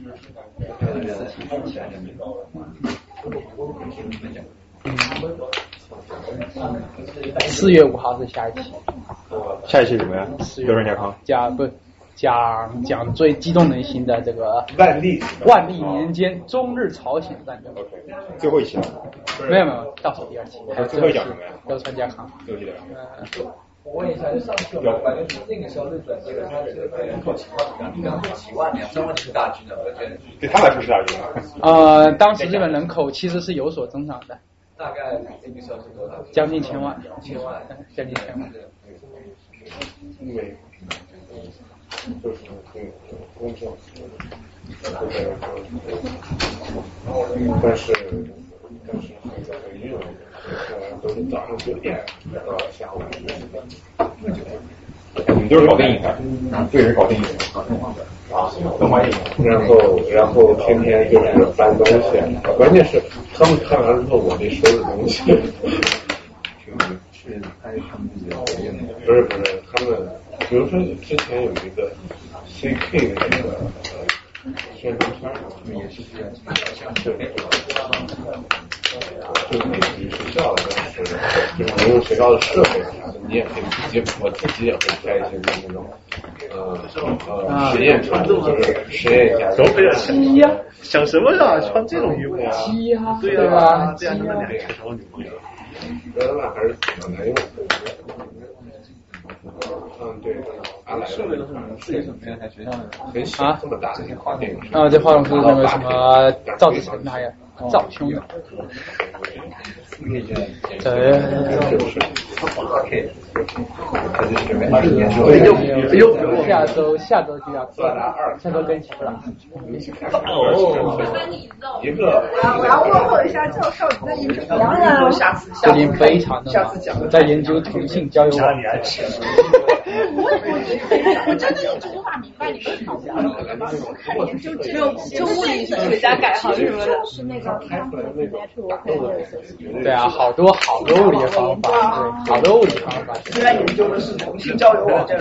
[SPEAKER 2] 4月5号是下一期。
[SPEAKER 4] 下一期什么呀？德川家康。
[SPEAKER 2] 讲最激动人心的这个
[SPEAKER 3] 万历
[SPEAKER 2] 年间中日朝鲜战争。
[SPEAKER 4] OK， 最后一期了。
[SPEAKER 2] 没有，倒数第2期。
[SPEAKER 4] 最后讲什么呀？
[SPEAKER 2] 德川家康。
[SPEAKER 4] 最后一期的。
[SPEAKER 5] 我问一下，就上次我们反正是那个时候日本这个它的这个人口情况怎么样？你刚刚说几万2-3万是大军的，我觉得
[SPEAKER 4] 对他来说是大军。
[SPEAKER 2] 当时日本人口其实是有所增长的。
[SPEAKER 5] 大概那个时候是多少？
[SPEAKER 2] 将近1000万。
[SPEAKER 5] 1000万，
[SPEAKER 2] 将近1000万。
[SPEAKER 8] 因为就是公正，但是很郁闷，都是早上9点到下午5点。
[SPEAKER 4] 你们就是搞电影的，对人搞电影啊，动画电影。
[SPEAKER 8] 然后天天就是搬东西，关键是他们看完之后我没收拾东西。是他们自己的回应。不是，他们比如说之前有一个 CK 的那个宣传片，也是这样，就类似于学校的当时就是你用学校的设备啥的，你也可以我自己也会拍一些那种实验场，就是实验一下。
[SPEAKER 12] 鸡呀，想什么呀？穿这种衣服呀？
[SPEAKER 2] 鸡呀，
[SPEAKER 12] 对呀，这样你们俩开什么女朋友？
[SPEAKER 8] 那还是挺难用的。对，
[SPEAKER 5] 设备都是你们自己准备的，在学校里
[SPEAKER 8] 很小这么大这些画电影。
[SPEAKER 2] 这画廊是那个什么赵子成他呀，赵兄的。对。下周就要下周跟起了。
[SPEAKER 8] 一个。
[SPEAKER 11] 我要问候一下教授，你在研究什么呀？
[SPEAKER 2] 最近非常的忙，在研究同性交友网。
[SPEAKER 10] 我真的一直无法明白你们讨论看研究这种就物理学家改行什么的。
[SPEAKER 11] 是那个
[SPEAKER 2] 对啊，好多物理方法，对，好多物理方法。
[SPEAKER 5] 现在研究的是同性交友网站。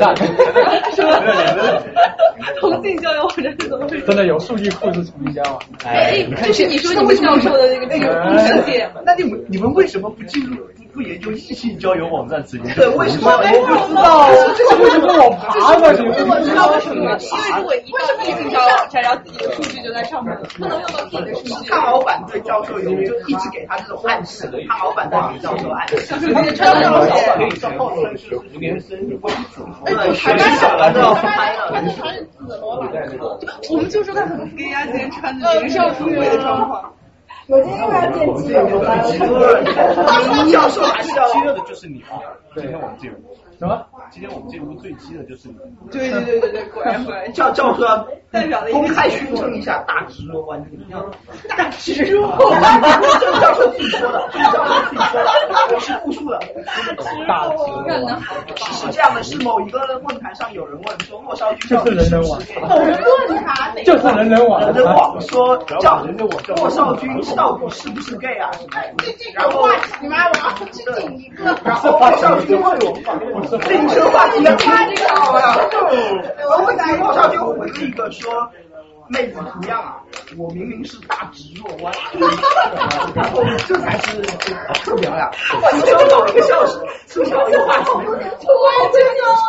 [SPEAKER 10] 同性交友网站是怎么回事？
[SPEAKER 2] 真的有数据库是同性交往。
[SPEAKER 10] 就是你说你们教授的那个世界。
[SPEAKER 12] 那你们为什么不研究异性交友网站之间？
[SPEAKER 5] 对，为什么？我不知道，
[SPEAKER 2] 这为什么我爬过去？
[SPEAKER 10] 我知道为什么，因为如果一到异性交友网站，然后自己的数据就在上面，不能用到自己的数据。
[SPEAKER 5] 康老板对教授就一直给他这种暗示，康老板在给教授暗示。
[SPEAKER 12] 可以号称是5年生日为主。
[SPEAKER 5] 学校来的
[SPEAKER 10] 穿的全是紫罗兰。我们就说他很 gay 啊，今天穿的学校出轨的状况。
[SPEAKER 11] 我今天又要见基友了。
[SPEAKER 5] 教授还是要
[SPEAKER 12] 激热的就是你啊！今天我们这
[SPEAKER 2] 什么？
[SPEAKER 12] 今天我们这屋最激的就是你。
[SPEAKER 10] 对，果然。
[SPEAKER 5] 教授
[SPEAKER 10] 代表的
[SPEAKER 5] 公开宣称一下大直弱观点。
[SPEAKER 10] 大直弱。
[SPEAKER 5] 这是教授自己说的，我是复述的。
[SPEAKER 2] 大直
[SPEAKER 10] 弱干得好。
[SPEAKER 5] 是这样的，是某一个论坛上有人问说莫少君
[SPEAKER 2] 就是人人网。
[SPEAKER 10] 某论坛。
[SPEAKER 2] 就是人人网。
[SPEAKER 5] 人人网说莫少君到底是不是 gay 啊？
[SPEAKER 10] 然后你妈我要去顶一个。
[SPEAKER 5] 然后莫少君问我，这个话题的夸这个好呀。莫少君回了一个说。妹子图样啊，我明明是大直弱弯，然后这才是特别呀！哇，你就搞一个笑声，促销一个话题。
[SPEAKER 10] 我真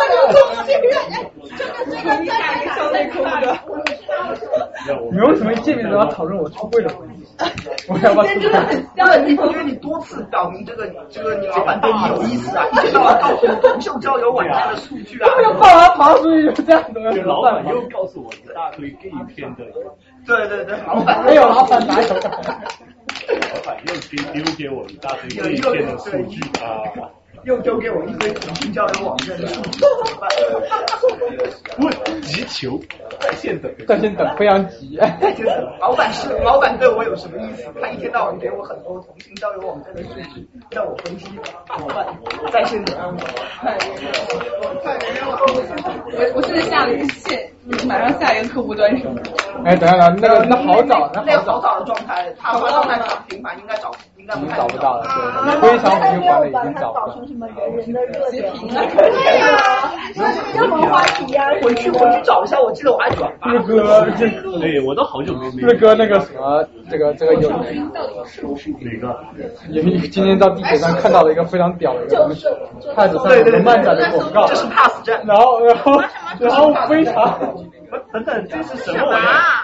[SPEAKER 10] 的在一个小内裤的。
[SPEAKER 2] 你为什么一见面都要讨论我出柜的问题？我要不要出柜？
[SPEAKER 5] 我觉得你多次表明这个你老板对你有意思啊，一天到晚告诉我同性交友网站的数据啊。
[SPEAKER 2] 这个放完爬出去就这样的。
[SPEAKER 12] 老板又告诉我一大堆 gay 片的。
[SPEAKER 5] 对，老板。
[SPEAKER 2] 没有老板哪有？
[SPEAKER 12] 老板又丢给我一大堆 gay 片的数据啊。
[SPEAKER 5] 又丢给我一堆同性交友网站的数据，
[SPEAKER 12] 问急求在线等，
[SPEAKER 2] 非常急。
[SPEAKER 5] 老板对我有什么意思？他一天到晚给我很多同性交友网站的数据，让我分析怎么办？在线等。
[SPEAKER 10] 我现在下了一个线，马上下一个客户端上。
[SPEAKER 2] 哎，等一下，那好找，
[SPEAKER 5] 那好找的状态，他发状态频繁，应该
[SPEAKER 2] 找不到了，对，非常频繁的已经找不到。
[SPEAKER 11] 什么人的热点？对呀，什么话题呀？
[SPEAKER 5] 回去找一下，我记得我还转发。
[SPEAKER 2] 日哥，
[SPEAKER 12] 对，我都好久没。
[SPEAKER 2] 日哥那个什么，这个有哪
[SPEAKER 12] 个？
[SPEAKER 2] 今天到地铁上看到了一个非常屌的一个太子上有漫展的广告，
[SPEAKER 5] 这是 pass 站。
[SPEAKER 2] 然后非常。
[SPEAKER 12] 等等，这是什么玩意？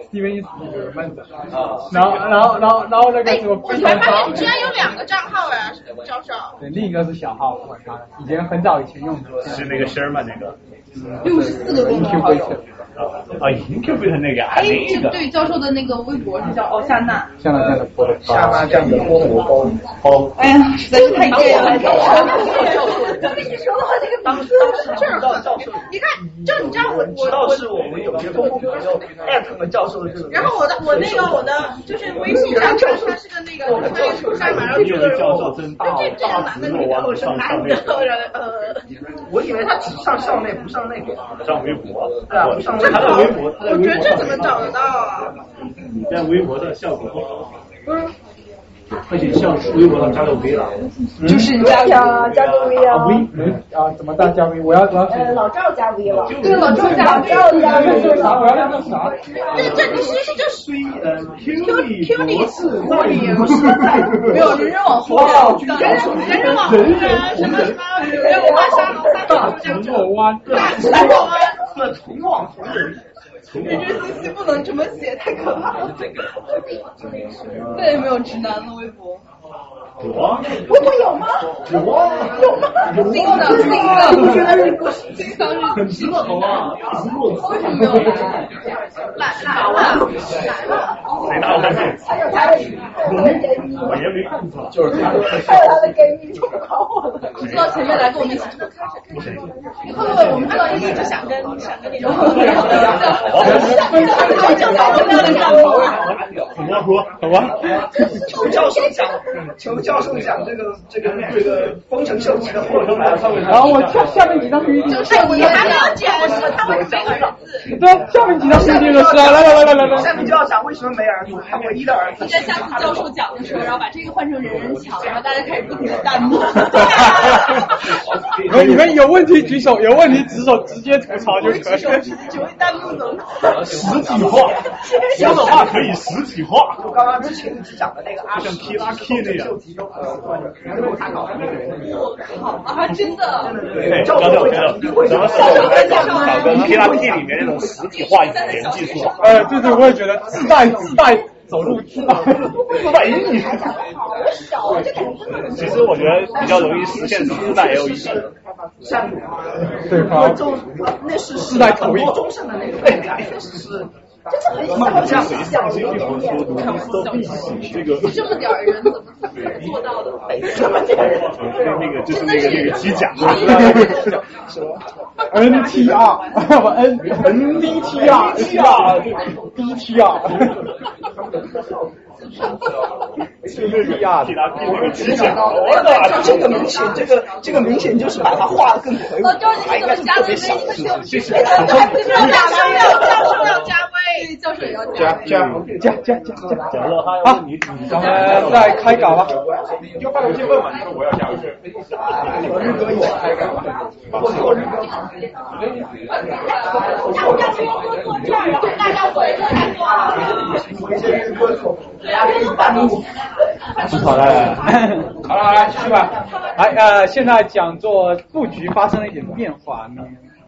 [SPEAKER 2] Steven 一直有闷着，然后那个什么
[SPEAKER 10] 我才发现你居然有2个账号呀，教授。
[SPEAKER 2] 对，另一个是小号，管他的，以前很早以前用的。
[SPEAKER 12] 是那个 Sherman 那个。
[SPEAKER 10] 64个公众号。
[SPEAKER 12] 啊 ，Incubate 那个啊，那个。
[SPEAKER 10] 对，教授的那个微博是叫夏娜。
[SPEAKER 2] 夏娜这样的播的。
[SPEAKER 5] 夏娜这样的菠萝包。
[SPEAKER 10] 哎呀，实在是太贱了。
[SPEAKER 11] 你说的话这个名字
[SPEAKER 5] 教授，
[SPEAKER 10] 你看，就你知道我
[SPEAKER 5] 知道是我们有些公共朋友艾特了教授的这个。
[SPEAKER 10] 然后我的就是微信上他是个那个推出上嘛，然后这个
[SPEAKER 12] 教授真大
[SPEAKER 10] 男的女的，我是男的，
[SPEAKER 5] 我以为他只上校内不上那个。
[SPEAKER 12] 上微博。
[SPEAKER 5] 对啊，不上微博。
[SPEAKER 12] 他在微博，
[SPEAKER 10] 我觉得这怎么找得到啊？
[SPEAKER 12] 你在微博的效果不好。
[SPEAKER 10] 不是。
[SPEAKER 12] 而且像微博上加个 V 了，
[SPEAKER 11] 就是加个 V 啊。
[SPEAKER 2] 啊，怎么大加 V？我要
[SPEAKER 11] 老赵加 V 了。
[SPEAKER 10] 对，老赵加 V。
[SPEAKER 2] 我要那个啥？
[SPEAKER 10] 这你其实就是 Q 你是没有人人网红啊，人人网红啊，什么人文大沙
[SPEAKER 2] 大铜锣湾，
[SPEAKER 10] 大铜锣湾
[SPEAKER 5] 和铜网红人。
[SPEAKER 10] 你这信息不能这么写，太可怕了。再也没有直男的微博。
[SPEAKER 12] 有啊。
[SPEAKER 11] 微博有吗？
[SPEAKER 12] 有啊。
[SPEAKER 11] 有吗？
[SPEAKER 10] 新的，我觉得是不是经常是
[SPEAKER 12] 新的头啊？
[SPEAKER 10] 为什么没有来了？
[SPEAKER 12] 谁拿我看见？
[SPEAKER 11] 还有他的跟你，
[SPEAKER 12] 我也没看出来。
[SPEAKER 3] 就是他的。
[SPEAKER 11] 还有他的跟你，就不管我了。
[SPEAKER 10] 你知道前面来跟我们一起偷看。会，我们知道一直想跟你聊。
[SPEAKER 12] 好吧。
[SPEAKER 5] 求教授讲这个丰臣秀吉的后人。
[SPEAKER 2] 然后我下面几张 PPT。
[SPEAKER 10] 就是我还没有讲是他会没儿子。
[SPEAKER 2] 对，下面几张 PPT 就是来。
[SPEAKER 5] 下面就要讲为什么没儿子，他唯一的儿子。
[SPEAKER 10] 你在下次教授讲的时候，然后把这个换成人人墙，然后大家开始不停的弹幕。
[SPEAKER 2] 你们有问题举手，有问题举手，直接吐槽就可以。
[SPEAKER 10] 只会弹幕怎么？
[SPEAKER 12] 实体化，说的话可以实体化。
[SPEAKER 5] 就刚刚之前一直讲的那个阿
[SPEAKER 12] 像 P 那样。
[SPEAKER 5] 我
[SPEAKER 10] 靠啊！真的。
[SPEAKER 12] 对，教授觉得什么时候我们来找个 P 里面那种实体化语言技术？
[SPEAKER 2] 对，我也觉得自带走路自带
[SPEAKER 12] 英语。其实我觉得比较容易实现自带 LED。
[SPEAKER 2] 对，好。
[SPEAKER 5] 那是
[SPEAKER 2] 自带投影。
[SPEAKER 5] 中盛的那个背感，确实是。真的很小，
[SPEAKER 12] 上星期传说读都必喜这个。
[SPEAKER 10] 这么点人怎么做到的？
[SPEAKER 5] 这么点人。
[SPEAKER 12] 那个就是那个机甲。
[SPEAKER 2] 什么 ？NTR 不 NDTR DTR。
[SPEAKER 12] 是那个亚提拉 P 那个机甲。
[SPEAKER 5] 这个明显就是把它画得更魁梧。
[SPEAKER 10] 还应该是特别小的，
[SPEAKER 12] 就是
[SPEAKER 10] 教授要加微，教授也要加。
[SPEAKER 12] 讲了，他要你
[SPEAKER 2] 再开稿吧。
[SPEAKER 8] 就发邮件问嘛，你说我要加微。
[SPEAKER 5] 日哥也开稿吧。
[SPEAKER 6] 然后大家围着来做。
[SPEAKER 2] 好了，来继续吧。现在讲座布局发生了一点变化呢。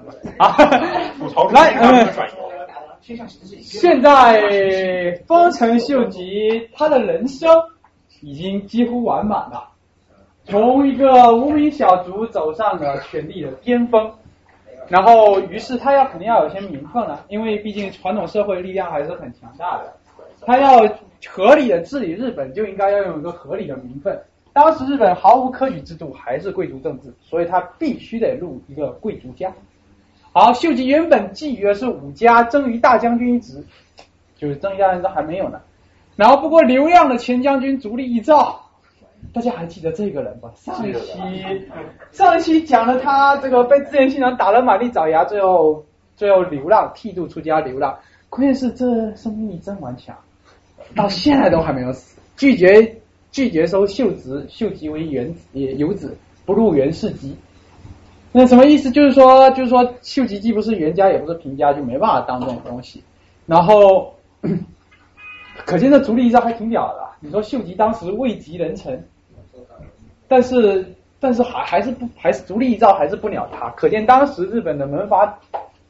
[SPEAKER 2] 来，现在丰臣秀吉他的人生已经几乎完满了，从一个无名小卒走上了权力的巅峰，然后于是他肯定要有些名分了，因为毕竟传统社会力量还是很强大的，他要合理的治理日本，就应该要有一个合理的名分。当时日本毫无科举制度，还是贵族政治，所以他必须得入一个贵族家。好，秀吉原本觊觎的是武家征夷大将军一职，就是征夷大将军还没有呢。然后不过刘亮的前将军足利义昭，大家还记得这个人吧？上一期讲了他这个被织田信长打得满地找牙，最后流浪，剃度出家流浪。关键是这生命力真顽强，到现在都还没有死，拒绝收秀吉为游子，不入源氏籍。那什么意思？就是说秀吉既不是源家也不是平家，就没办法当这种东西。然后可见这足利义昭还挺屌的。你说秀吉当时位极人臣，但是还是足利义昭还是不鸟他，可见当时日本的门阀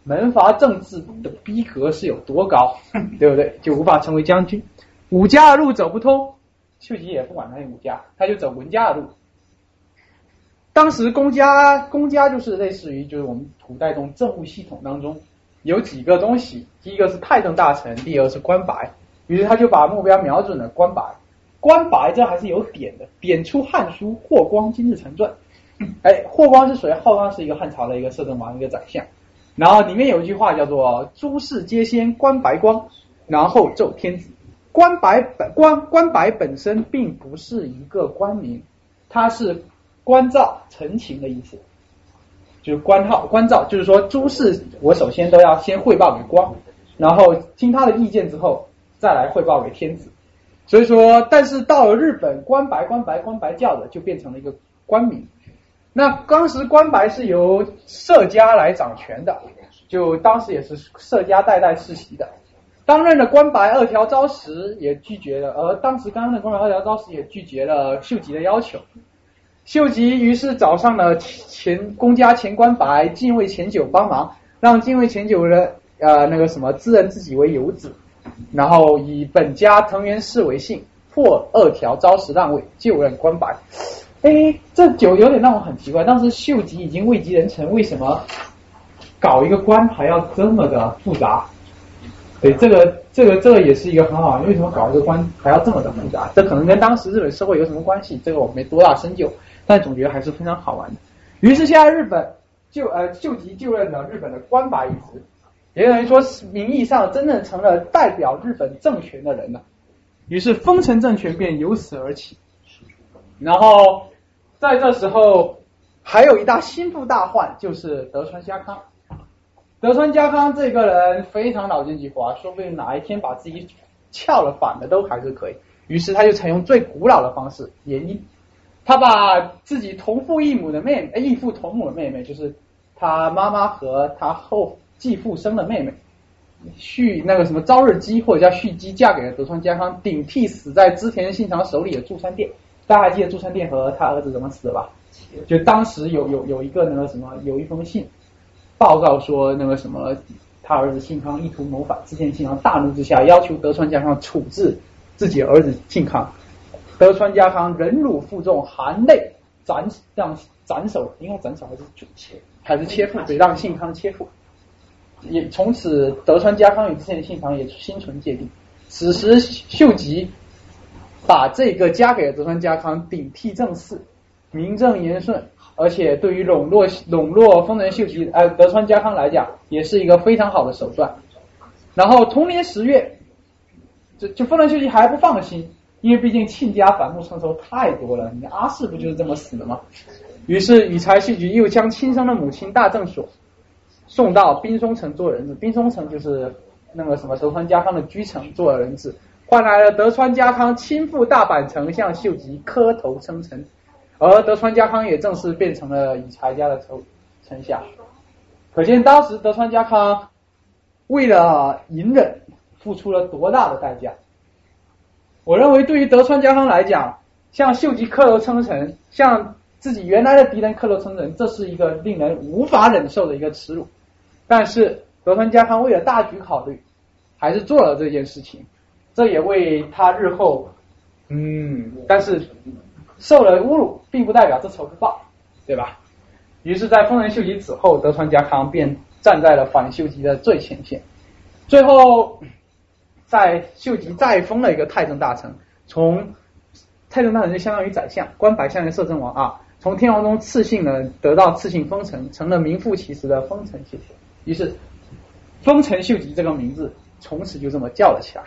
[SPEAKER 2] 门阀政治的逼格是有多高，对不对？就无法成为将军。武家的路走不通，秀吉也不管他是武家，他就走文家的路。当时公家就是类似于就是我们古代中政务系统当中有几个东西，第一个是太政大臣，第二个是官白，于是他就把目标瞄准了官白。官白这还是有点的，点出《汉书·霍光今日成传》。霍光是谁？霍光是一个汉朝的一个摄政王，一个宰相。然后里面有一句话叫做“诸事皆先官白光，然后奏天子”。官白本身并不是一个官名，它是关照陈情的意思，就是关照，就是说诸事我首先都要先汇报给光，然后听他的意见之后再来汇报给天子。所以说，但是到了日本，官白叫的就变成了一个官名。那当时官白是由舍家来掌权的，就当时也是舍家代代世袭的。当任的官白二条昭实也拒绝了，而当时刚刚的官白二条昭实也拒绝了秀吉的要求。秀吉于是找上了公家前官白近卫前久帮忙，让近卫前久的自认自己为游子，然后以本家藤原氏为姓，破二条昭实让位，就任官白。这有点让我很奇怪，当时秀吉已经位极人臣，为什么搞一个官还要这么的复杂？对，这个也是一个很好，为什么搞一个官还要这么的复杂？这可能跟当时日本社会有什么关系？这个我没多大深究，但总觉得还是非常好玩的。于是现在日本秀吉就任了日本的官白一职，也等于说名义上真正成了代表日本政权的人了。于是丰臣政权便由此而起。然后在这时候还有一大心腹大患，就是德川家康。德川家康这个人非常脑筋急滑，说不定哪一天把自己撬了反了都还是可以。于是他就采用最古老的方式联姻，他把自己同父异母的异父同母的妹妹，就是他妈妈和他继父生的妹妹朝日姬或者叫续姬，嫁给了德川家康，顶替死在织田信长手里的筑山殿。大家还记得筑山殿和他儿子怎么死的吧？就当时有一个有一封信报告说他儿子信康意图谋反，织田信长大怒之下要求德川家康处置自己儿子信康。德川家康忍辱负重，含泪斩首，应该斩首还是切腹？对，让信康切腹。也从此德川家康与织田信长也心存芥蒂。此时秀吉把这个加给了德川家康，顶替正室，名正言顺，而且对于笼络丰臣秀吉德川家康来讲也是一个非常好的手段。然后同年10月，就丰臣秀吉还不放心，因为毕竟亲家反目成仇太多了，你阿市不就是这么死的吗？于是羽柴秀吉又将亲生的母亲大正所送到滨松城做人质，滨松城就是德川家康的居城，做人质，换来了德川家康亲赴大阪城向秀吉磕头称臣，而德川家康也正式变成了羽柴家的臣下。可见当时德川家康为了隐忍付出了多大的代价。我认为对于德川家康来讲，向秀吉磕头称臣，向自己原来的敌人磕头称臣，这是一个令人无法忍受的一个耻辱。但是德川家康为了大局考虑，还是做了这件事情，这也为他日后但是受了侮辱并不代表这仇不报，对吧？于是在丰臣秀吉死后，德川家康便站在了反秀吉的最前线。最后在秀吉再封了一个太政大臣，从太政大臣就相当于宰相，官白相当于摄政王从天皇中赐姓呢得到赐姓丰臣，成了名副其实的丰臣秀吉。于是丰臣秀吉这个名字从此就这么叫了起来。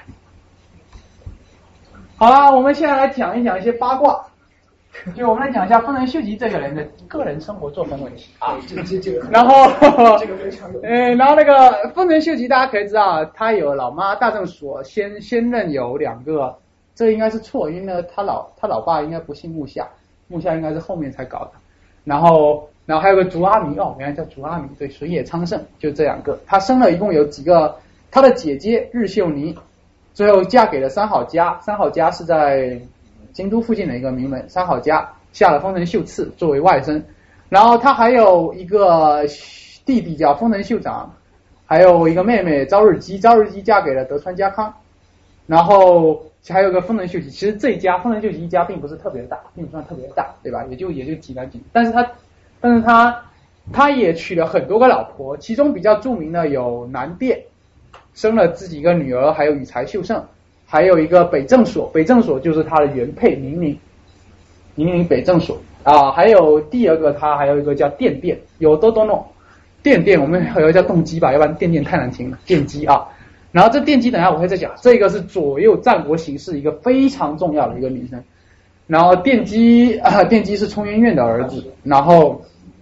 [SPEAKER 2] 好了，我们现在来讲一些八卦，就我们来讲一下丰臣秀吉这个人的个人生活作风问题然后然后丰臣秀吉大家可以知道，他有老妈大正所先任有2个，这应该是错，因为呢他老爸应该不姓木下，木下应该是后面才搞的。然后还有个竹阿弥原来叫竹阿弥，对，水野昌盛，就这2个。他生了一共有几个，他的姐姐日秀尼最后嫁给了三好家，三好家是在京都附近的一个名门，三好家下了丰臣秀次作为外甥。然后他还有一个弟弟叫丰臣秀长， 还有一个妹妹朝日姬，朝日姬嫁给了德川家康，然后还有个丰臣秀吉。其实这一家丰臣秀吉一家并不是特别大，并不算特别大，对吧？也就几男几女，但是他也娶了很多个老婆，其中比较著名的有南殿，生了自己一个女儿，还有羽柴秀胜，还有一个北政所，北政所就是他的原配宁宁北政所啊，还有第二个他还有一个叫电电，有多多弄电，我们还有一个叫动机吧，要不然电太难听了，电机啊。然后这电机等一下我会再讲，这个是左右战国形势一个非常重要的一个女生。然后电机是冲渊院的儿子，然后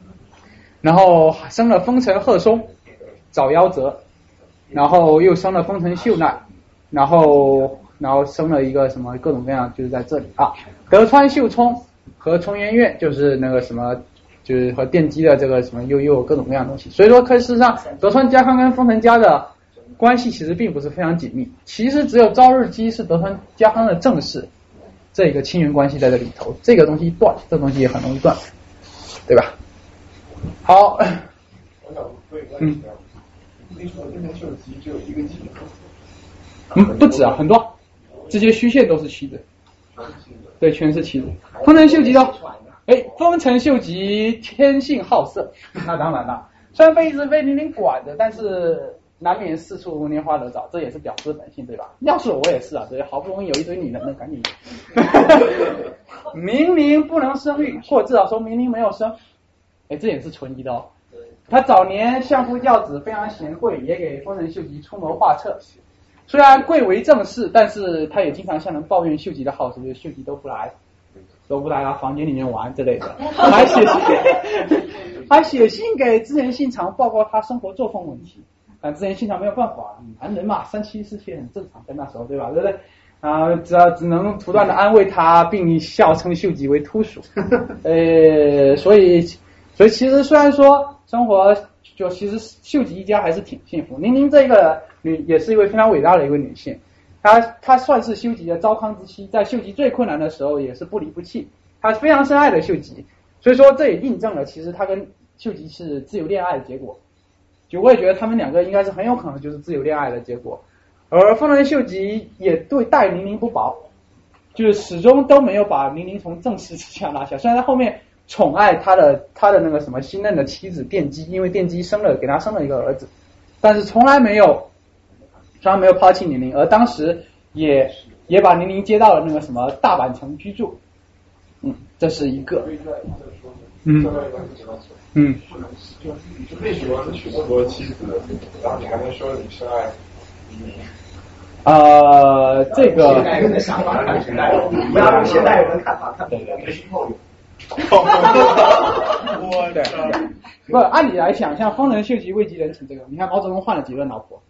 [SPEAKER 2] 生了丰臣鹤松、早夭泽，然后又生了丰臣秀奈，然后生了一个什么各种各样，就是在这里啊，德川秀冲和冲渊院就是那个什么，就是和电机的这个什么又有各种各样的东西。所以说，事实上德川家康跟丰臣家的关系其实并不是非常紧密，其实只有朝日姬是德川家康的正室，这个亲缘关系在这里头，这个东西一断，这东西也很容易断，对吧？好，
[SPEAKER 8] 我想问一个问题啊，为什么丰臣秀吉只有一个妻子？
[SPEAKER 2] 不止啊，很多，这些虚线都是妻子，对，全是妻子。丰臣秀吉的，丰臣秀吉天性好色，那当然了，虽然一直被宁宁管着，但是难免四处拈花惹草，这也是婊子本性，对吧？要是我也是啊，对，好不容易有一堆女人，那赶紧。明明不能生育，或者至少说明明没有生，这也是存疑的哦。他早年相夫教子，非常贤惠，也给丰臣秀吉出谋划策。虽然贵为正室，但是他也经常向人抱怨秀吉的好事，秀吉都不来啊，房间里面玩之类的，还写信给织田信长报告他生活作风问题。但织田信长没有办法，男人嘛，三妻四妾很正常，在那时候，对吧？对不对？啊，只能不断的安慰他，并笑称秀吉为秃鼠。所以其实虽然说生活就其实秀吉一家还是挺幸福。宁宁这个也是一位非常伟大的一位女性，她算是秀吉的糟糠之妻，在秀吉最困难的时候也是不离不弃，她非常深爱的秀吉。所以说这也印证了其实她跟秀吉是自由恋爱的结果。就我也觉得他们两个应该是很有可能就是自由恋爱的结果。而丰臣秀吉也对待宁宁不薄，就是始终都没有把宁宁从正室之下拉下。虽然他后面宠爱他的那个什么新任的妻子电机，因为电机给他生了一个儿子，但是从来没有抛弃宁宁。而当时也把宁宁接到了那个什么大阪城居住。这是一个。
[SPEAKER 8] 就为什么娶那么多妻子，然后你还能说你深爱你？
[SPEAKER 2] 这个
[SPEAKER 5] 现代人的想法跟现代人不要用现代人的看法看，对，
[SPEAKER 2] 不，按理来想，像丰臣秀吉位极人臣这个，你看毛泽东换了几任老婆？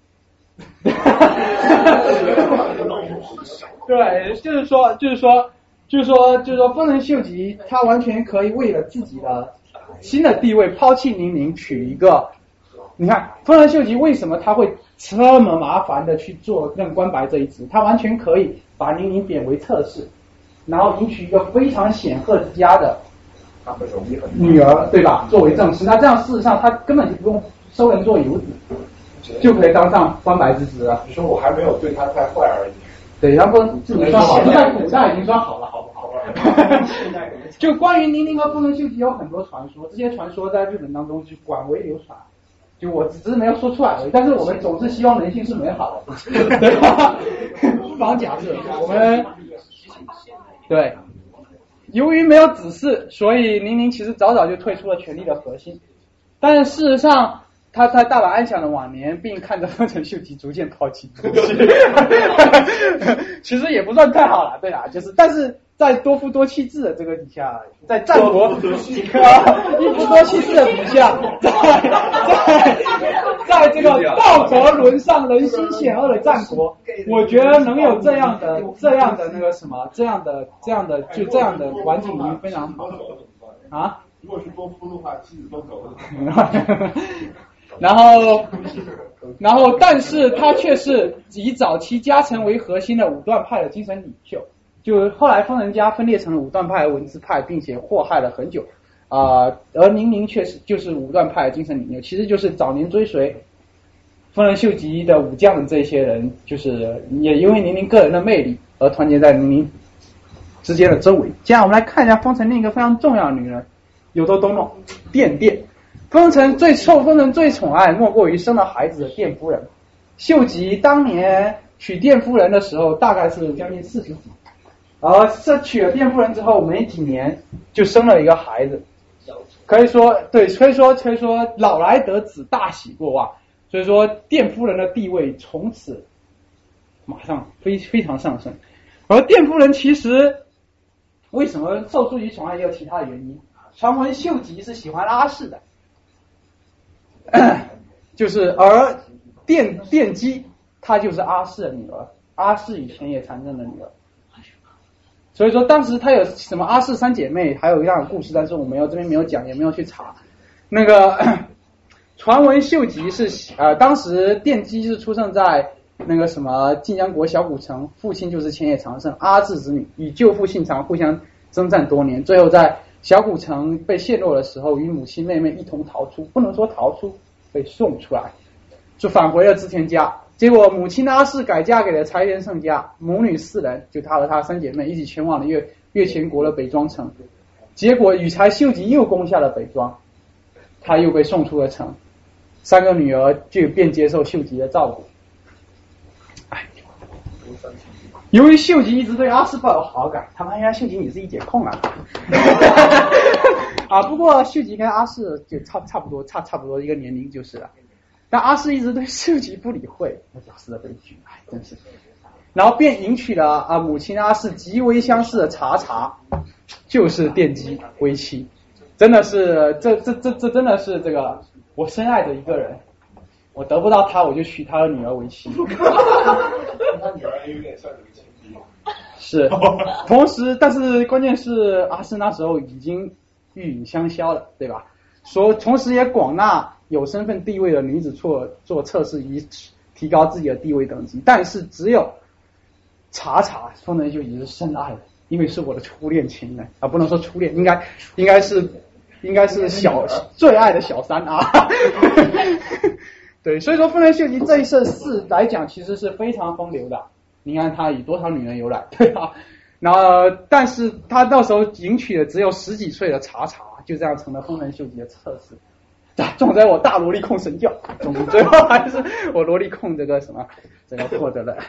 [SPEAKER 2] 对，就是说丰臣秀吉他完全可以为了自己的新的地位抛弃宁宁，娶一个。你看丰臣秀吉为什么他会这么麻烦的去做任关白这一职？他完全可以把宁宁贬为侧室，然后迎娶一个非常显赫之家的女儿，对吧？作为正室，那这样事实上他根本就不用收人做游子，就可以当上关白之职了。
[SPEAKER 8] 你说我还没有对他太坏而已。
[SPEAKER 2] 对，然后自己算好，在古代已经算好了，好不好？就关于宁宁和丰臣秀吉有很多传说，这些传说在日本当中就广为流传。就我只是没有说出来而已，但是我们总是希望人性是美好的，对吧？不妨假设我们对，由于没有子嗣，所以宁宁其实早就退出了权力的核心。但是事实上，他在大阪安详的晚年，并看着丰臣秀吉逐渐抛弃自己，其实也不算太好了，对啦，但是在多夫多妻制的这个底下，在战国一夫多妻制的底下，在这个道德沦丧、人心险恶的战国，我觉得能有这样的那个什么，这样的环境已经非常好啊。
[SPEAKER 8] 如果是多夫的话，妻子都走了。
[SPEAKER 2] 然后，但是他却是以早期家臣为核心的武断派的精神领袖。就后来丰臣家分裂成了武断派和文字派，并且祸害了很久而宁宁却是就是武断派的精神领袖，其实就是早年追随丰臣秀吉的武将这些人，就是也因为宁宁个人的魅力而团结在宁宁之间的周围。接下来我们来看一下丰臣另一个非常重要的女人，有多东诺殿殿。丰臣最宠爱莫过于生了孩子的殿夫人。秀吉当年娶殿夫人的时候大概是将近40几，而这娶了殿夫人之后没几年就生了一个孩子，可以说老来得子大喜过望，所以说殿夫人的地位从此马上非常上升。而殿夫人其实为什么受秀吉宠爱也有其他的原因，传闻秀吉是喜欢阿市的，就是而殿姬她就是阿市的女儿，阿市与前野长政的女儿。所以说当时她有什么阿市三姐妹，还有一样的故事，但是我这边没有讲，也没有去查。那个传闻秀吉是当时殿姬是出生在那个什么晋江国小谷城，父亲就是前野长政，阿市子女，与舅父信长互相征战多年，最后在小谷城被陷落的时候，与母亲妹妹一同逃出，不能说逃出，被送出来，就返回了织田家。结果母亲阿市改嫁给了柴田胜家，母女4人，就她和她3姐妹一起前往了越前国的北庄城。结果羽柴秀吉又攻下了北庄，他又被送出了城，3个女儿就便接受秀吉的照顾。由于秀吉一直对阿市抱有好感，他们原来秀吉你是一姐控啊。不过秀吉跟阿市就差不多一个年龄就是了。但阿市一直对秀吉不理会，那表示的悲剧，真是。然后便迎娶了母亲阿市极为相似的茶，就是殿姬为妻。真的是这真的是这个我深爱的一个人，我得不到他我就娶他的女儿为妻。
[SPEAKER 8] 他女儿有点像你的亲弟。
[SPEAKER 2] 是，同时但是关键是阿市那时候已经玉殒香消了，对吧？同时也广纳有身份地位的女子做测试，以提高自己的地位等级。但是只有茶丰臣秀吉是深爱的，因为是我的初恋情人不能说初恋，应该是最爱的小三啊。对，所以说丰臣秀吉这一世来讲其实是非常风流的，你看他以多少女人由来，对吧？然后但是他到时候迎娶的只有10几岁的茶，就这样成了丰臣秀吉的侧室。重在我大萝莉控神教，最后还是我萝莉控这个获得了。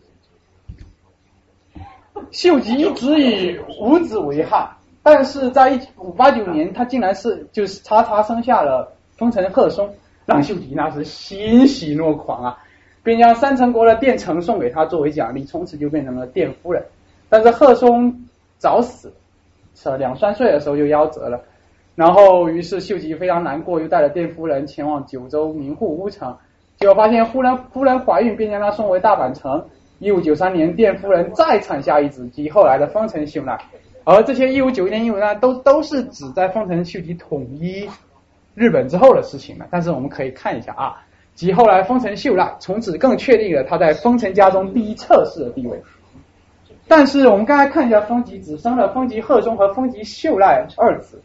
[SPEAKER 2] 秀吉一直以无子为憾，但是在1589年他竟然就是茶生下了丰臣鹤松，让秀吉那是欣喜若狂啊，便将3城国的殿城送给他作为奖励，从此就变成了殿夫人。但是鹤松早死，2-3岁的时候就夭折了。然后于是秀吉非常难过，又带了殿夫人前往九州名护乌城，结果发现夫人怀孕，便将她送回大阪城。1593年殿夫人再产下一子，即后来的丰臣秀赖。而这些1591年1593都是指在丰臣秀吉统一日本之后的事情了。但是我们可以看一下即后来丰臣秀赖从此更确定了他在丰臣家中第一侧室的地位。但是我们刚才看一下，丰吉只生了丰吉鹤松和丰吉秀赖2子，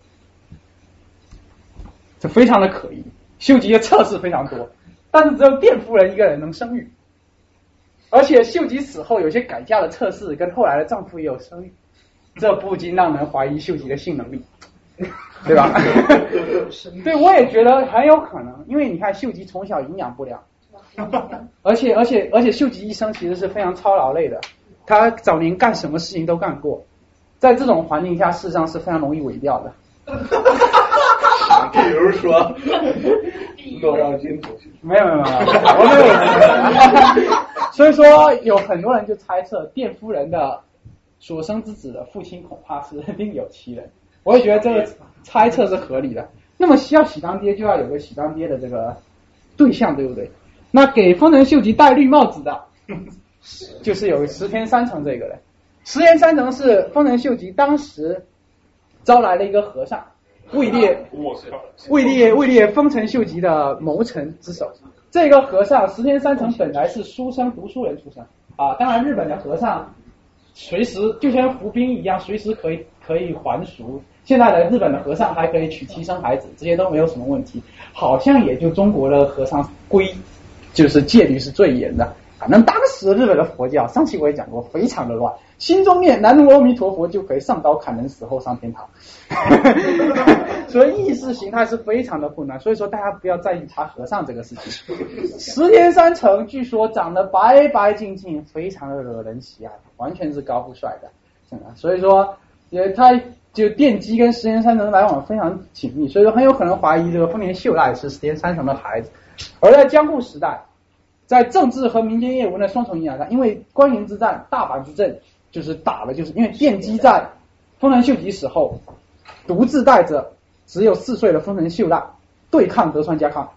[SPEAKER 2] 这非常的可疑。秀吉的侧室非常多，但是只有殿夫人一个人能生育，而且秀吉死后有些改嫁的侧室跟后来的丈夫也有生育，这不禁让人怀疑秀吉的性能力，对吧？对，我也觉得很有可能，因为你看秀吉从小营养不良，而且秀吉一生其实是非常操劳累的，他早年干什么事情都干过，在这种环境下事实上是非常容易萎掉的。
[SPEAKER 3] 比如说洛让金主席，
[SPEAKER 2] 没有，我没有。所以说有很多人就猜测殿夫人的所生之子的父亲恐怕是另有其人，我也觉得这个猜测是合理的。那么要喜当爹就要有个喜当爹的这个对象，对不对？那给丰臣秀吉戴绿帽子的就是有石田三成这个人。石田三成是丰臣秀吉当时招来了一个和尚，位列丰臣秀吉的谋臣之首。这个和尚石田三成本来是书生读书人出身当然日本的和尚随时就像服兵一样，随时可以还俗。现在的日本的和尚还可以娶妻生孩子，这些都没有什么问题。好像也就中国的和尚就是戒律是最严的。反正当时日本的佛教，上期我也讲过，非常的乱，心中念南无阿弥陀佛就可以上刀砍人，死后上天堂。所以意识形态是非常的混乱，所以说大家不要在意查和尚这个事情。石田三成据说长得白白净净，非常的惹人喜爱，完全是高富帅的，真的。所以说他就电击跟石田三成来往非常紧密，所以说很有可能怀疑这个丰田秀赖是石田三成的孩子。而在江户时代，在政治和民间业务的双重影响下，因为关原之战、大阪之阵就是打了，就是因为电击在丰臣秀吉死后，独自带着只有4岁的丰臣秀赖对抗德川家康，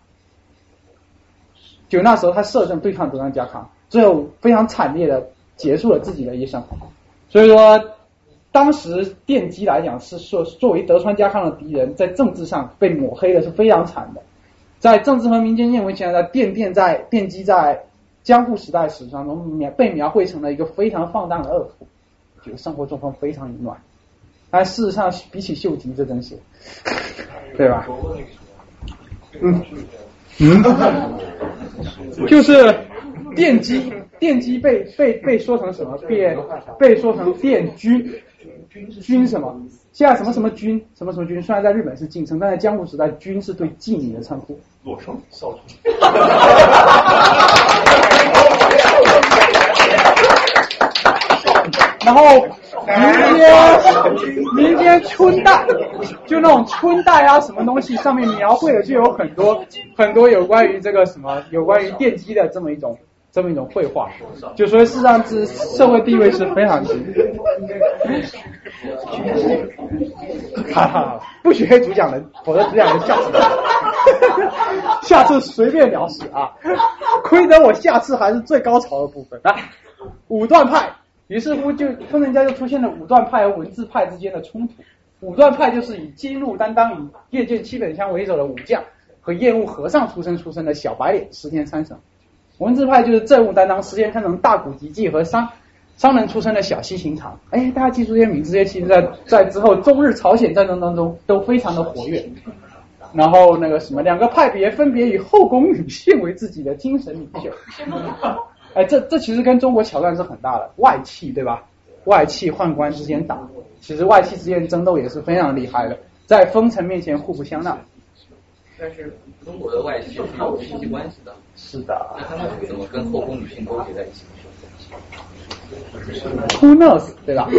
[SPEAKER 2] 就那时候他摄政对抗德川家康，最后非常惨烈的结束了自己的一生。所以说当时电击来讲是说作为德川家康的敌人，在政治上被抹黑的是非常惨的。在政治和民间认为现在电击在江户时代史上中被描绘成了一个非常放荡的恶妇，就生活作风非常淫乱。但事实上比起秀吉这真是对吧？就是电击被说成什么？被说成电军什么？现在什么什么军什么什么军，虽然在日本是敬称，但在江户时代军是对妓女的称呼。
[SPEAKER 8] 裸生少春。
[SPEAKER 2] 然后民间春带，就那种春带啊什么东西，上面描绘的就有很多有关于这个什么有关于电击的这么一种绘画，就说事实上是社会地位是非常低。哈哈，不许黑主讲人，否则主讲人下次随便聊死啊！亏得我下次还是最高潮的部分啊，武断派。于是乎就丰臣家就出现了武断派和文字派之间的冲突。武断派就是以金鹿担当，以夜见七本香为首的武将和厌恶和尚出身的小白脸石田三成。文字派就是政务担当，石田三成大谷吉继和商人出身的小西行长。哎，大家记住这些名字，这些其实在之后中日朝鲜战争当中都非常的活跃。然后那个什么，两个派别分别以后宫女性为自己的精神领袖。哎，这其实跟中国桥段是很大的，外戚对吧？外戚宦官之间打，其实外戚之间争斗也是非常厉害的，在丰臣面前互不相让。
[SPEAKER 13] 但是中国的外戚是有亲戚关系的。
[SPEAKER 2] 是的。
[SPEAKER 13] 那他们怎么跟后宫女性勾结在一起
[SPEAKER 2] ？Who knows， 对吧？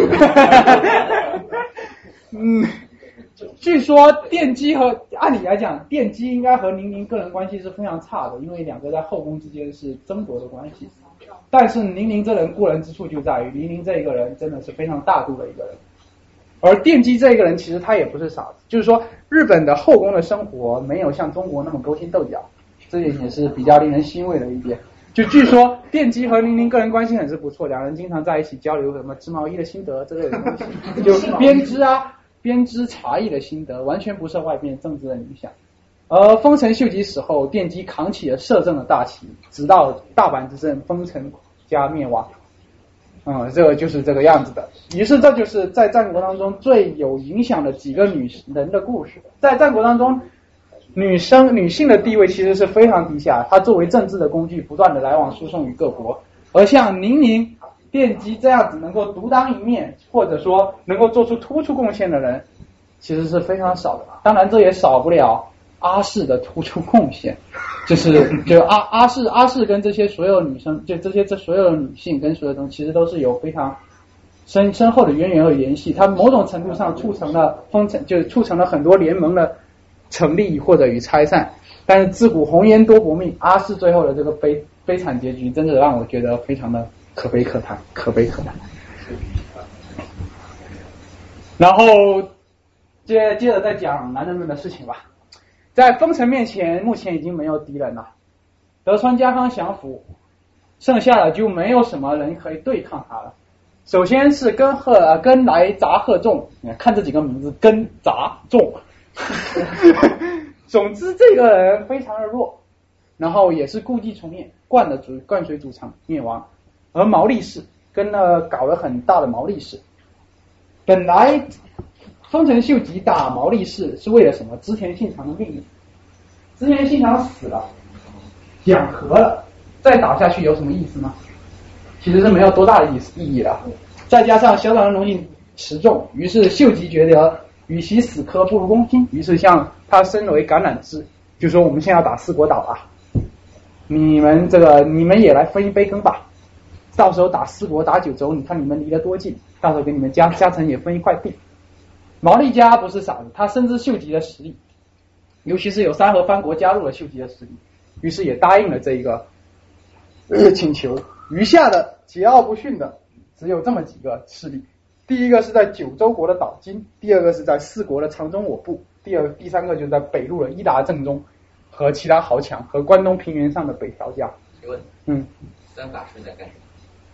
[SPEAKER 2] 据说电击按理来讲，电击应该和宁宁个人关系是非常差的，因为两个在后宫之间是争夺的关系。但是宁宁这人过人之处就在于，宁宁这一个人真的是非常大度的一个人，而电击这一个人其实他也不是傻子，就是说日本的后宫的生活没有像中国那么勾心斗角，这也是比较令人欣慰的一点。就据说电击和宁宁个人关系很是不错，两人经常在一起交流什么织毛衣的心得之类的东西，就编织茶艺的心得，完全不受外边政治的影响。而丰臣秀吉死后，电击扛起了摄政的大旗，直到大阪之阵，丰臣家灭亡。这个就是这个样子的。于是这就是在战国当中最有影响的几个女人的故事。在战国当中，女性的地位其实是非常低下，她作为政治的工具，不断的来往输送于各国。而像宁宁、电击这样子能够独当一面，或者说能够做出突出贡献的人，其实是非常少的。当然，这也少不了阿市的突出贡献，就阿市跟这些所有女生，就这所有的女性跟所有东西，其实都是有非常深厚的渊源和联系。它某种程度上促成了很多联盟的成立或者与拆散。但是自古红颜多薄命，阿市最后的这个悲惨结局，真的让我觉得非常的可悲可叹。然后接着再讲男人们的事情吧。在丰臣面前，目前已经没有敌人了。德川家康降服，剩下的就没有什么人可以对抗他了。首先是根来杂贺众，看这几个名字，根杂众。总之，这个人非常的弱，然后也是故伎重演，灌水主场灭亡。而毛利氏搞了很大的毛利氏，本来丰臣秀吉打毛利氏是为了什么？织田信长的命令。织田信长死了，讲和了， 再打下去有什么意思吗？其实是没有多大的意义了。再加上小岛人荣幸持重，于是秀吉觉得与其死磕不如攻拼，于是向他伸为橄榄枝，就说我们现在要打四国岛了，你们也来分一杯羹吧。到时候打四国打九州，你看你们离得多近，到时候给你们加成也分一块地。毛利家不是傻子，他深知秀吉的实力，尤其是有三河藩国加入了秀吉的实力，于是也答应了这一个请求。余下的桀骜不驯的只有这么几个势力，第一个是在九州国的岛津，第二个是在四国的长中我部，第三个就是在北路的伊达正宗和其他豪强和关东平原上的北条家。
[SPEAKER 13] 请问，三法师在干什么？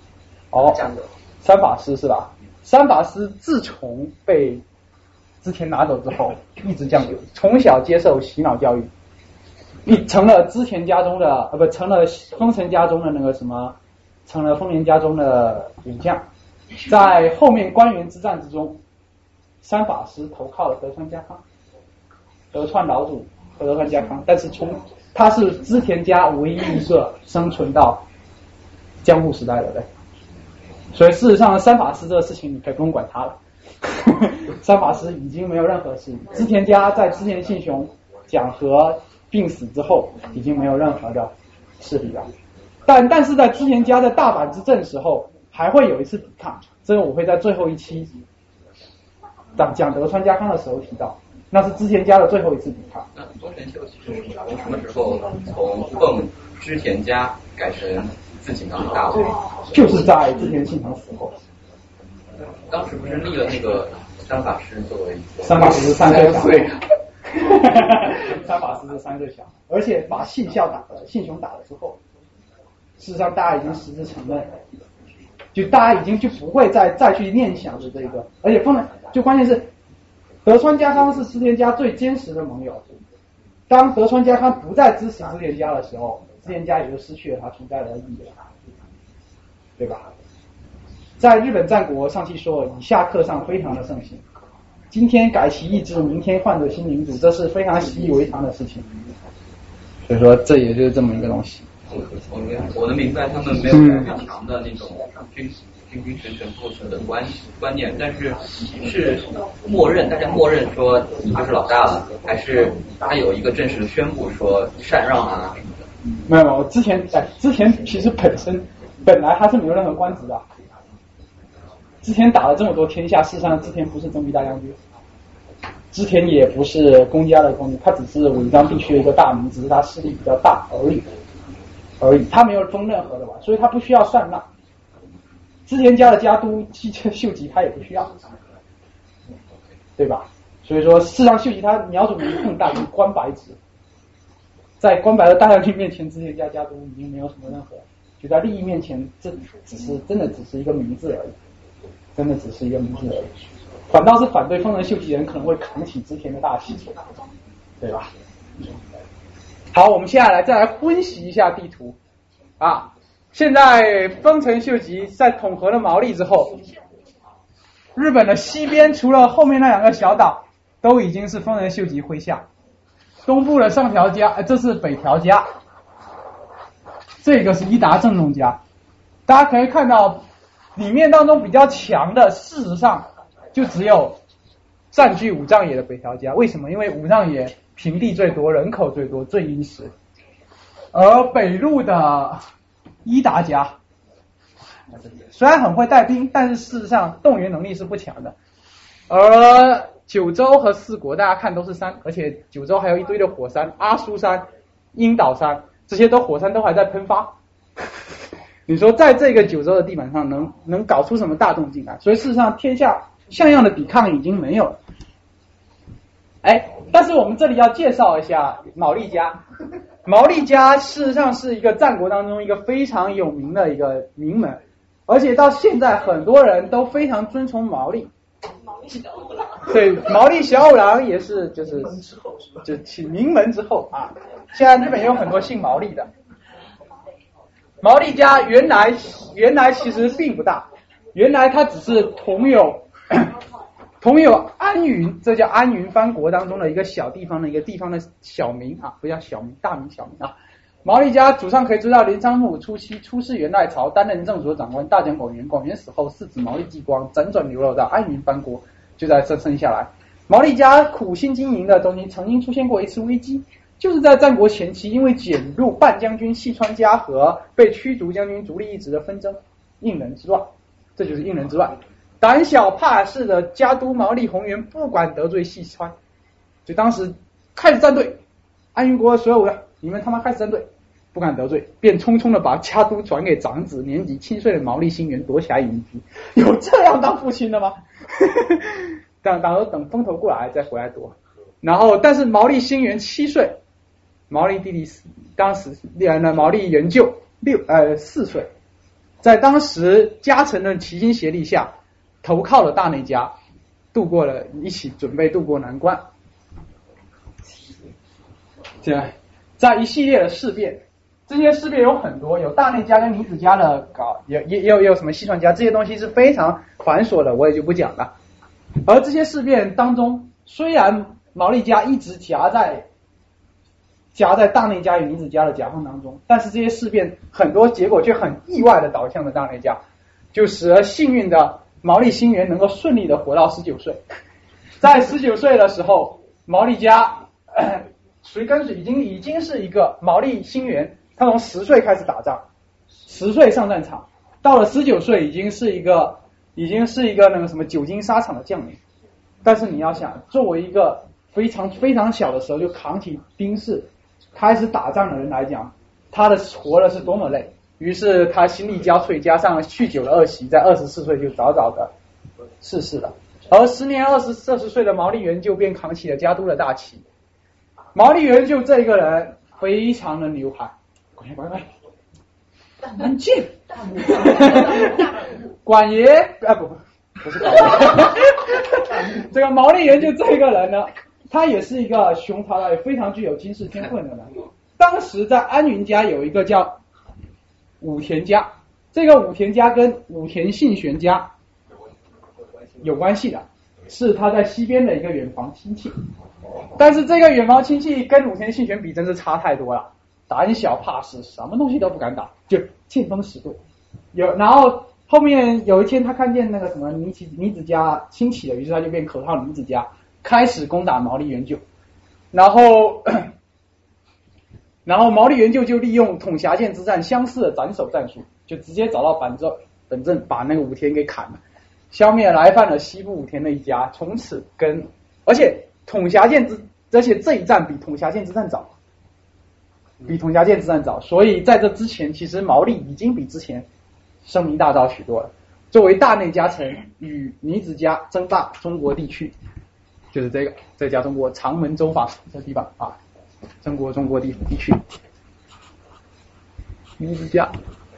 [SPEAKER 2] 三法师是吧？三法师自从被织田拿走之后，一直降流，从小接受洗脑教育，成了织田家中的成了丰臣家中的那个什么，成了丰臣家中的武将。在后面关原之战之中，三法师投靠了德川家康，德川老祖和德川家康，但是他是织田家唯一一个生存到江户时代的人，所以事实上三法师这个事情你可以不用管他了。三法师已经没有任何势力，织田家在织田信雄讲和病死之后已经没有任何的势力了，但是在织田家在大阪之阵时候还会有一次抵抗，这个我会在最后一期讲德川家康的时候提到，那是织田家的最后一次抵抗。
[SPEAKER 13] 那丰臣秀吉是从什么时候从奉织田家改成自己当大王？
[SPEAKER 2] 就是在织田信长死后。
[SPEAKER 13] 当时不是立了那个三法师作为
[SPEAKER 2] 三法师是3岁小，三法师是3岁小，而且把信雄打了之后，事实上大家已经实质承认，就大家已经就不会再去念想着这个，而且就关键是德川家康是织田家最坚实的盟友，当德川家康不再支持织田家的时候，织田家也就失去了它存在的意义了，对吧？在日本战国上期说以下课上非常的盛行，今天改其意志，明天换个新领主，这是非常习以为常的事情，所以说这也就是这么一个东西。
[SPEAKER 13] 我能明白他们没有很强的那种君臣父子的观念，但是是大家默认说你就是老大了，还是他有一个正式的宣布说禅让啊什么的？
[SPEAKER 2] 没有，之前其实本来他是没有任何官职的。织田打了这么多天下，事实上织田不是征夷大将军，织田也不是公家的公主，他只是尾张地区的一个大名，只是他势力比较大而已，他没有封任何的王，所以他不需要禅让。织田家的家督秀吉他也不需要，对吧？所以说事实上秀吉他瞄准的更大于关白职，在关白的大将军面前，织田家家督已经没有什么任何，就在利益面前，这真的只是一个名字而已。真的只是一个名字而已，反倒是反对丰臣秀吉人可能会扛起织田的大旗，对吧？好，我们接下来再来分析一下地图啊。现在丰臣秀吉在统合了毛利之后，日本的西边除了后面那2个小岛，都已经是丰臣秀吉麾下。东部的上条家，这是北条家，这个是伊达正宗家。大家可以看到。里面当中比较强的，事实上就只有占据武藏野的北条家。为什么？因为武藏野平地最多，人口最多，最殷实。而北路的伊达家虽然很会带兵，但是事实上动员能力是不强的。而九州和四国大家看都是山，而且九州还有一堆的火山，阿苏山、樱岛山，这些火山都还在喷发。你说在这个九州的地板上能搞出什么大动静来？所以事实上天下像样的抵抗已经没有了。但是我们这里要介绍一下毛利家。毛利家事实上是一个战国当中一个非常有名的一个名门，而且到现在很多人都非常尊崇毛利。对，毛利小五郎也是就名门之后啊。现在日本也有很多姓毛利的。毛利家原来其实并不大，原来它只是同有安云，这叫安云藩国当中的一个小地方的一个地方的小名啊，不叫小名，大名小名啊。 毛利家祖上可以追到林昌牧初期出仕元代朝，担任正所长官，大将广元。广元死后，次子毛利继光辗转流落到安云藩国，就在这生下来。毛利家苦心经营的东西，曾经出现过一次危机，就是在战国前期，因为减入半将军细川家和被驱逐将军足利义直的纷争，应仁之乱，这就是应仁之乱。胆小怕事的家督毛利宏元不敢得罪细川，就当时开始站队，安云国的所有人，你们他妈开始站队，不敢得罪，便匆匆的把家督转给长子年纪轻岁的毛利兴元夺起来隐居。有这样当父亲的吗？等风头过来再回来夺。然后，但是毛利兴元7岁，毛利弟弟当时毛利元就4岁，在当时家臣的齐心协力下，投靠了大内家，一起准备渡过难关。这样，在一系列的事变，这些事变有很多，有大内家跟尼子家的也有什么细川家，这些东西是非常繁琐的，我也就不讲了。而这些事变当中，虽然毛利家一直夹在大内家与尼子家的夹缝当中，但是这些事变很多结果却很意外的导向了大内家，就使得幸运的毛利兴元能够顺利的活到19岁。在19岁的时候，毛利家已经是一个毛利兴元，他从10岁开始打仗，10岁上战场，到了19岁已经是一个那个什么久经沙场的将领。但是你要想，作为一个非常非常小的时候就扛起兵士开始打仗的人来讲，他的活的是多么累。于是他心力交瘁，加上酗酒的恶习，在24岁就早早的逝世了。而时年20岁的毛利元就便扛起了家督的大旗。毛利元就这个人非常的牛排，乖，安静。管爷不是管爷，这个毛利元就这个人呢，他也是一个雄豪的，也非常具有军事天分的人。当时在安云家有一个叫武田家，这个武田家跟武田信玄家有关系的，是他在西边的一个远房亲戚。但是这个远房亲戚跟武田信玄比真是差太多了，胆小怕事，什么东西都不敢打，就见风使舵。然后后面有一天他看见那个什么尼子家兴起了，于是他就变口号尼子家，开始攻打毛利元就。然后毛利元就利用统辖舰之战相似的斩首战术，就直接找到本阵把那个武田给砍了，消灭来犯了西部武田的一家，从此而且这一战比统辖舰之战早，所以在这之前其实毛利已经比之前声名大噪许多了。作为大内家臣与尼子家争霸中国地区，就是这家中国长门州防这地方啊，中国地区，尼子家，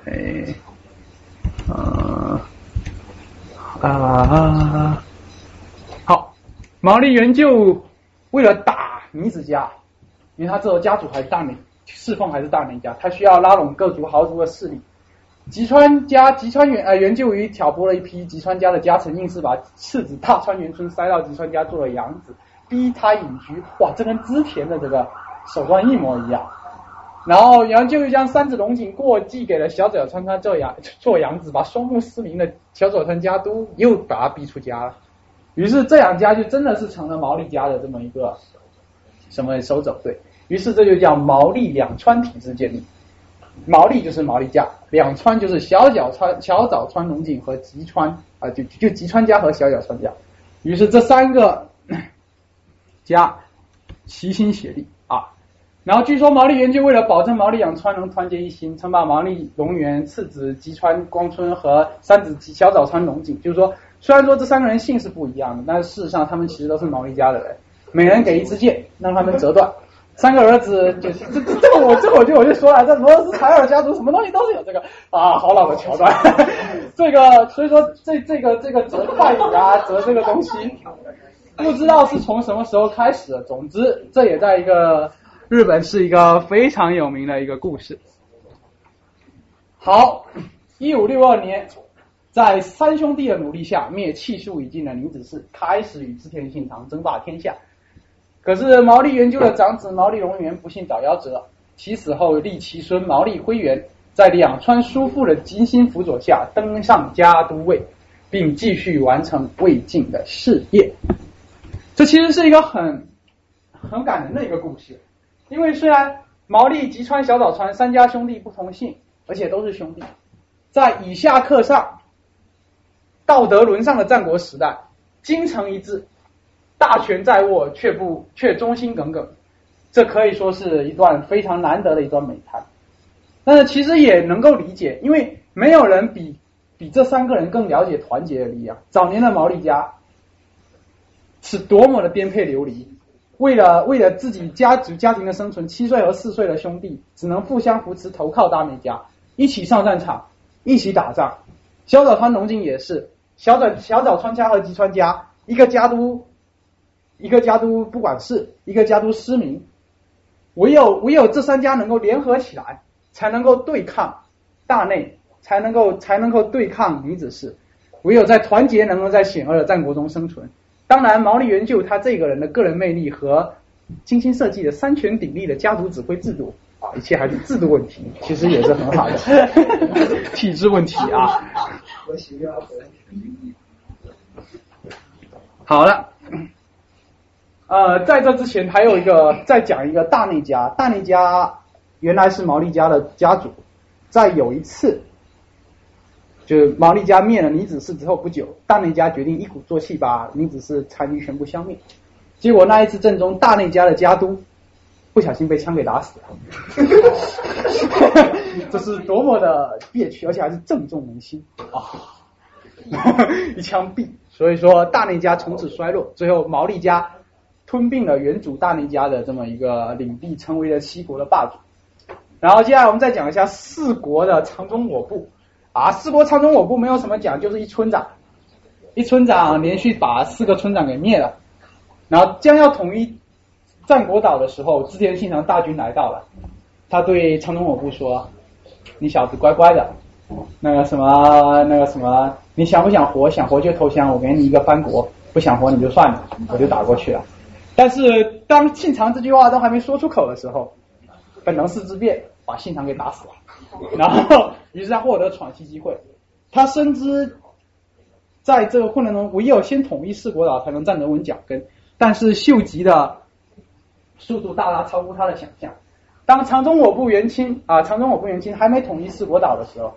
[SPEAKER 2] 好，毛利元就为了打尼子家，因为他这个家主还是大内，侍奉还是大内家，他需要拉拢各族豪族的势力。吉川元就于挑拨了一批吉川家的家臣，硬是把次子大川元春塞到吉川家做了养子，逼他隐居。哇，这跟织田的这个手段一模一样。然后就将三子龙井过继给了小早川做养子，把双目失明的小早川家督又把他逼出家了。于是这两家就真的是成了毛利家的这么一个什么收走，对，于是这就叫毛利两川体制建立。毛利就是毛利家，两川就是小早川龙井和吉川就吉川家和小早川家。于是这三个家齐心协力啊。然后据说毛利元就为了保证毛利两川能团结一心，曾把毛利隆元、次子吉川光春和三子小早川龙井，就是说虽然说这三个人姓是不一样的，但是事实上他们其实都是毛利家的人，每人给一支箭，让他们折断。三个儿子就是我就说了，这罗斯柴尔家族什么东西都是有这个啊，好老的桥段。这个所以说这个折筷子啊，折这个东西，不知道是从什么时候开始的。总之，这也在一个日本是一个非常有名的一个故事。好，1562年，在三兄弟的努力下，灭气数已尽的宁子氏开始与织田信长争霸天下。可是毛利元就的长子毛利隆元不幸早夭折， 其死后立其孙毛利辉元在两川叔父的精心辅佐下登上家督位，并继续完成魏晋的事业。这其实是一个很感人的一个故事，因为虽然毛利、吉川、小早川三家兄弟不同姓，而且都是兄弟，在以下克上、道德沦丧的战国时代，精诚一致，大权在握，却忠心耿耿，这可以说是一段非常难得的一段美谈。但是其实也能够理解，因为没有人比这三个人更了解团结的力量。早年的毛利家是多么的颠沛流离，为了自己家庭的生存，7岁和4岁的兄弟只能互相扶持，投靠大内家，一起上战场，一起打仗。小早川龙井也是，小早川家和吉川家，一个家督不管事，一个家督失明，唯有这三家能够联合起来，才能够对抗大内，才能够对抗女子氏，唯有在团结，能够在险恶的战国中生存。当然，毛利元就他这个人的个人魅力和精心设计的三权鼎立的家族指挥制度啊，一切还是制度问题，其实也是很好的体制问题啊。好了，在这之前还有再讲一个大内家。大内家原来是毛利家的家主，在有一次，就是毛利家灭了尼子氏之后不久，大内家决定一鼓作气把尼子氏残余全部消灭。结果那一次阵中，大内家的家督不小心被枪给打死了，这是多么的憋屈，而且还是正中人心啊！一枪毙。所以说大内家从此衰落，最后毛利家吞并了原主大内家的这么一个领地，成为了西国的霸主。然后接下来我们再讲一下四国的长中我部啊，四国长中我部没有什么讲，就是一村长连续把4个村长给灭了。然后将要统一战国岛的时候，织田信长大军来到了，他对长中我部说：“你小子乖乖的，那个什么，你想不想活？想活就投降，我给你一个藩国；不想活你就算了，我就打过去了。”但是当信长这句话都还没说出口的时候，本能寺之变把信长给打死了，然后于是他获得喘息机会。他深知在这个混乱中，唯有先统一四国岛才能站得稳脚跟。但是秀吉的速度大大超乎他的想象。当长中我部元亲还没统一四国岛的时候，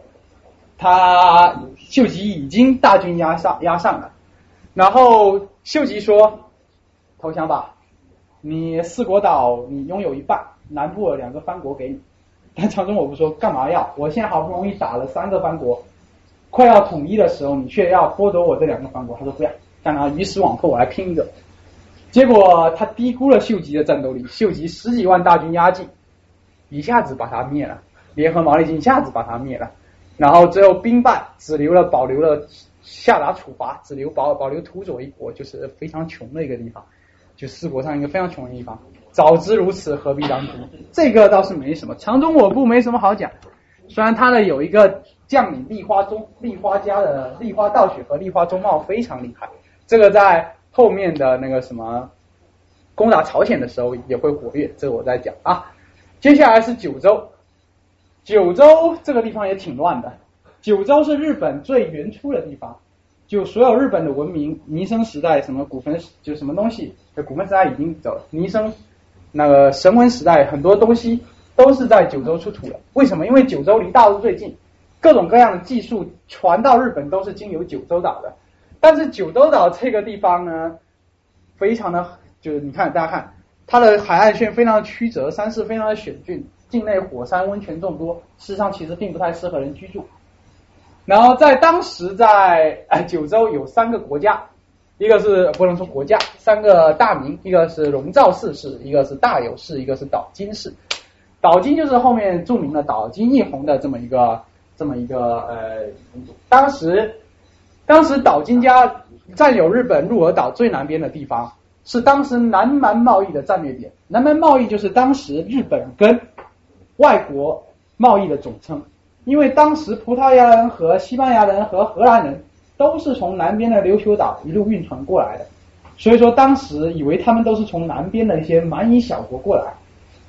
[SPEAKER 2] 秀吉已经大军压上了。然后秀吉说：“投降吧，你四国岛你拥有一半，南部的2个藩国给你。”但长中我部说：“干嘛要？我现在好不容易打了3个藩国，快要统一的时候，你却要剥夺我这2个藩国。”他说：“不要，干嘛？鱼死网破，我来拼一个。”结果他低估了秀吉的战斗力，秀吉10几万大军压境，一下子把他灭了，联合毛利军一下子把他灭了。然后最后兵败，保留了下达处罚，只留保留土佐一国，就是非常穷的一个地方，就四国上一个非常穷的地方。早知如此，何必当初？这个倒是没什么，长中我部没什么好讲。虽然他的有一个将领立花家的立花道雪和立花忠茂非常厉害，这个在后面的那个什么攻打朝鲜的时候也会活跃，这个我再讲啊。接下来是九州。九州这个地方也挺乱的。九州是日本最原初的地方，就所有日本的文明，弥生时代什么古坟就什么东西，古坟时代已经走了，弥生那个神文时代很多东西都是在九州出土的。为什么？因为九州离大陆最近，各种各样的技术传到日本都是经由九州岛的。但是九州岛这个地方呢，非常的就是你看大家看它的海岸线非常的曲折，山势非常的险峻，境内火山温泉众多，事实上其实并不太适合人居住。然后在当时在九州有3个国家，一个是不能说国家，3个大名，一个是龙造氏氏，一个是大有氏，一个是岛津氏。岛津就是后面著名的岛津义弘的这么一个民族。当时岛津家占有日本鹿儿岛最南边的地方，是当时南蛮贸易的战略点。南蛮贸易就是当时日本跟外国贸易的总称，因为当时葡萄牙人和西班牙人和荷兰人都是从南边的琉球岛一路运船过来的，所以说当时以为他们都是从南边的一些蛮夷小国过来。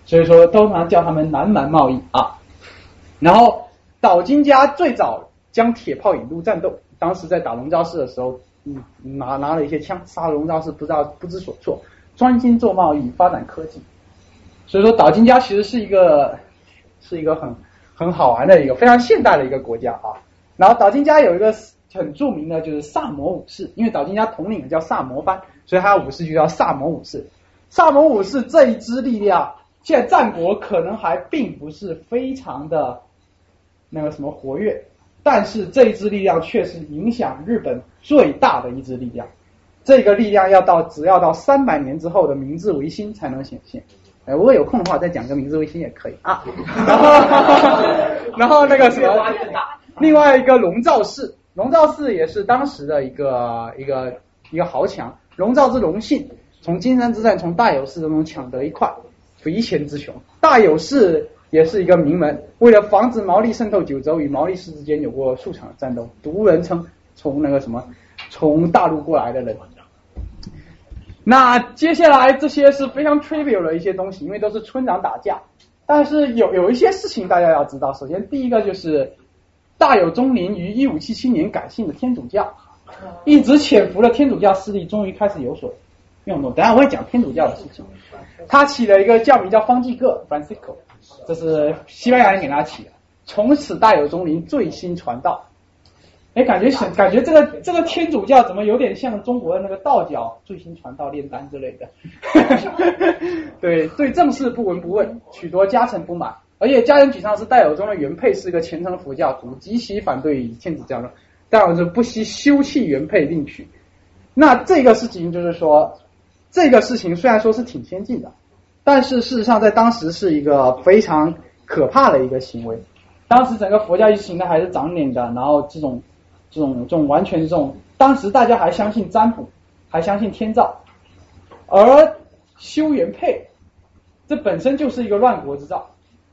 [SPEAKER 2] 所以说通常叫他们南蛮贸易啊。然后岛津家最早将铁炮引入战斗，当时在打龙昭氏的时候，拿了一些枪杀了龙昭氏，不知所措，专心做贸易，发展科技。所以说岛津家其实是一个很好玩的一个非常现代的一个国家啊。然后岛津家有一个很著名的就是萨摩武士，因为岛津家统领叫萨摩藩，所以他的武士就叫萨摩武士。萨摩武士这一支力量，现在战国可能还并不是非常的活跃，但是这一支力量却是影响日本最大的一支力量。这个力量只要到300年之后的明治维新才能显现。如果有空的话再讲个明治维新也可以啊。然后那个什么，另外一个龙造氏，龙造氏也是当时的一个豪强。龙造之龙信从金山之战从大有氏中抢得一块肥钱之雄。大有氏也是一个名门，为了防止毛利渗透九州，与毛利氏之间有过数场战斗，独人称从大陆过来的人。那接下来这些是非常 trivial 的一些东西，因为都是村长打架。但是有一些事情大家要知道。首先第一个就是大有宗麟于1577年改信的天主教，一直潜伏的天主教势力终于开始有所运动。等一下我会讲天主教的事情。他起了一个教名叫方济各 Francisco， 这是西班牙人给他起的。从此大有宗麟最新传道。感觉这个天主教怎么有点像中国的那个道教最新传道炼丹之类的。对政事不闻不问，许多家臣不满，而且家人举上是大有宗的原配是个虔诚佛教徒，极其反对天主教的，大有宗不惜休弃原配另娶。那这个事情就是说，这个事情虽然说是挺先进的，但是事实上在当时是一个非常可怕的一个行为。当时整个佛教意识形态还是长脸的，然后这种完全当时大家还相信占卜，还相信天照，而修原配，这本身就是一个乱国之兆，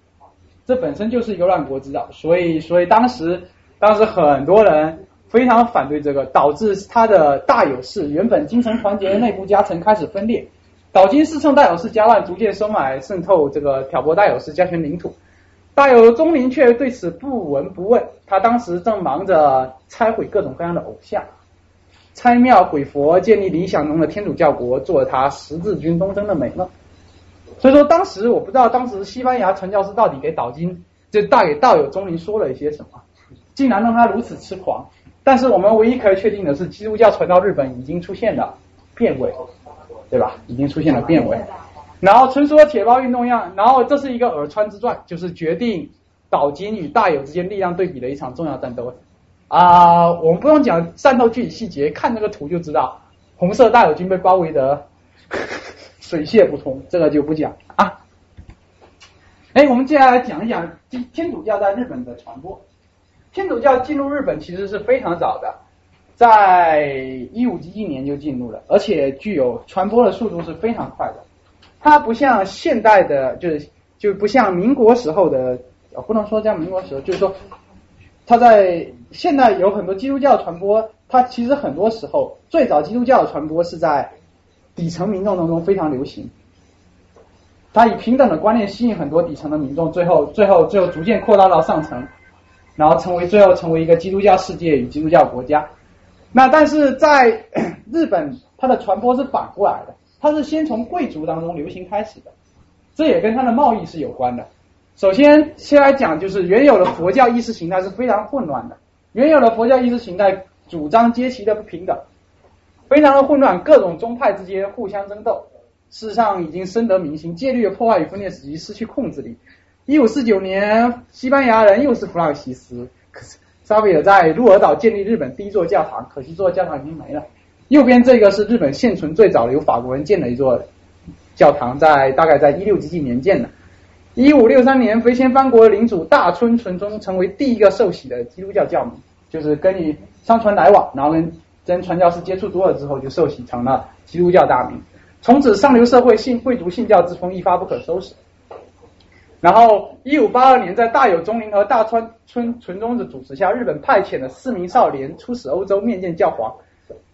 [SPEAKER 2] 所以当时很多人非常反对这个，导致他的大有氏原本精神团结的内部家臣开始分裂。岛津氏趁大有氏家乱，逐渐收买渗透挑拨大有氏，加权领土。大有宗麟却对此不闻不问，他当时正忙着拆毁各种各样的偶像，拆庙毁佛，建立理想中的天主教国，做了他十字军东征的美梦。所以说当时我不知道当时西班牙传教士到底给岛津给大有宗麟说了一些什么，竟然让他如此痴狂。但是我们唯一可以确定的是，基督教传到日本已经出现了变伪，对吧？已经出现了变伪。然后传说铁炮运动样，然后这是一个耳川之战，就是决定岛津与大有之间力量对比的一场重要战斗。我们不用讲战斗具体细节，看这个图就知道，红色大有军被包围的水泄不通，这个就不讲啊。我们接下来讲一讲天主教在日本的传播。天主教进入日本其实是非常早的，在1571年就进入了，而且具有传播的速度是非常快的。它不像现代的，就不像民国时候的，不能说叫民国时候，就是说，它在现代有很多基督教传播，它其实很多时候最早基督教的传播是在底层民众当中非常流行，它以平等的观念吸引很多底层的民众，最后逐渐扩大到上层，然后最后成为一个基督教世界与基督教国家。那但是在日本，它的传播是反过来的。它是先从贵族当中流行开始的，这也跟它的贸易是有关的。首先来讲，就是原有的佛教意识形态是非常混乱的，原有的佛教意识形态主张阶级的不平等，非常的混乱，各种宗派之间互相争斗，事实上已经深得民心，戒律的破坏与分裂使其失去控制力。1549年，西班牙人又是弗朗西斯沙维尔在鹿儿岛建立日本第一座教堂，可惜这座教堂已经没了。右边这个是日本现存最早的由法国人建的一座教堂，大概在16几年建的。1563年，肥前藩国的领主大村纯宗成为第一个受洗的基督教教民，就是跟你商传来往，然后跟传教士接触多了之后就受洗成了基督教大名。从此上流社会贵族信教之风一发不可收拾。然后1582年，在大有宗麟和大川纯宗的主持下，日本派遣了4名少年出使欧洲面见教皇。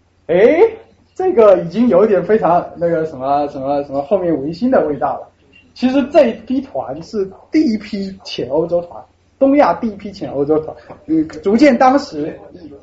[SPEAKER 2] 这个已经有点非常那个什么后面维新的味道了。 其实这一批团是第一批前欧洲团，东亚第一批前欧洲团，逐渐当时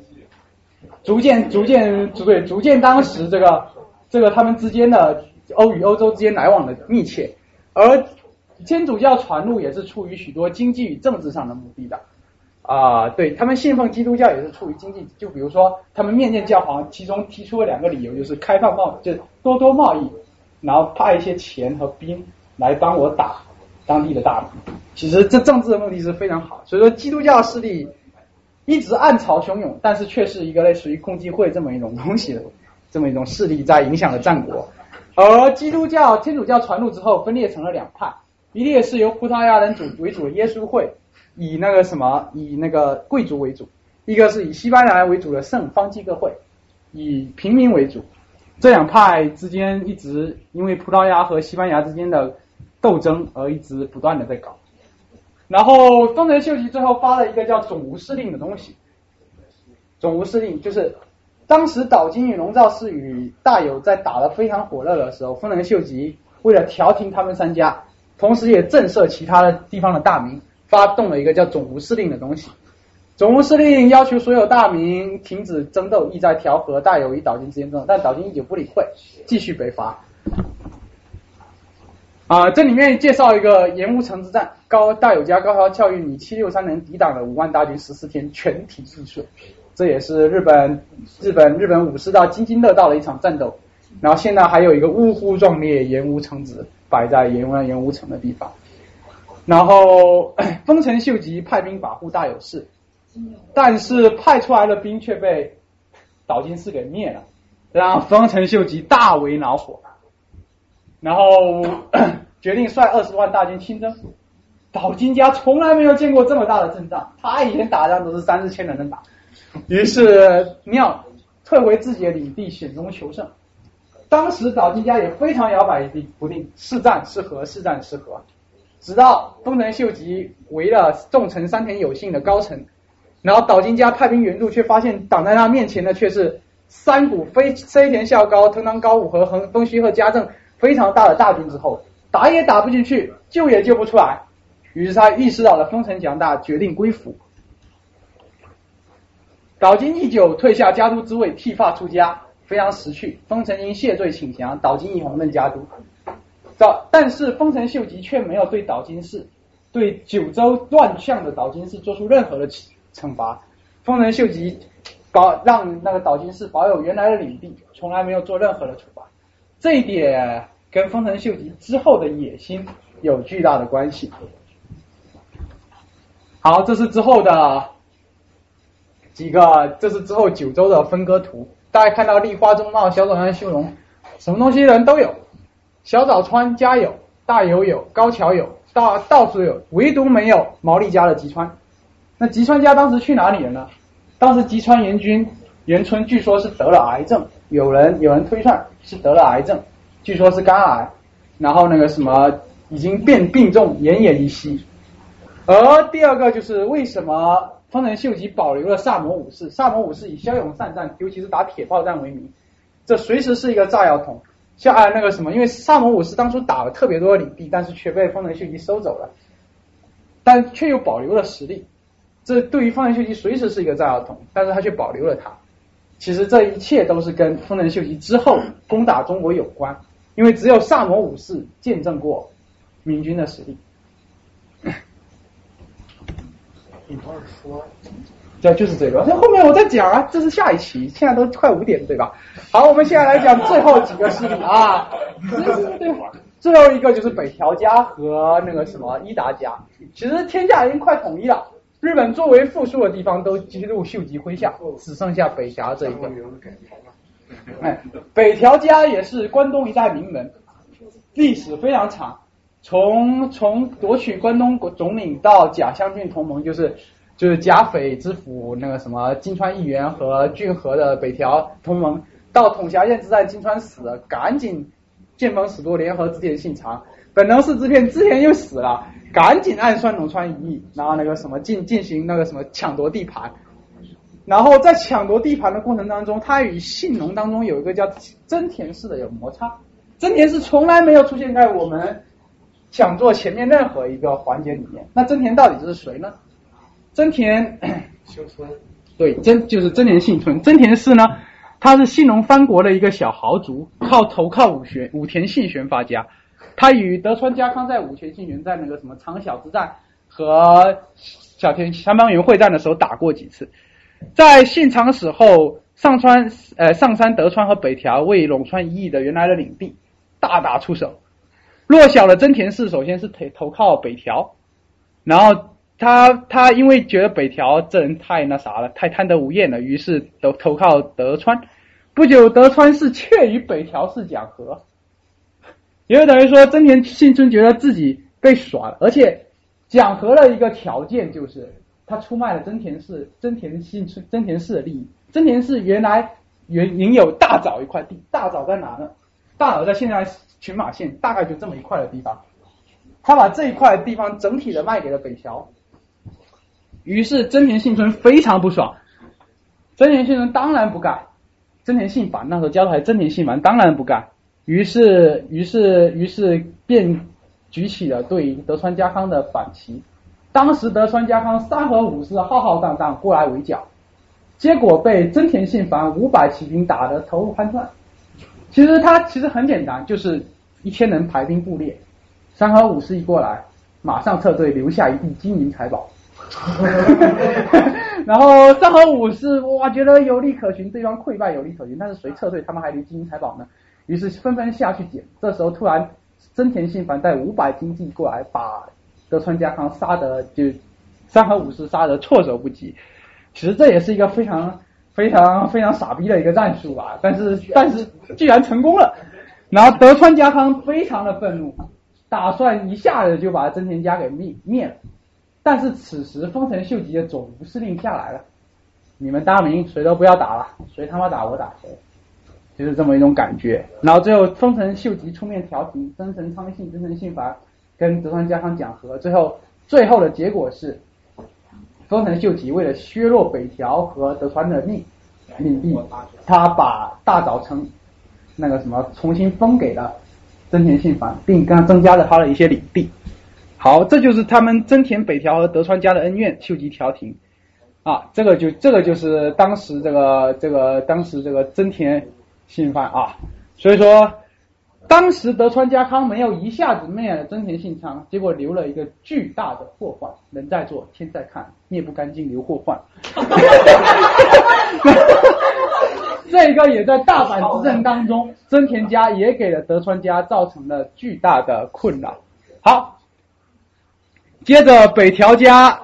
[SPEAKER 2] 这个他们之间的与欧洲之间来往的密切，而天主教传入也是出于许多经济与政治上的目的的。对，他们信奉基督教也是出于经济，就比如说他们面见教皇，其中提出了2个理由，就是开放贸易，就是多贸易，然后派一些钱和兵来帮我打当地的大民。其实这政治的目的是非常好，所以说基督教势力一直暗潮汹涌，但是却是一个类似于共济会这么一种东西的这么一种势力在影响了战国。而天主教传入之后分裂成了2派，一列是由葡萄牙人为主的耶稣会，以那个贵族为主，一个是以西班牙人为主的圣方济各会，以平民为主。这2派之间一直因为葡萄牙和西班牙之间的斗争而一直不断的在搞。然后丰臣秀吉最后发了一个叫总务司令的东西，总务司令就是当时岛津与龙造寺与大友在打得非常火热的时候，丰臣秀吉为了调停他们3家，同时也震慑其他的地方的大名，发动了一个叫总务司令的东西。总务司令要求所有大名停止争斗，意在调和大友与岛津之间争斗，但岛津依旧不理会，继续北伐。这里面介绍一个盐屋城之战，大友家高桥教育以763年抵挡了5万大军14天，全体易碎。这也是日本武士到津津乐道的一场战斗。然后现在还有一个呜呼壮烈盐屋城址摆在盐屋城的地方。然后丰臣秀吉派兵保护大友氏，但是派出来的兵却被岛津氏给灭了，让丰臣秀吉大为恼火，然后决定率20万大军亲征。岛津家从来没有见过这么大的阵仗，他以前打仗都是3-4千人能打，于是妙退回自己的领地，险中求胜。当时岛津家也非常摇摆不定，是战是和，是战是和，直到丰臣秀吉围了重臣山田有幸的高城，然后岛津家派兵援助，却发现挡在他面前的却是三股飞田孝高、藤堂高武和丰须贺家政非常大的大军之后，打也打不进去，救也救不出来。于是他意识到了丰臣强大，决定归附。岛津义久退下家督之位，剃发出家，非常识趣。丰臣因谢罪请降，岛津义弘任家督。但是丰臣秀吉却没有对岛津氏、对九州乱象的岛津氏做出任何的惩罚。丰臣秀吉让那个岛津氏保有原来的领地，从来没有做任何的处罚。这一点跟丰臣秀吉之后的野心有巨大的关系。好，这是之后九州的分割图。大家看到立花忠茂、小早川修荣，什么东西人都有，小早川家有，大友有，高桥有，到处有，唯独没有毛利家的吉川。那吉川家当时去哪里了呢？当时吉川元春据说是得了癌症，有人推算是得了癌症，据说是肝癌，然后已经病重，奄奄一息。而第二个就是为什么丰臣秀吉保留了萨摩武士？萨摩武士以骁勇善战，尤其是打铁炮战为名，这随时是一个炸药桶。因为萨摩武士当初打了特别多的领地，但是却被丰臣秀吉收走了，但却又保留了实力。这对于丰臣秀吉随时是一个炸药桶，但是他却保留了它。其实这一切都是跟丰臣秀吉之后攻打中国有关，因为只有萨摩武士见证过明军的实力。
[SPEAKER 3] 你倒是说，
[SPEAKER 2] 对，就是这个。那后面我再讲啊，这是下一期，现在都快5点，对吧？好，我们现在来讲最后几个势力啊。最后一个就是北条家和伊达家。其实天下已经快统一了，日本作为附属的地方都进入秀吉麾下，只剩下北条这一个。北条家也是关东一带名门，历史非常长。从夺取关东总领到甲乡郡同盟，就是甲斐之府金川义元和骏河的北条同盟，到统辖县之战金川死了，赶紧剑锋使多联合织田信长，本能寺之变织田又死了，赶紧暗算龙川一役，然后进行抢夺地盘。然后在抢夺地盘的过程当中，他与信浓当中有一个叫真田氏的有摩擦。真田氏从来没有出现在我们想做前面任何一个环节里面。那真田到底是谁呢？真田
[SPEAKER 3] 幸村，
[SPEAKER 2] 对，就是真田幸村。真田氏呢，他是信浓藩国的一个小豪族，投靠武田信玄发家。他与德川家康在武田信玄在那个什么长小之战和小田三邦元会战的时候打过几次。在信长死后，上杉德川和北条为陇川一役的原来的领地大打出手。弱小的真田氏首先是投靠北条，然后他因为觉得北条这人太那啥了，太贪得无厌了，于是都投靠德川。不久，德川氏却与北条氏讲和，也就等于说真田信村觉得自己被耍了，而且讲和了一个条件，就是他出卖了真田氏的利益。真田氏原来领有大沼一块地，大沼在哪呢？大沼在现在群马县，大概就这么一块的地方。他把这一块地方整体的卖给了北条，于是真田信村非常不爽。真田信村当然不干，真田信繁那时候叫他真田信繁当然不干，于是便举起了对德川家康的反旗。当时德川家康三河武士浩浩荡荡过来围剿，结果被真田信繁500骑兵打得头昏转。其实很简单，就是1000人排兵布列，三河武士一过来，马上撤退，留下一地金银财宝。然后三河武士哇觉得有利可循，对方溃败有利可循，但是谁撤退他们还留金银财宝呢？于是纷纷下去捡。这时候突然真田信繁带500精骑过来，把德川家康杀得就三河武士杀得措手不及。其实这也是一个非常傻逼的一个战术吧，但是居然成功了。然后德川家康非常的愤怒，打算一下子就把真田家给灭了。但是此时丰臣秀吉的总务司令下来了，你们大明谁都不要打了，谁他妈打我打谁，就是这么一种感觉。然后最后丰臣秀吉出面调停，真田昌信、真田信繁跟德川家康讲和，最后的结果是丰臣秀吉为了削弱北条和德川的领地，他把大沼城那个什么重新分给了真田信繁，并跟增加了他的一些领地。好，这就是他们真田北条和德川家的恩怨，秀吉调停啊，这个就是当时这个真田信繁啊，所以说当时德川家康没有一下子灭了真田信长，结果留了一个巨大的祸患，人在做天在看，灭不干净留祸患。这个也在大阪之战当中，真田家也给了德川家造成了巨大的困扰。好，接着北条家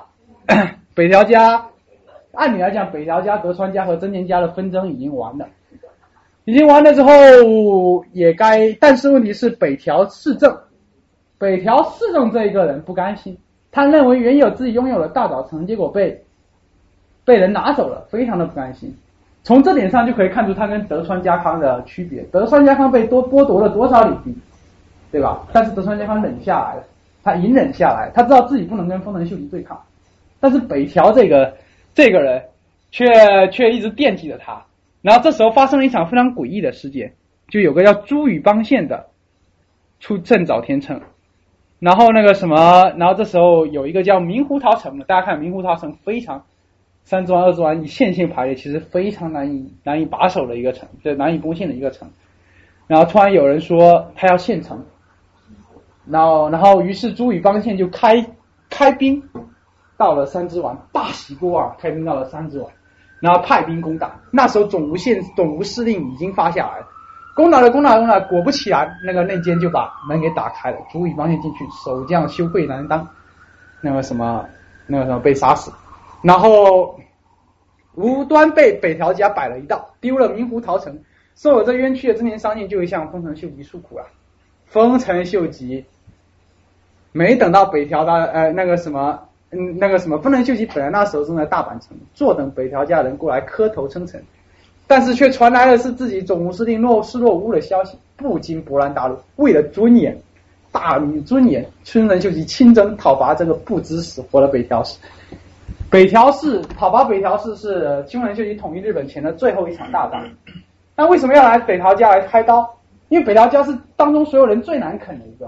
[SPEAKER 2] 按理来讲，北条家、德川家和真田家的纷争已经完了之后但是问题是北条氏政这一个人不甘心，他认为原有自己拥有的大沼城，结果被人拿走了，非常的不甘心。从这点上就可以看出他跟德川家康的区别。德川家康被剥夺了多少领地，对吧？但是德川家康忍下来了，他隐忍下来，他知道自己不能跟丰臣秀吉对抗，但是北条这个人却一直惦记着他。然后这时候发生了一场非常诡异的事件，就有个叫朱羽邦宪的出阵早田城，然后这时候有一个叫明湖桃城的，大家看明湖桃城非常3之丸2之丸以线性排列，其实非常难以把守的一个城，就难以攻陷的一个城。然后突然有人说他要献城，然后于是朱羽邦宪就开兵到了3之丸，大喜过望，开兵到了3之丸，然后派兵攻打。那时候总务司令已经发下来了，攻打，果不其然，那个内奸就把门给打开了，朱羽邦宪进去，守将羞愧难当，那个什么被杀死。然后无端被北条家摆了一道，丢了明湖桃城，受了这冤屈的真田商信就会向丰臣秀吉诉苦啊。丰臣秀吉没等到北条的丰臣秀吉本来那时候正在大阪城，坐等北条家人过来磕头称臣，但是却传来的是自己总务司令视若无物的消息，不禁勃然大怒，为了尊严，大明尊严，丰臣秀吉亲征讨伐这个不知死活的北条氏。讨伐北条氏是丰臣秀吉统一日本前的最后一场大战。那为什么要来北条家来开刀？因为北条家是当中所有人最难啃的一个，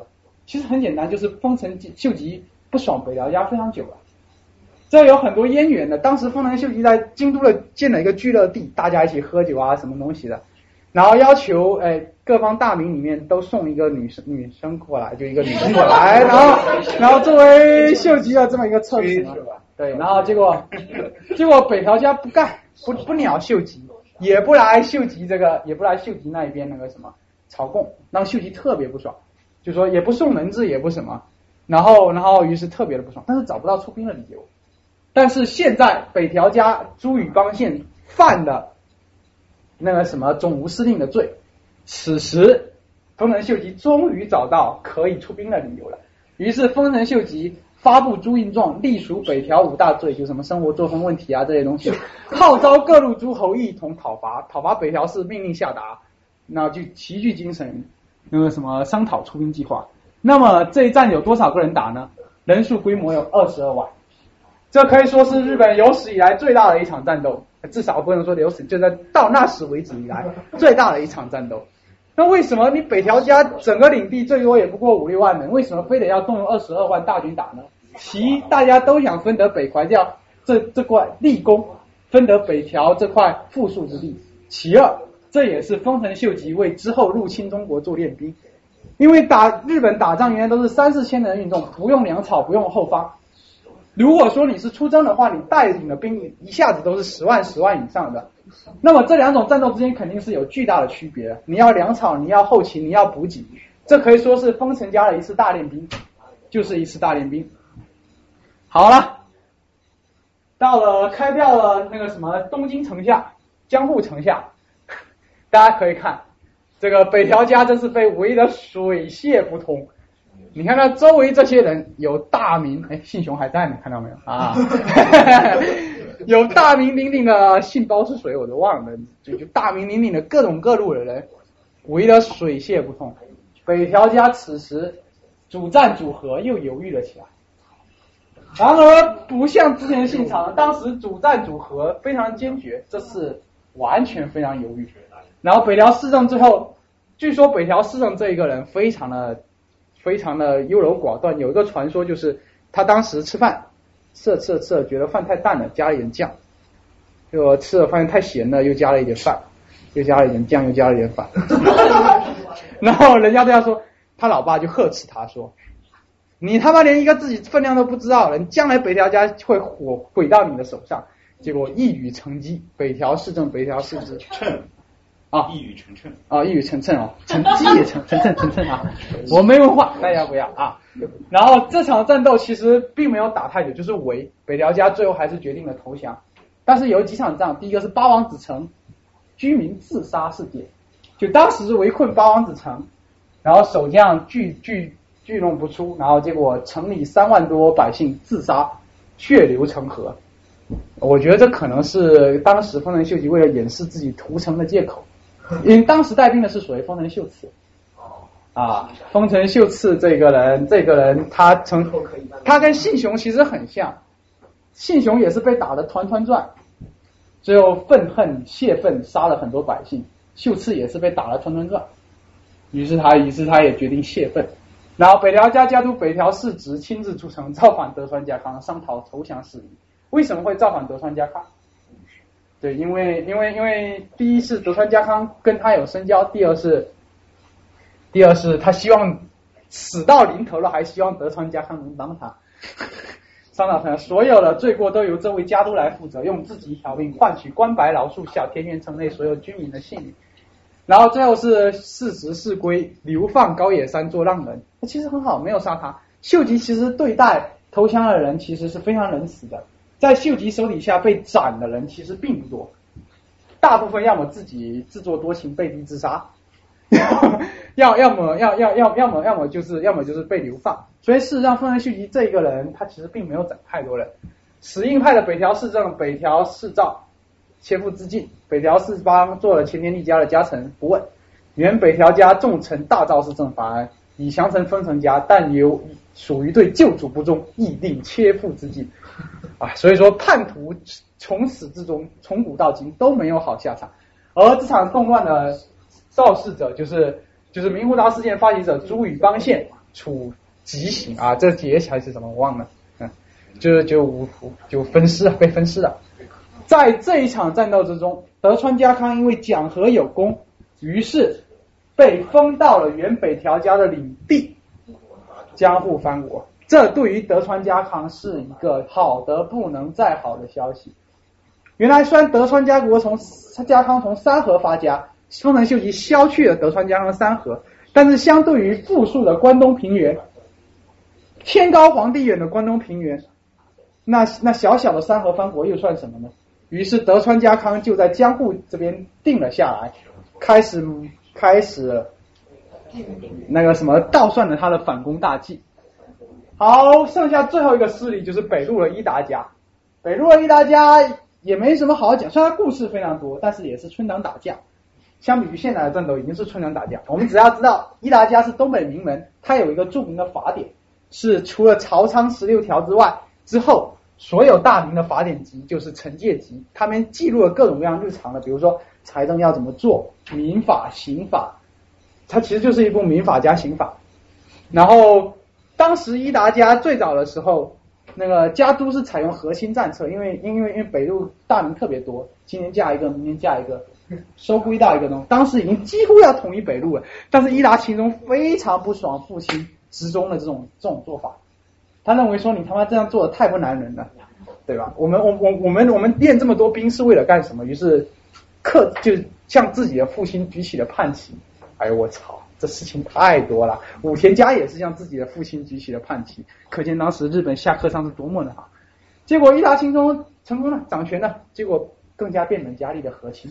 [SPEAKER 2] 其实很简单，就是丰臣秀吉不爽北条家非常久了，这有很多渊源的。当时丰臣秀吉在京都的建了一个聚乐地，大家一起喝酒啊什么东西的，然后要求各方大名里面都送一个女生过来，就一个女生过来，然后作为秀吉的这么一个侧室嘛，对，然后结果北条家不干，不鸟秀吉，也不来秀吉那一边那个什么朝贡，让秀吉特别不爽，就说也不送人质也不什么，然后于是特别的不爽，但是找不到出兵的理由。但是现在北条家朱羽邦宪犯的那个什么总务司令的罪，此时丰臣秀吉终于找到可以出兵的理由了，于是丰臣秀吉发布朱印状，隶属北条5大罪，就什么生活作风问题啊这些东西，号召各路诸侯一同讨伐北条氏，命令下达，那就齐聚精神，那个什么商讨出兵计划。那么这一战有多少个人打呢？人数规模有22万，这可以说是日本有史以来最大的一场战斗，至少不能说有史，就在到那时为止以来最大的一场战斗。那为什么你北条家整个领地最多也不过5-6万人，为什么非得要动用22万大军打呢？其一，大家都想分得北条家这块立功，分得北条这块富庶之地。其二，这也是丰臣秀吉为之后入侵中国做练兵，因为日本打仗原来都是3-4千人运动，不用粮草，不用后方。如果说你是出征的话，你带领的兵力一下子都是10万以上的，那么这两种战斗之间肯定是有巨大的区别的。你要粮草，你要后勤，你要补给，这可以说是丰臣家的一次大练兵，就是一次大练兵。好了，开掉了那个什么东京城下、江户城下，大家可以看这个北条家真是被围得水泄不通。你看他周围这些人有大名，信雄还在呢，看到没有啊？有大名鼎鼎的信包是谁我都忘了，就大名鼎鼎的各种各路的人围得水泄不通。北条家此时主战主和又犹豫了起来，然而不像之前信长，当时主战主和非常坚决，这次完全非常犹豫。然后北条氏政最后，据说北条氏政这一个人非常的优柔寡断，有一个传说就是他当时吃饭吃了觉得饭太淡了，加了一点酱，就吃了发现太咸了，又加了一点饭，又加了一点酱，又加了一点饭。然后人家对他说，他老爸就呵斥他说，你他妈连一个自己分量都不知道，人将来北条家会毁到你的手上。结果一语成谶，北条氏政，北条氏之
[SPEAKER 4] 一语成谶
[SPEAKER 2] 一语成谶成谶也成谶啊！我没文化，大家不要啊。然后这场战斗其实并没有打太久，就是围北条家最后还是决定了投降。但是有几场仗，第一个是八王子城居民自杀事件，就当时是围困八王子城，然后守将聚弄不出，然后结果城里3万多百姓自杀，血流成河。我觉得这可能是当时丰臣秀吉为了掩饰自己屠城的借口，因为当时带兵的是谁？丰臣秀次。丰臣秀次这个人他跟信雄其实很像，信雄也是被打得团团转，最后愤恨泄愤杀了很多百姓，秀次也是被打得团团转，于是他也决定泄愤。然后北条家家督北条氏直亲自出城造访德川家康，商讨投降事宜。为什么会造访德川家康？对，因为第一是德川家康跟他有深交，第二是他希望死到临头了，还希望德川家康能帮他。商讨成所有的罪过都由这位家督来负责，用自己一条命换取关白老树下田园城内所有居民的性命。然后最后是事实是归，流放高野山做浪人，其实很好，没有杀他。秀吉其实对待投降的人其实是非常仁慈的，在秀吉手底下被斩的人其实并不多，大部分要么自己自作多情被逼自杀，要么就是被流放。所以事实上丰臣秀吉这一个人他其实并没有斩太多人。死硬派的北条氏政、北条氏照切腹自尽，北条氏帮做了前田利家的家臣不问，原北条家重臣大赵氏政法案，以降臣丰臣家，但由属于对旧主不忠，亦令切腹自尽。所以说叛徒从始至终，从古到今都没有好下场。而这场动乱的肇事者就是明户刀事件发起者朱羽邦宪， 处极刑啊，这节还是什么我忘了，就分尸了，被分尸了。在这一场战斗之中，德川家康因为讲和有功，于是被封到了原北条家的领地江户藩国。这对于德川家康是一个好的不能再好的消息。原来虽然德川家康从三河发家，丰臣秀吉削去了德川家康的三河，但是相对于富庶的关东平原，天高皇帝远的关东平原，那小小的三河藩国又算什么呢？于是德川家康就在江户这边定了下来，开始那个什么倒算了他的反攻大计。好，剩下最后一个势力就是北陆的伊达家。北陆的伊达家也没什么好讲，虽然故事非常多，但是也是村长打架。相比于现在的战斗，已经是村长打架。我们只要知道伊达家是东北名门，它有一个著名的法典，是除了朝仓16条之后所有大名的法典集就是惩戒集，他们记录了各种各样日常的，比如说财政要怎么做，民法、刑法，它其实就是一部民法加刑法。然后当时伊达家最早的时候，那个家督是采用核心战策，因为北陆大名特别多，今年嫁一个，明年嫁一个，收归到一个东，当时已经几乎要统一北陆了。但是伊达秦宗非常不爽父亲执中的这种做法，他认为说你他妈这样做的太不男人了，对吧？我们练这么多兵是为了干什么？于是就向自己的父亲举起了叛旗。哎呦我操！这事情太多了，武田家也是向自己的父亲举起了叛旗，可见当时日本下课上是多么的好。结果伊达秦宗成功了，掌权了，结果更加变本加厉的和亲。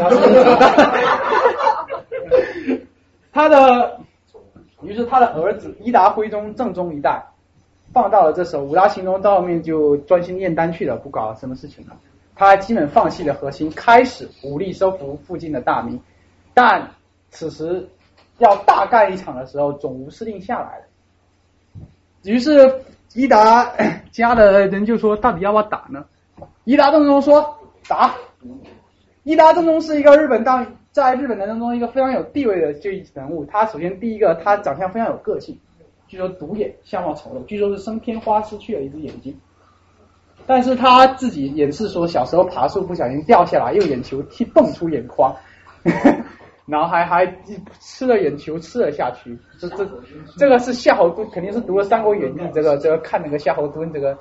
[SPEAKER 2] 于是他的儿子伊达徽宗正宗一代放到了这时候，武田秦宗到后面就专心炼丹去了，不搞什么事情了。他基本放弃了核心，开始武力收服附近的大名，但此时要大干一场的时候，总无司令下来了。于是伊达家的人就说，到底要不要打呢？伊达正宗说打。伊达正宗是一个在日本人中一个非常有地位的人物。他首先第一个，他长相非常有个性，据说独眼，相貌丑陋，据说是生天花失去了一只眼睛。但是他自己演示说，小时候爬树不小心掉下来，右眼球蹦出眼眶。然后还吃了眼球吃了下去，这个是夏侯惇，肯定是读了《三国演义》，这个看那个夏侯惇这个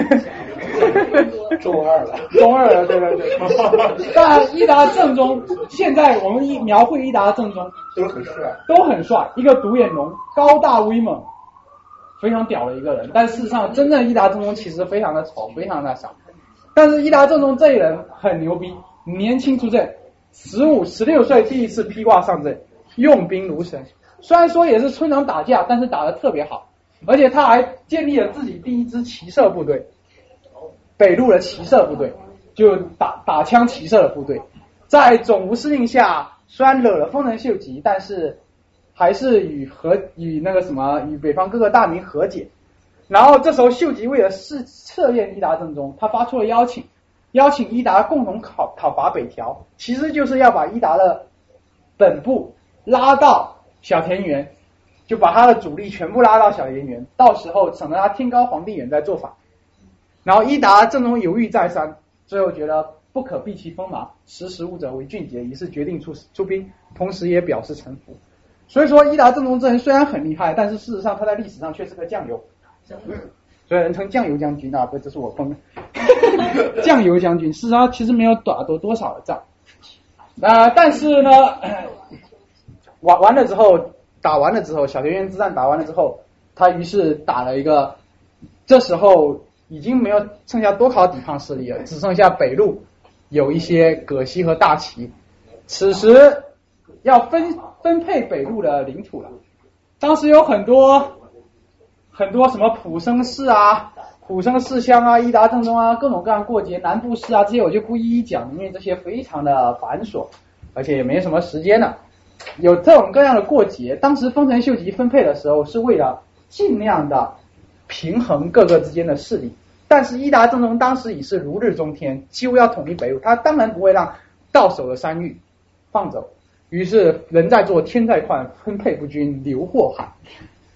[SPEAKER 3] 中二了，
[SPEAKER 2] 对。但伊达正宗，现在我们描绘伊达正宗都很帅，一个独眼龙，高大威猛，非常屌的一个人。但事实上，真正伊达正宗其实非常的丑，非常的傻。但是伊达正宗这一人很牛逼，年轻出阵。16岁第一次披挂上阵，用兵如神。虽然说也是村长打架，但是打得特别好，而且他还建立了自己第一支骑射部队，北陆的骑射部队，就打枪骑射的部队。在总无司令下，虽然惹了丰臣秀吉，但是还是与北方各个大名和解。然后这时候秀吉为了测验伊达正宗，他发出了邀请伊达共同讨伐北条，其实就是要把伊达的本部拉到小田园，就把他的主力全部拉到小田园，到时候省得他天高皇帝远再做法。然后伊达正宗犹豫再三，最后觉得不可避其锋芒，识时务者为俊杰，于是决定出兵，同时也表示臣服。所以说伊达正宗这人虽然很厉害，但是事实上他在历史上却是个酱油。所以人称酱油将军啊，不，这是我封的酱油将军。事实上其实没有打多少的仗，但是呢，打完了之后，小田园之战打完了之后，他于是打了一个，这时候已经没有剩下多少抵抗势力了，只剩下北陆有一些葛西和大崎，此时要分配北陆的领土了。当时有很多什么浦生氏乡啊、伊达正宗啊，各种各样过节，南部氏啊，这些我就不一一讲，因为这些非常的繁琐，而且也没什么时间了。有这种各样的过节，当时丰臣秀吉分配的时候是为了尽量的平衡各个之间的势力，但是伊达正宗当时已是如日中天，几乎要统一北陆，他当然不会让到手的山域放走，于是人在做天在看，分配不均，留祸害。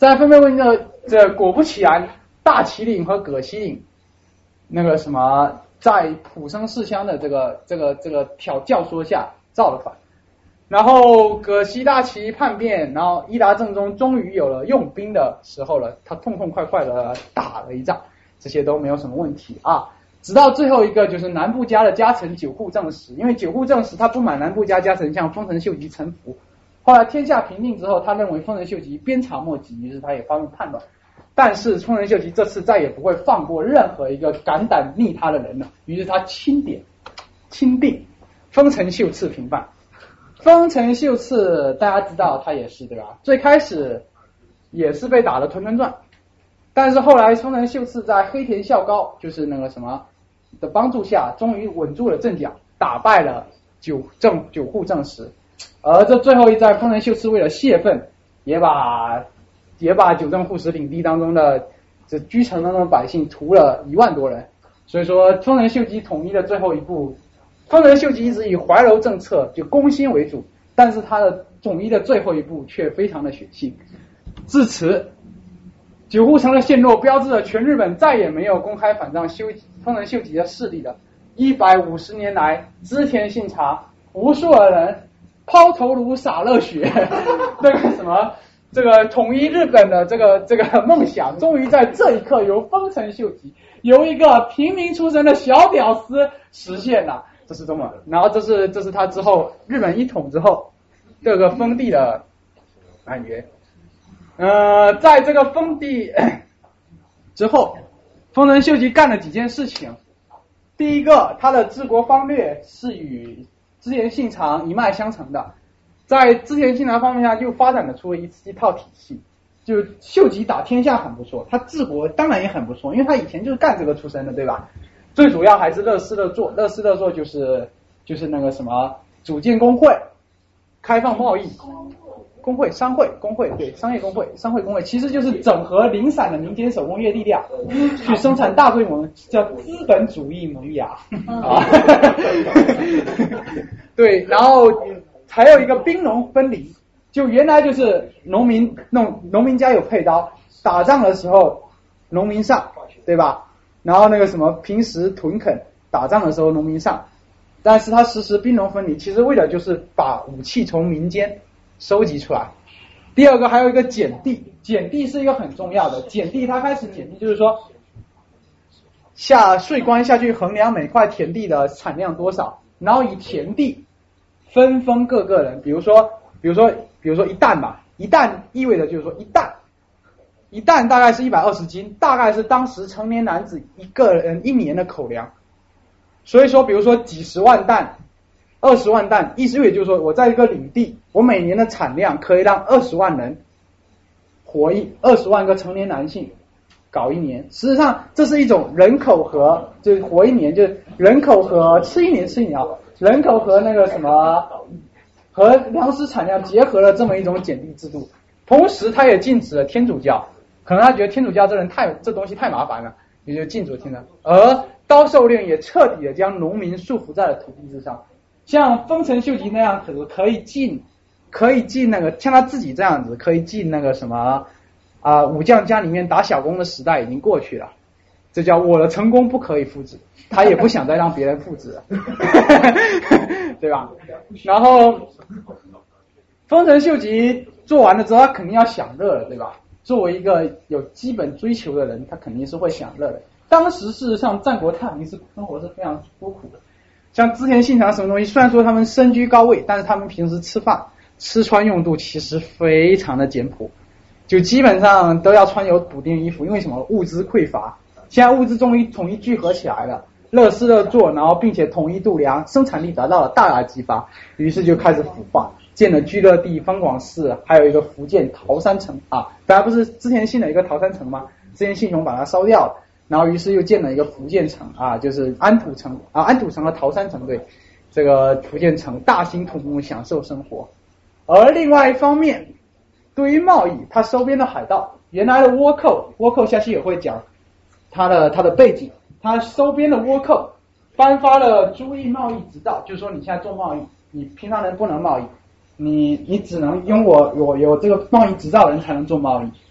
[SPEAKER 2] 在分配问题这果不其然，大旗岭和葛西岭那个什么，在浦生世乡的这个教唆下造了反。然后葛西大旗叛变，然后伊达政宗终于有了用兵的时候了，他痛痛快快的打了一仗，这些都没有什么问题啊。直到最后一个就是南部家的家臣久户正实，因为久户正实他不满南部家家臣向丰臣秀吉臣服，后来天下平定之后，他认为丰臣秀吉鞭长莫及，于是他也发动叛乱。但是丰臣秀吉这次再也不会放过任何一个敢胆逆他的人了，于是他钦定丰臣秀次平叛。丰臣秀次大家知道他也是对吧？最开始也是被打得团团转，但是后来丰臣秀次在黑田孝高就是那个什么的帮助下，终于稳住了阵脚，打败了久户正实。而这最后一战，丰臣秀次为了泄愤，也把九政户实领地当中的这居城当中的百姓屠了1万多人。所以说丰臣秀吉统一的最后一步，丰臣秀吉一直以怀柔政策就攻心为主，但是他的统一的最后一步却非常的血腥。至此九户成了陷落，标志着全日本再也没有公开反抗丰臣秀吉的势力了。150年来织田信长无数的人抛头颅洒热血那个什么这个统一日本的这个梦想，终于在这一刻由丰臣秀吉由一个平民出身的小屌丝实现了，这是这么。然后这是他之后日本一统之后这个封地的感觉。在这个封地之后，丰臣秀吉干了几件事情。第一个，他的治国方略是与织田信长一脉相承的，在织田信长方面下又发展了出一套体系。就秀吉打天下很不错，他治国当然也很不错，因为他以前就是干这个出身的，对吧？最主要还是乐施乐作，乐施乐作就是那个什么组建工会，开放贸易。工会、商会、工会，对，商业工会、商会工会，其实就是整合零散的民间手工业力量，去生产大规模，叫资本主义萌芽啊。对，然后还有一个兵农分离，就原来就是农民家有配刀，打仗的时候农民上，对吧？然后那个什么平时屯垦，打仗的时候农民上，但是他实施兵农分离，其实为了就是把武器从民间收集出来。第二个还有一个减地，减地是一个很重要的，减地它开始减地就是说下税关下去衡量每块田地的产量多少，然后以田地分封各个人，比如说一担吧，一担意味着就是说一担大概是120斤，大概是当时成年男子一个人1年的口粮。所以说比如说几十万担20万担，意思也就是说我在一个领地，我每年的产量可以让20万人活20万个成年男性搞1年。实际上这是一种人口和就是活1年，就是人口和吃1年啊，人口和那个什么和粮食产量结合了这么一种减地制度。同时他也禁止了天主教，可能他觉得天主教这东西太麻烦了，也就禁止了天主教。而刀狩令也彻底的将农民束缚在了土地之上。像丰臣秀吉那样可以进那个像他自己这样子可以进那个什么武将家里面打小工的时代已经过去了，这叫我的成功不可以复制，他也不想再让别人复制了对吧？然后丰臣秀吉做完了之后他肯定要享乐了，对吧？作为一个有基本追求的人，他肯定是会享乐的。当时事实上战国太平是生活是非常艰苦的，像织田信长什么东西，虽然说他们身居高位，但是他们平时吃饭吃穿用度其实非常的简朴，就基本上都要穿有补丁衣服，因为什么物资匮乏。现在物资终于统一聚合起来了，乐施乐作，然后并且统一度量，生产力得到了大大激发，于是就开始腐化，建了居乐地、方广寺，还有一个福建桃山城啊，本来不是之前新的一个桃山城吗？之前信雄把它烧掉了，然后于是又建了一个福建城啊，就是安土城和桃山城，对，这个福建城大兴土木，享受生活。而另外一方面，对于贸易，他收编的海盗，原来的倭寇下期也会讲他的背景，他收编的倭寇颁发了诸役贸易执照，就是说你现在做贸易，你平常人不能贸易，你只能用我有这个贸易执照的人才能做贸易。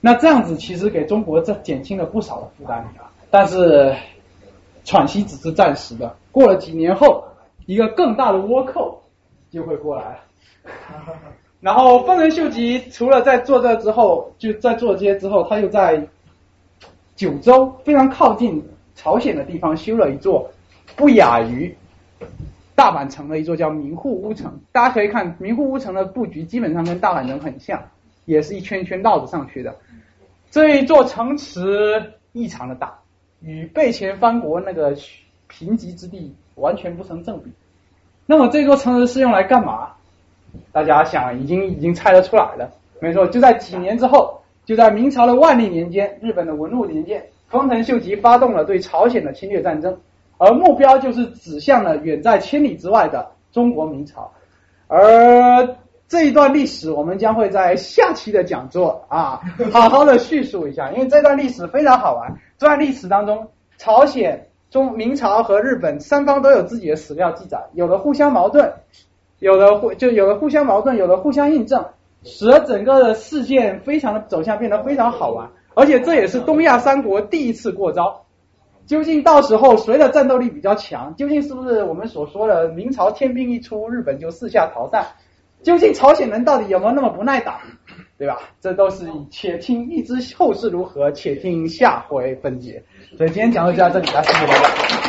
[SPEAKER 2] 那这样子其实给中国这减轻了不少的负担，但是喘息只是暂时的，过了几年后，一个更大的倭寇就会过来了。然后丰臣秀吉除了在做这之后，就在做这些之后，他又在九州非常靠近朝鲜的地方修了一座不亚于大阪城的一座叫名护屋城。大家可以看名护屋城的布局基本上跟大阪城很像，也是一圈一圈绕着上去的。这一座城池异常的大，与备前藩国那个贫瘠之地完全不成正比。那么这座城池是用来干嘛？大家想已经猜得出来了，没错，就在几年之后，就在明朝的万历年间，日本的文禄年间，丰臣秀吉发动了对朝鲜的侵略战争，而目标就是指向了远在千里之外的中国明朝。而这一段历史我们将会在下期的讲座好好的叙述一下，因为这段历史非常好玩。这段历史当中，朝鲜、明朝和日本三方都有自己的史料记载，有的互相矛盾，有的互相矛盾，有的互相印证，使得整个的事件非常的走向变得非常好玩。而且这也是东亚三国第一次过招。究竟到时候谁的战斗力比较强？究竟是不是我们所说的明朝天兵一出，日本就四下逃散？究竟朝鲜人到底有没有那么不耐打，对吧？这都是且听一知后事如何，且听下回分解。所以今天讲就到这里了，谢谢大家。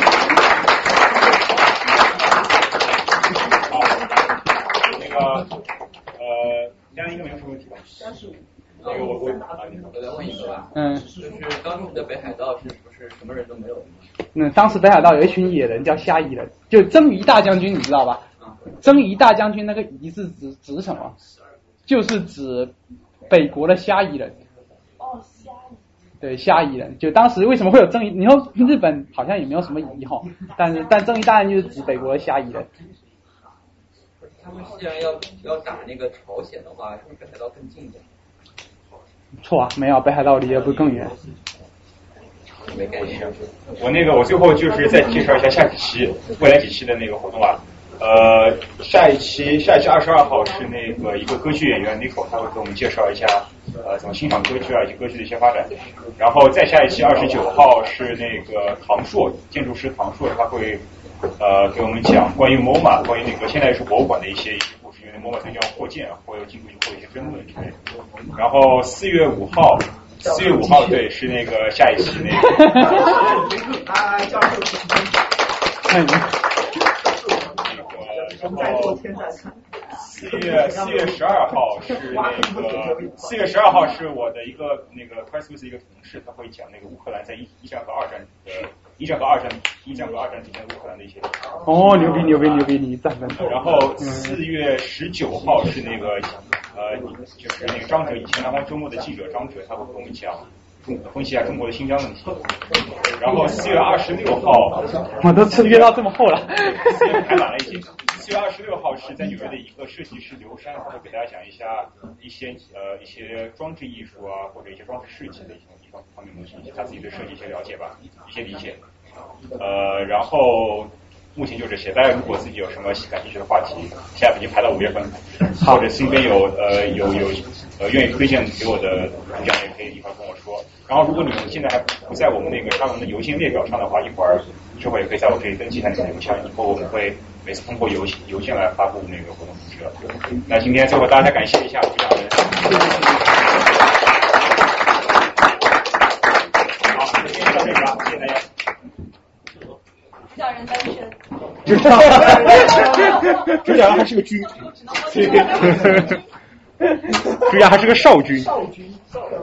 [SPEAKER 4] 嘉宾应该没有什么问题吧？35。那个我再问一个吧。就是当时的北海道是不是什么人都没有？
[SPEAKER 2] 当时北海道有一群野人叫虾夷人，就征夷大将军，你知道吧？征夷大将军那个夷是指什么？就是指北国的虾夷人。虾夷。对，虾夷人，就当时为什么会有征夷？你说日本好像也没有什么夷哈，但征夷大将军就是指北国的虾夷人。
[SPEAKER 13] 他们既然要打那个朝鲜的话，是不是北海道更近一点？
[SPEAKER 2] 错啊，没有，北海道离得不更远。
[SPEAKER 13] 没概念。
[SPEAKER 4] 我最后就是再介绍一下未来几期的那个活动啊。下一期22号是那个一个歌剧演员 Nico， 他会给我们介绍一下怎么欣赏歌剧以及歌剧的一些发展。然后再下一期29号是那个唐硕建筑师唐硕，他会给我们讲关于 MoMA， 关于那个现代艺术博物馆的一些故事，因为 MoMA 最近要扩建，会有进入会有一些争论之类的。然后4月5号对是那个下一期那个
[SPEAKER 5] 教授在做天在看。
[SPEAKER 4] 4月12号是那个4月12号是我的一个那个 Christmas 一个同事，他会讲那个乌克兰在一战和二战底下乌克兰的一些。
[SPEAKER 2] 哦，牛逼，你赞成。
[SPEAKER 4] 然后4月19号是那个就是那个张哲，以前南方周末的记者张哲，他会跟我们讲分析一下中国的新疆问题。然后4月26号，
[SPEAKER 2] 我都约到这么厚了，
[SPEAKER 4] 太晚了已经。4月26号是在纽约的一个设计师刘山，他会给大家讲一下一些装置艺术啊，或者一些装置设计的一方面的东西，以及他自己对设计一些了解吧，一些理解。然后目前就这些，大家如果自己有什么感兴趣的话题，现在已经排到5月份，或者身边有愿意推荐给我的主讲，也可以一会儿跟我说。然后如果你现在还不在我们那个沙龙的邮件列表上的话，一会儿也可以在我这里登记一下你的邮箱，以后我们会每次通过邮件来发布那个活动通知。那今天最后大家感谢一下主讲人。好，今天就到这里了，谢谢大家。
[SPEAKER 6] 叫人单身。
[SPEAKER 12] 主讲人还是个军，主讲还是个少军。